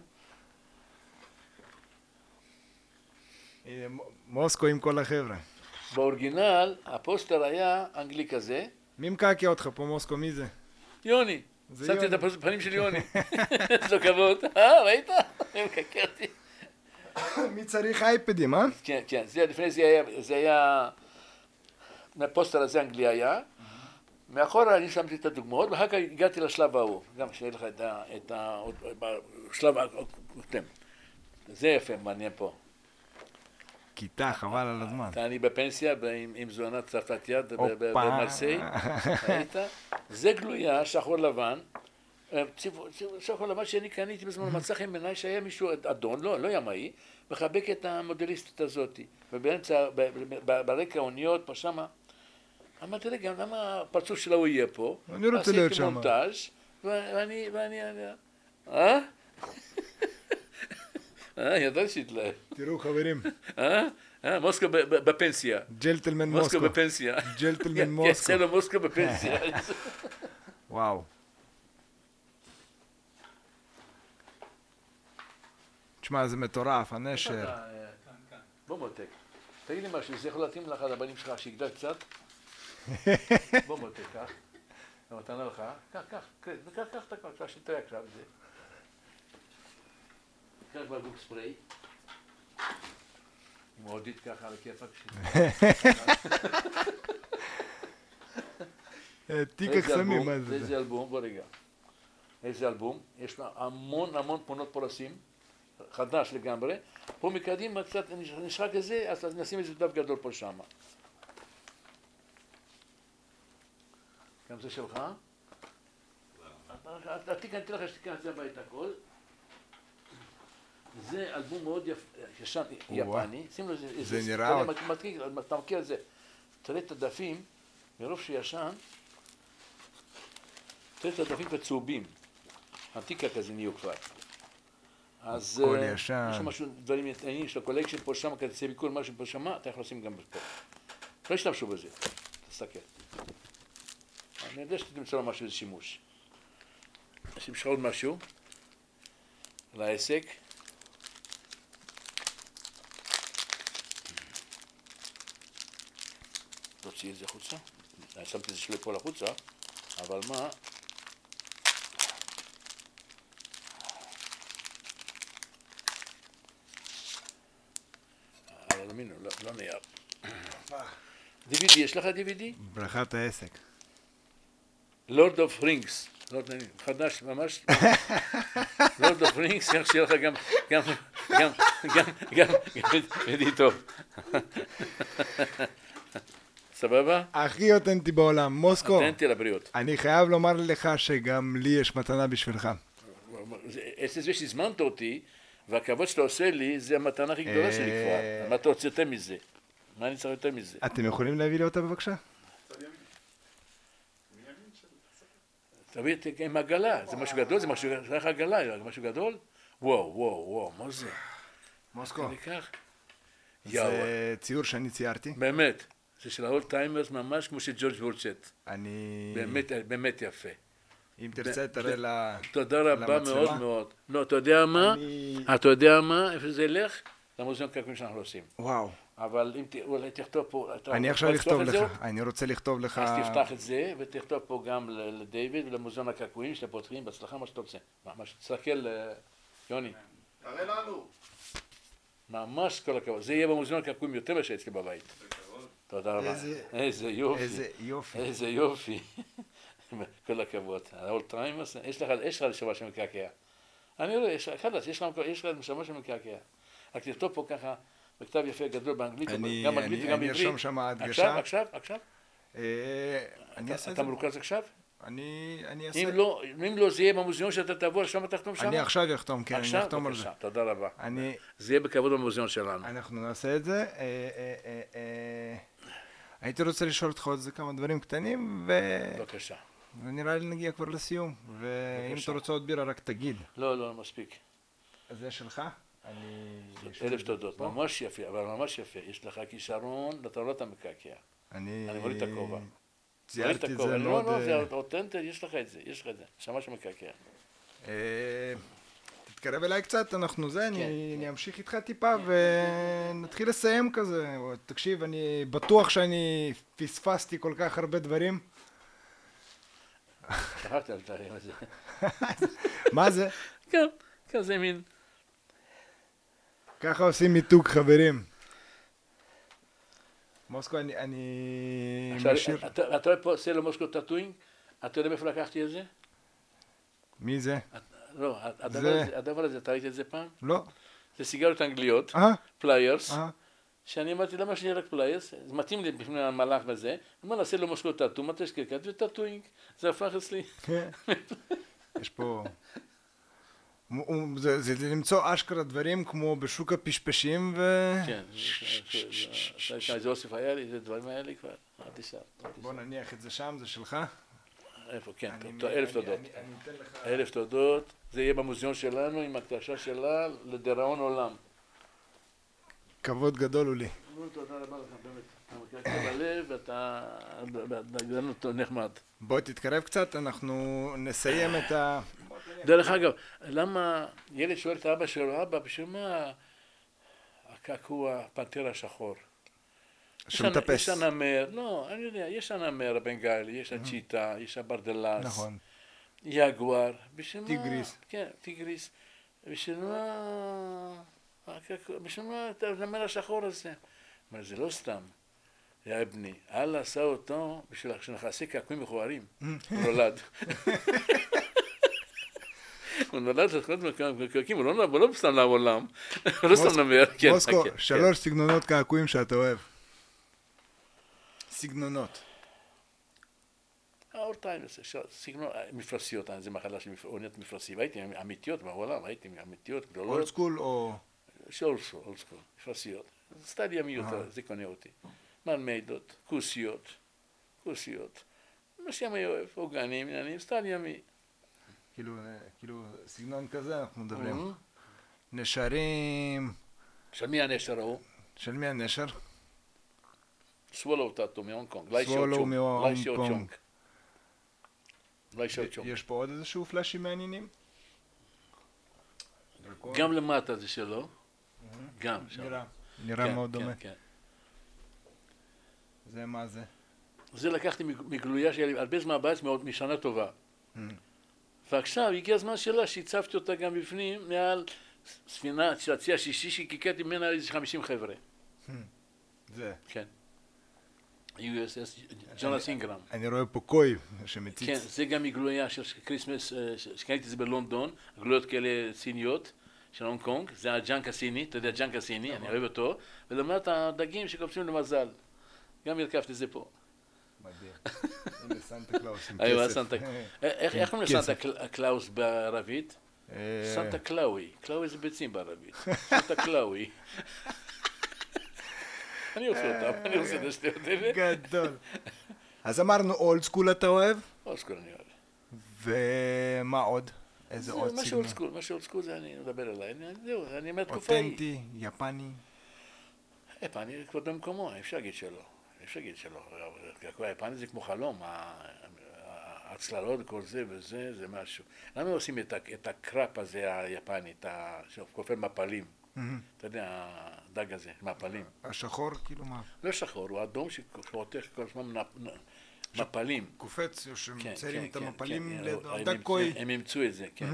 מוסקו עם כל החבר'ה. באורגינל, הפוסטר היה אנגלי כזה. מי מקעקע אותך פה, מוסקו? מי זה? יוני. שמתי את הפנים של יוני. איזו כבוד. ראית? אני מקעקע אותי. מי צריך אייפדים, אה? כן. לפני זה היה... מהפוסטר הזה אנגלי היה. מאחורה אני שמתי את הדוגמאות, ואחר כך הגעתי לשלב ההוא. גם שיהיה לך את השלב הקודם. זה יפה, מעניין פה. כיתה, חבל על הזמן. אני בפנסיה עם זונה צרפתייה במרסיי, ראית? זה גלויה, שחור לבן, סך הכל שאני קניתי בזמן מצא חן בעיניי שהיה מישהו אדון, לא ימאי, מחבק את המודליסטית הזאת. ובאמצע, ברקע האוניות, פה שמה, אמרתי רגע, למה הפרצוף שלה הוא יהיה פה? אני רוצה להיות שם. עשיתי מונטאז' ואני... ידעתי שהתלהב. תראו חברים. מוסקו בפנסיה. ג'לטלמן מוסקו. מוסקו בפנסיה. ג'לטלמן מוסקו. יצא לו מוסקו בפנסיה. וואו. תשמע, זה מטורף, הנשר. בוא מותק, תגיד לי משהו, זה יכול להתאים לך לבנים שלך שיגדל קצת? בוא מותק, קח. המתנה לך, קח את הכל, שתראה עכשיו את זה. קח בקבוק ספרי. מעודית ככה על הכיפק שלי. תיק הקסמים, מה זה? איזה אלבום, בוא רגע. איזה אלבום, יש לה המון תמונות פרסים, חדש לגמרי. פה מקדימה קצת נשחק לזה, אז נשים איזה דף גדול פה שמה. גם זה שלך? התיק אני אתן לך שתיקח את זה הביתה הכל. זה אלבום מאוד ישן, יפני. שים לו איזה... זה נראה עוד. אתה מכיר את זה. תראה את הדפים, מרוב שישן, תראה את הדפים הצהובים. עתיקה כזה נהיו כבר. אז הכל ישן. יש שם משהו, דברים עניינים של הקולקשן פה שם, כרטיסי ביקור, משהו פה שמה, אתה יכול לשים גם פה. לא השתמשו בזה, תסתכל. אני יודע שתמצא לו משהו, איזה שימוש. נשים לך עוד משהו לעסק. להוציא את זה החוצה. אני שמתי את זה שלי פה לחוצה, אבל מה? אלומיניום, לא נייר. DVD, יש לך DVD? ברכת העסק. לורד אוף רינגס. חדש, ממש. לורד אוף רינגס, איך שיהיה לך גם ידי טוב. סבבה? הכי אותנטי בעולם, מוסקו. אותנטי לבריאות. אני חייב לומר לך שגם לי יש מתנה בשבילך. עצם זה שהזמנת אותי, והכבוד שאתה עושה לי, זה המתנה הכי גדולה שלי כבר. מה אתה רוצה יותר מזה? מה אני צריך יותר מזה? אתם יכולים להביא לי אותה בבקשה? תביא עם עגלה, זה משהו גדול, זה משהו, זה איך עגלה, משהו גדול? וואו, מה זה? מוסקו. זה ציור שאני ציירתי. באמת, זה של האולד טיימרס ממש כמו של ג'ורג' וורצ'ט. אני... באמת יפה. אם תרצה תראה למצלמה. תודה רבה מאוד. לא, אתה יודע מה? איפה זה ילך? למוזיאון קעקועים שאנחנו עושים. וואו. אבל אם אולי תכתוב פה... אני עכשיו לכתוב לך, אני רוצה לכתוב לך... אז תפתח את זה ותכתוב פה גם לדיוויד ולמוזיאון הקעקועים שאתם פותחים, בהצלחה מה שאתה רוצה. תסתכל, יוני. תראה לנו. ממש כל הכבוד. זה יהיה במוזיאון הקעקועים יותר מאשר אצלי בבית. תודה רבה. איזה יופי. כל הכבוד. האולד טיימרס, יש לך נשמה שמקעקע. אני רואה, יש לך נשמה שמקעקע. רק תכתוב פה ככה, בכתב יפה גדול באנגלית, גם באנגלית וגם בעברית. אני ארשום שם הדגשה. עכשיו? אני אעשה את זה. אתה מרוכז עכשיו? אני אעשה. אם לא, זה יהיה במוזיאון שאתה תבוא, עכשיו תחתום שם? אני עכשיו אחתום, כן, אני אחתום על זה. תודה רבה. אני... זה יהיה בכבוד במוזיאון שלנו. אנחנו נעשה את זה. הייתי רוצה לשאול אותך עוד כמה דברים קטנים, בבקשה. ונראה לי נגיע כבר לסיום. ואם אתה רוצה עוד בירה, רק תגיד. לא, מספיק. זה שלך? אלף תודות, ממש יפה, אבל ממש יפה. יש לך כישרון, אתה לא מקעקע. אני מוריד את הכובע. ציירתי את זה מאוד... לא, זה אותנטי, יש לך את זה. שמה שמקעקע. תתקרב אליי קצת, אני אמשיך איתך טיפה ונתחיל לסיים כזה. תקשיב, אני בטוח שאני פספסתי כל כך הרבה דברים. שכחתי על תארים הזה. מה זה? כן, כזה מין. ככה עושים מיתוג, חברים. מוסקו, אני משאיר... אתה רואה פה סלו מוסקו טאטואינג? אתה יודע מאיפה לקחתי את זה? מי זה? לא, הדבר הזה, אתה ראית את זה פעם? לא. זה סיגריות אנגליות, פליירס, שאני אמרתי, למה שיהיה רק פליירס? זה מתאים לי בפני המלאך וזה. מה נעשה לו מוסקו טאטו? מה תשקע? כתבי טאטואינג. זה הפך אצלי. יש פה... זה למצוא אשכרה דברים כמו בשוק הפשפשים כן, זה אוסף היה לי, זה דברים היה לי כבר, אל תשאר. בוא נניח את זה שם, זה שלך? איפה, כן, 1,000 תודות. 1,000 תודות, זה יהיה במוזיאון שלנו עם הקדשה שלה לדיראון עולם. כבוד גדול הוא לי. תודה רבה לך, באמת. אתה מקרקע בלב ואתה גדלנו נחמד. בוא תתקרב קצת, אנחנו נסיים את ה... דרך אגב, למה ילד שואל את האבא שלו, אבא, בשביל מה הקעקוע פנתר השחור? שמטפס. יש הנמר, לא, אני יודע, יש הנמר הבנגלי, יש הצ'יטה, יש הברדלס, נכון. יגואר, בשביל מה... טיגריס. כן, טיגריס. בשביל מה את הנמר השחור הזה? אבל זה לא סתם. יא אבני, אללה עשה אותו בשביל שנכנסי קעקועים מכוערים. הוא נולד. הוא נולד לחיות מקעקועים, הוא לא סתם לעולם. הוא לא סתם נמר. מוסקו, 3 סגנונות קעקועים שאתה אוהב. סגנונות. האורטיים, סגנון מפרסיות, זה מחלה של עונת מפרסים. הייתי אמיתיות בעולם, הייתי אמיתיות גדולות. אולד סקול או... אולד סקול, מפרסיות. סטייל ימיות, זה קונה אותי. מלמדות, כוסיות. מה שאני אוהב, אורגנים, עניינים, סטייל ימי. כאילו, סגנון כזה אנחנו מדברים. נשרים... של מי הנשר ההוא? של מי הנשר? סוולו טאטו מהונג קונג. סוולו מהונג קונג. יש פה עוד איזשהו פלאשים מעניינים? גם למטה זה שלו. גם. נראה מאוד דומה. זה מה זה? זה לקחתי מגלויה שלי הרבה זמן הבית מאוד משנה טובה. ועכשיו הגיע הזמן שלה שהצפתי אותה גם בפנים מעל ספינה של הצי השישי שקיקטתי ממנה איזה 50 חבר'ה. זה? כן. USS ג'ונס אינגרם. אני רואה פה קוי שמציץ. כן, זה גם מגלויה של קריסמס, שקניתי את זה בלונדון, גלויות כאלה סיניות של הונג קונג, זה הג'אנק הסיני, אתה יודע ג'אנק הסיני, אני אוהב אותו, ולמדת הדגים שקופצים למזל. גם הרכבתי את זה פה. מדהים. הנה סנטה קלאוס עם כסף. איך קוראים לסנטה קלאוס בערבית? סנטה קלאוי. קלאוי זה ביצים בערבית. סנטה קלאוי. אני עושה אותם, אני עושה את השטויות האלה. גדול. אז אמרנו אולד סקול אתה אוהב? אולד סקול אני אוהב. ומה עוד? איזה עוד סגנון? מה שאולד סקול זה אני מדבר עליי. זהו, אני מהתקופה ההיא. אותנטי, יפני. יפני כבר במקומו, אפשר להגיד שלא. אפשר להגיד שלא. היפני זה כמו חלום. הצללות וכל זה וזה, זה משהו. למה עושים את הקראפ הזה היפני, שכופל מפלים? אתה יודע, הדג הזה, מפלים. השחור, כאילו מה? לא שחור, הוא אדום שחותך כל הזמן מפלים. קופץ, שמציירים את המפלים לדג קוי. הם אימצו את זה, כן.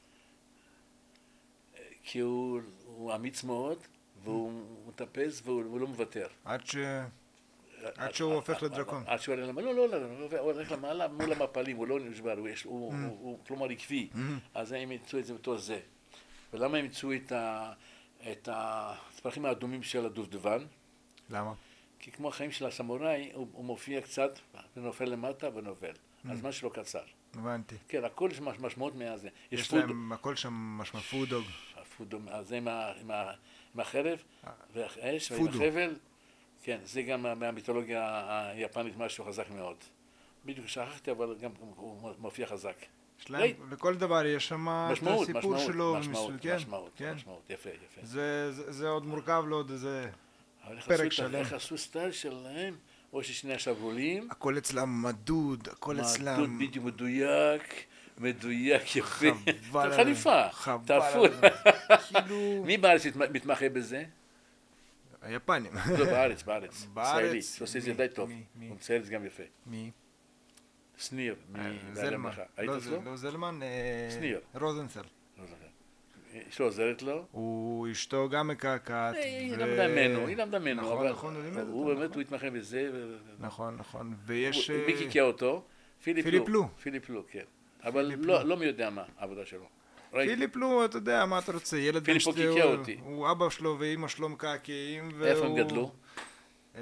כי הוא אמיץ מאוד, והוא מטפס והוא לא מוותר. עד שהוא הופך לדרקון. עד שהוא הולך למעלה, הוא הולך למעלה מול המפלים, הוא לא נשבר, הוא כלומר עקבי. אז הם אימצו את זה בתור זה. ולמה הם אימצו את הצמחים האדומים של הדובדבן? למה? כי כמו החיים של הסמוראי, הוא מופיע קצת ונופל למטה ונובל. הזמן שלו קצר. הבנתי. כן, הכל יש משמעות מהזה. יש להם הכל שם משמע פודוג. הפודוג, זה עם החרב והאש ועם החבל. כן, זה גם מהמיתולוגיה היפנית משהו חזק מאוד. בדיוק שכחתי, אבל גם הוא מופיע חזק. לכל דבר יש שם את הסיפור שלו. משמעות, יפה. זה עוד מורכב לעוד איזה פרק שלם. איך עשו סטייל שלהם, או ששני השבולים. הכל אצלם מדוד, הכל אצלם... מדוד בדיוק מדויק, יפה. חבל. חליפה, תעפות. מי בארץ מתמחה בזה? היפנים. לא, בארץ. ישראלי. שעושה את זה די טוב. הוא מצייר את זה גם יפה. מי? שניר. זלמן. לא זלמן, שניר. רוזנסל. אשתו עוזרת לו. הוא אשתו גם מקעקעת. היא למדה ממנו. נכון. הוא באמת, הוא התמחה בזה. נכון. ויש... מי קיקע אותו? פיליפ לו, כן. אבל לא מי יודע מה העבודה שלו. פיליפ לו, אתה יודע מה אתה רוצה. ילד פיליפ לו קיקע אותי. הוא אבא שלו ואמא שלו מקעקעים. איפה הם גדלו?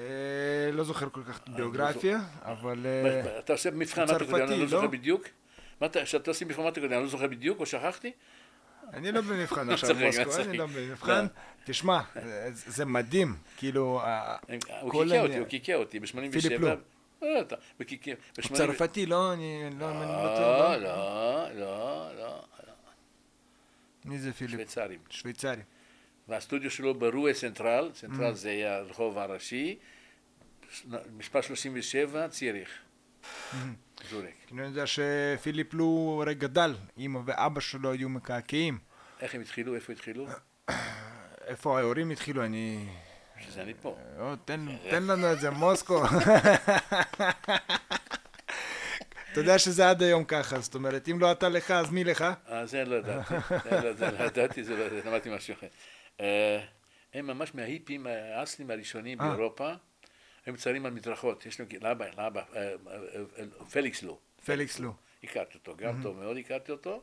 לא זוכר כל כך ביוגרפיה, אבל... אתה עושה מבחן, אני לא זוכר בדיוק. מה אתה, שאתה עושים אינפורמטיקה, אני לא זוכר בדיוק, או שכחתי? אני לא במבחן עכשיו, מוסקו, אני לא במבחן. תשמע, זה מדהים, כאילו... הוא קיקה אותי, ב-87... פיליפ לו. הוא צרפתי, לא? אני לא טועה. לא. מי זה פיליפ? שוויצרים. שוויצרי. והסטודיו שלו ברוע סנטרל, סנטרל זה היה הרחוב הראשי, מספר 37, ציריך. זוריק. אני יודע שפיליפ לו הרי גדל, אמא ואבא שלו היו מקעקעים. איך הם התחילו? איפה התחילו? איפה ההורים התחילו? אני... שזה אני פה. תן לנו את זה, מוסקו. אתה יודע שזה עד היום ככה, זאת אומרת, אם לא אתה לך, אז מי לך? זה לא ידעתי, למדתי משהו אחר. הם ממש מההיפים האסלים הראשונים באירופה, הם מציירים על מדרכות, יש להם, לאבא, פליקס לו. פליקס לו. הכרתי אותו, גם טוב מאוד הכרתי אותו.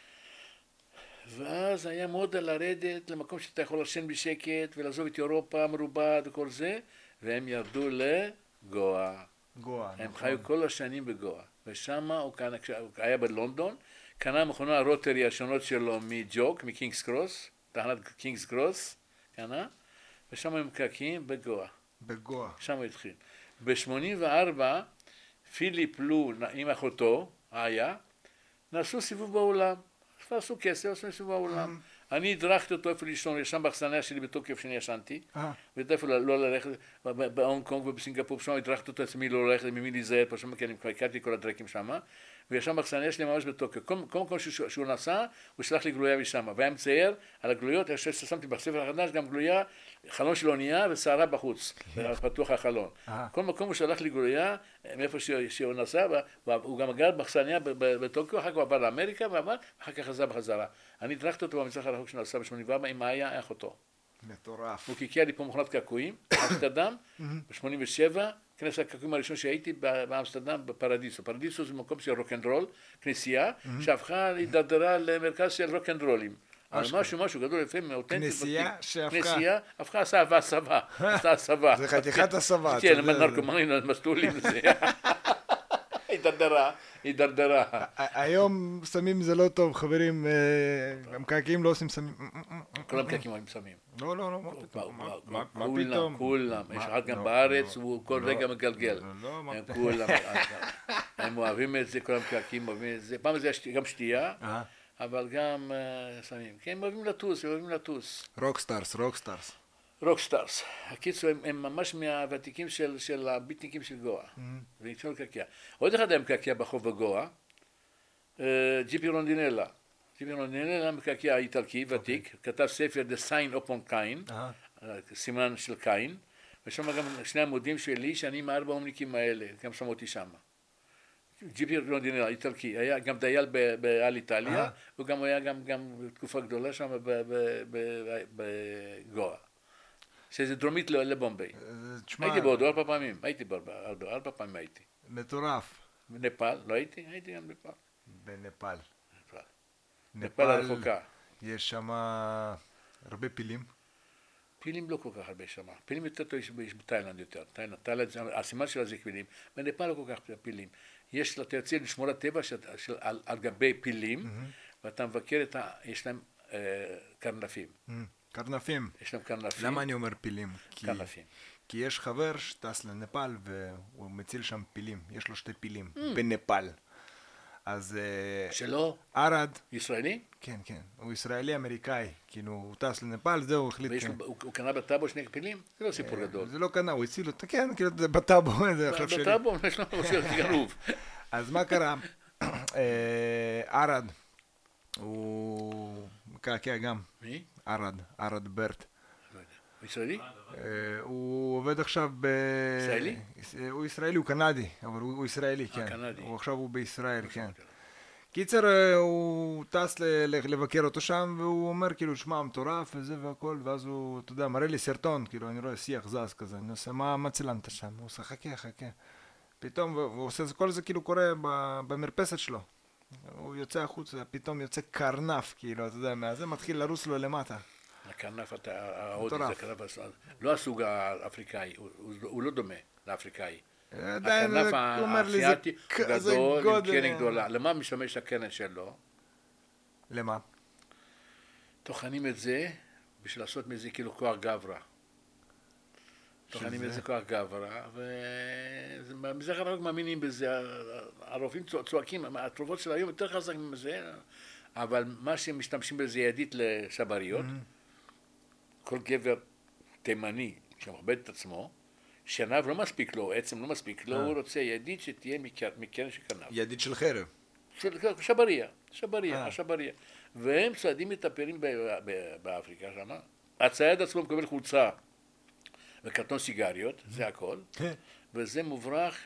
ואז היה מודה לרדת למקום שאתה יכול לשן בשקט ולעזוב את אירופה מרובעת וכל זה, והם ירדו לגואה. גואה, הם חיו כל השנים בגואה. ושם הוא היה בלונדון, קנה מכונה הרוטרי השונות שלו מג'וק, מקינגס קרוס, תחנת קינגס קרוס, קנה, ושם הם מקעקעים בגואה. בגואה. שם הוא התחיל. ב-84, פיליפ לו עם אחותו, איה, נעשו סיבוב בעולם. עשו כסף, עשו סיבוב בעולם. אני הדרכתי אותו איפה לישון, ישן באכסניה שלי בתוקף שאני ישנתי, ואיפה לא ללכת, בהונג קונג ובסינגפור, שם הדרכתי אותו עצמי לא ללכת, ממי להיזהר, פשוט כי אני כבר הכרתי כל הדרקים שם, וישן באכסניה שלי ממש בתוקף. כל מקום שהוא נסע, הוא שלח לי גלויה משם, והיה מצייר על הגלויות, ששמתי בספר החדש גם גלויה, חלון של אונייה ושערה בחוץ, פתוח החלון. כל מקום הוא שלח לי גלויה, מאיפה שהוא נסע, והוא גם גר באכסניה בטוקיו, אחר כך הוא עבר לאמריקה, ואחר כך חזר בחזרה. אני הדרכתי אותו במזרח הרחוק שנסע ב-84 עם מאיה, אחותו. מטורף. הוא קיקע לי פה מכונת קעקועים, באמסטרדם, ב-87, כנס הקעקועים הראשון שהייתי באמסטרדם, בפרדיסו. פרדיסו זה מקום של רוקנדרול, כנסייה, שהפכה להידרדרה למרכז של רוקנדרולים. משהו גדול, יפה, מאותנטי. כנסייה שהפכה... הפכה הסבה. זה חתיכת הסבה. כן, נרקומנים, מסטולים, זה. הידרדרה. היום סמים זה לא טוב, חברים, המקעקעים לא עושים סמים. כל המקעקעים הם סמים. לא, מה פתאום? כולם, יש אחד גם בארץ, הוא כל רגע מגלגל. כולם, הם אוהבים את זה, כל המקעקעים אוהבים את זה. פעם זה גם שתייה, אבל גם סמים. כן, הם אוהבים לטוס. רוקסטארס. הקיצור, הם ממש מהוותיקים של הביטניקים של גואה. וניתנו לקעקע. עוד אחד היה מקעקע בחוב בגואה, ג'יפי רונדינלה. ג'יפי רונדינלה מקעקע איטלקי, ותיק, כתב ספר The Sign Upon Cain, סימן של קין, ושם גם שני עמודים שלי, שאני עם 4 אומניקים האלה, גם שם אותי שם. ג'יפי רונדינלה, איטלקי, היה גם דייל בעל איטליה, וגם היה גם תקופה גדולה שם בגואה. שזה דרומית לבומביי. הייתי בהודו 4 פעמים, ארבע פעמים הייתי. מטורף. בנפאל, לא הייתי? הייתי גם בנפאל. בנפאל. נפאל הרחוקה. יש שם הרבה פילים. פילים לא כל כך הרבה שם. פילים יותר טוב יש בתאילנד יותר. תאילנד, הסימן שלה זה פילים. בנפאל לא כל כך פילים. יש, אתה יוצא לשמורת טבע על גבי פילים, ואתה מבקר יש להם קרנפים. קרנפים. יש להם קרנפים. למה אני אומר פילים? קרנפים. כי יש חבר שטס לנפאל והוא מציל שם פילים. יש לו 2 פילים בנפאל. אז... שלו? ארד. ישראלי? כן. הוא ישראלי אמריקאי. כאילו, הוא טס לנפאל, זהו, הוא החליט... הוא קנה בטאבו 2 פילים? זה לא סיפור גדול. זה לא קנה, הוא הציל אותו. כן, כאילו, זה בטאבו, זה עכשיו שלי. בטאבו, יש לו גנוב. אז מה קרה? ארד, הוא מקעקע גם. מי? ארד ברט. לא יודע. הוא ישראלי? הוא עובד עכשיו ישראלי? הוא ישראלי, הוא קנדי, אבל הוא ישראלי, כן. קנדי. עכשיו הוא בישראל, כן. קיצר, הוא טס לבקר אותו שם, והוא אומר כאילו, שמע, מטורף וזה והכל, ואז הוא, אתה יודע, מראה לי סרטון, כאילו, אני רואה שיח זז כזה, אני עושה, מה צילמת שם? הוא עושה, חכה. פתאום, הוא עושה, כל זה כאילו קורה במרפסת שלו. הוא יוצא החוצה, פתאום יוצא קרנף, כאילו, אתה יודע, מהזה מתחיל לרוס לו למטה. הקרנף, ההודי, זה קרנף, לא הסוג האפריקאי, הוא לא דומה לאפריקאי. עדיין הכנף אומר לי, זה האסיאתי כזה גדול, עם גודל. קרן גדולה. למה משתמש הקרן שלו? למה? טוחנים את זה בשביל לעשות מזה כאילו כוח גברא. טוחנים את זה כוח גברא, ובמזרח הרחוק מאמינים בזה, הרופאים צועקים, התרופות של היום יותר חזק מזה, אבל מה שהם משתמשים בזה ידית לשבריות, כל גבר תימני שמכבד את עצמו, שנב לא מספיק לו, עצם לא מספיק לו, הוא רוצה ידית שתהיה מקרן של כנף. ידית של חרב. שבריה. והם צועדים את הפערים באפריקה שם. הצייד עצמו מקבל חולצה וקרטון סיגריות, זה הכל, וזה מוברח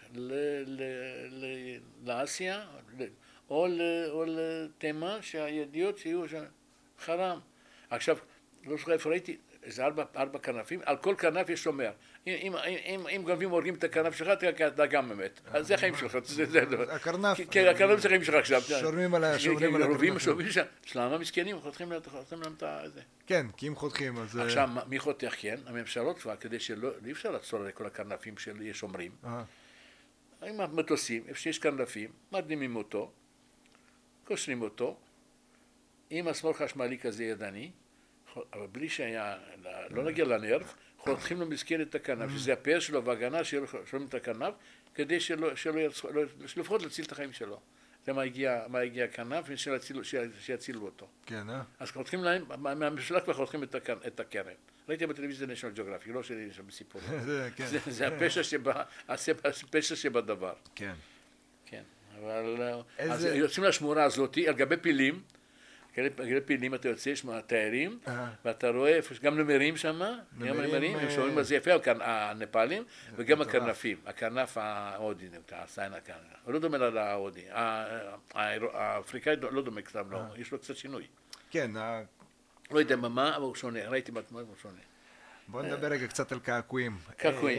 לאסיה או לתימן שהידיעות שיהיו שם חרם. עכשיו, לא זוכר איפה ראיתי, זה 4 כנפים, על כל כנף יש שומר. אם גנבים הורגים את הכנף שלך, אתה גם באמת. אז זה החיים שלך. הקרנף. כן, הכנף זה החיים שלך עכשיו. שומרים על הקרנף. שומרים שם. למה מסכנים? חותכים להם את זה. כן, כי אם חותכים, אז... עכשיו, מי חותך כן? הממשלות כבר, כדי שלא, אי אפשר לעצור לכל הכנפים שיש שומרים. עם המטוסים, איפה שיש כנפים, מדלימים אותו, קושרים אותו, עם מסמור חשמלי כזה ידני, אבל בלי שהיה, לא נגיע לנרף, חותכים לו מסכן את הכנף, שזה הפער שלו והגנה ששומעים את הכנף, כדי שלפחות להציל את החיים שלו. זה מה הגיע הכנף, שיצילו אותו. כן, אז חותכים להם, מהממשלה כבר חותכים את הקרן. ראיתי בטלוויזיה national geographic, לא שלי שם בסיפור. זה הפשע שבדבר. כן. כן, אבל... אז יוצאים לשמורה הזאת, על גבי פילים, גבי פילים אתה יוצא, יש תיירים, ואתה רואה, גם נמרים שם, הם שומעים על זה יפה, הנפאלים, וגם הכנפים, הכנף ההודי, הוא לא דומה להודי, האפריקאי לא דומה קצת, יש לו קצת שינוי. כן. לא יודע מה, אבל הוא שונה, ראיתי בתמונה, הוא שונה. בוא נדבר רגע קצת על קעקועים. קעקועים.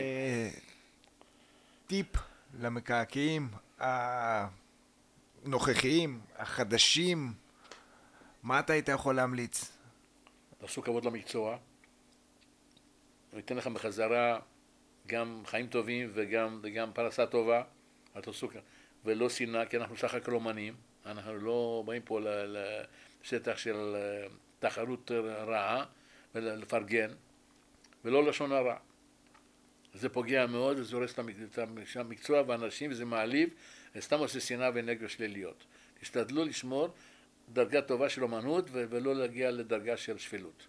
טיפ למקעקעים הנוכחיים, החדשים, מה אתה היית יכול להמליץ? תעשו כבוד למקצוע, הוא ייתן לך בחזרה גם חיים טובים וגם פרנסה טובה, ולא שנאה, כי אנחנו סך הכל אומנים, אנחנו לא באים פה לשטח של תחרות רעה ולפרגן, ולא לשון הרע. זה פוגע מאוד, זה הורס את המקצוע והאנשים, וזה מעליב, סתם עושה שנאה ואנרגיות שליליות. תשתדלו לשמור דרגה טובה של אומנות, ולא להגיע לדרגה של שפלות.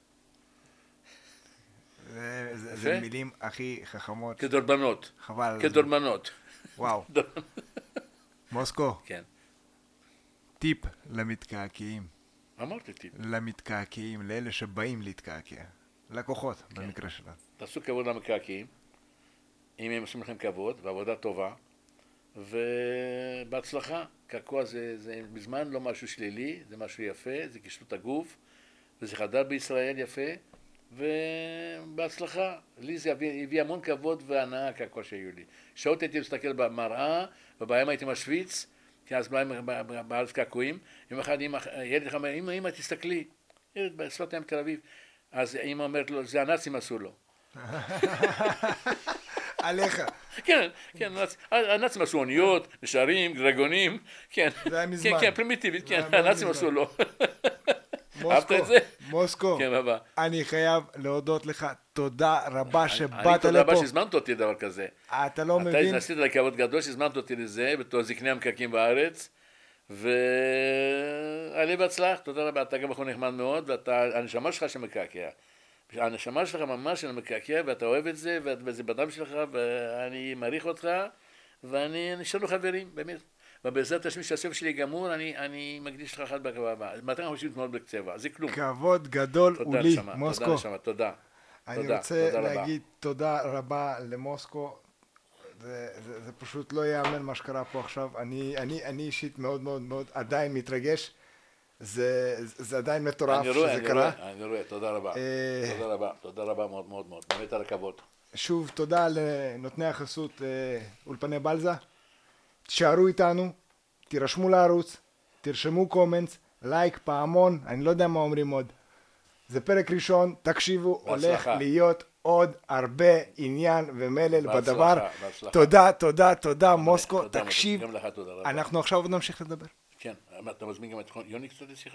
זה מילים הכי חכמות. כדורבנות. חבל. כדורבנות. וואו. מוסקו. כן. טיפ למתקעקעים. אמרתי טיפ. למתקעקעים, לאלה שבאים להתקעקע. לקוחות, במקרה שלנו. תעשו כבוד למקעקעים, אם הם עושים לכם כבוד, ועבודה טובה, ובהצלחה. קעקוע זה בזמן לא משהו שלילי, זה משהו יפה, זה קישוט הגוף, וזה חדר בישראל יפה, ובהצלחה. לי זה הביא המון כבוד והנאה הקעקוע שהיו לי. שעות הייתי מסתכל במראה, ובים הייתי משוויץ, כי אז בארץ קעקועים, יום אחד ילד אמר, אמא תסתכלי, ילד בשפת הים תל אביב, אז אמא אומרת לו, זה הנאצים עשו לו. עליך. כן, הנאצים עשו אוניות, נשרים, דרגונים, כן. זה היה מזמן. כן, פרימיטיבית, כן, הנאצים עשו לו. אהבת את זה? מוסקו, אני חייב להודות לך, תודה רבה שבאת לפה. תודה רבה שהזמנת אותי דבר כזה. אתה לא מבין. אתה עשית לי כבוד גדול שהזמנת אותי לזה, בתור זקני המקעקעים בארץ, ועלי בהצלח, תודה רבה, אתה גם בחור נחמד מאוד, והנשמה שלך שמקעקע. הנשמה שלך ממש של המקעקע, ואתה אוהב את זה, וזה בדם שלך, ואני מעריך אותך, ואני נשאר לו חברים, באמת. ובעזרת השם שהספר שלי גמור, אני מקדיש לך אחת בהקרבה הבאה. 250 תמונות בקצבה, זה כלום. כבוד גדול הוא לי, מוסקו. תודה נשמה, תודה. אני רוצה להגיד תודה רבה למוסקו. זה פשוט לא יאמן מה שקרה פה עכשיו. אני אישית מאוד מאוד מאוד עדיין מתרגש. זה עדיין מטורף שזה קרה. אני רואה, תודה רבה. תודה רבה מאוד מאוד מאוד. באמת על הכבוד. שוב, תודה לנותני החסות אולפני בלזה. תשארו איתנו, תירשמו לערוץ, תרשמו קומנטס, לייק, פעמון, אני לא יודע מה אומרים עוד. זה פרק ראשון, תקשיבו, הולך להיות עוד הרבה עניין ומלל בדבר. בהצלחה. תודה, תודה, תודה, מוסקו. תודה, תקשיב, גם לך תודה רבה. אנחנו עכשיו עוד נמשיך לדבר. כן, אתה מזמין גם את יוני קצת לשיחה?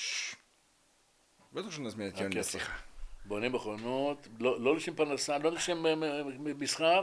בטח שנזמין את יוני לשיחה. בונה מכונות, לא לשם פרנסה, לא לשם מסחר,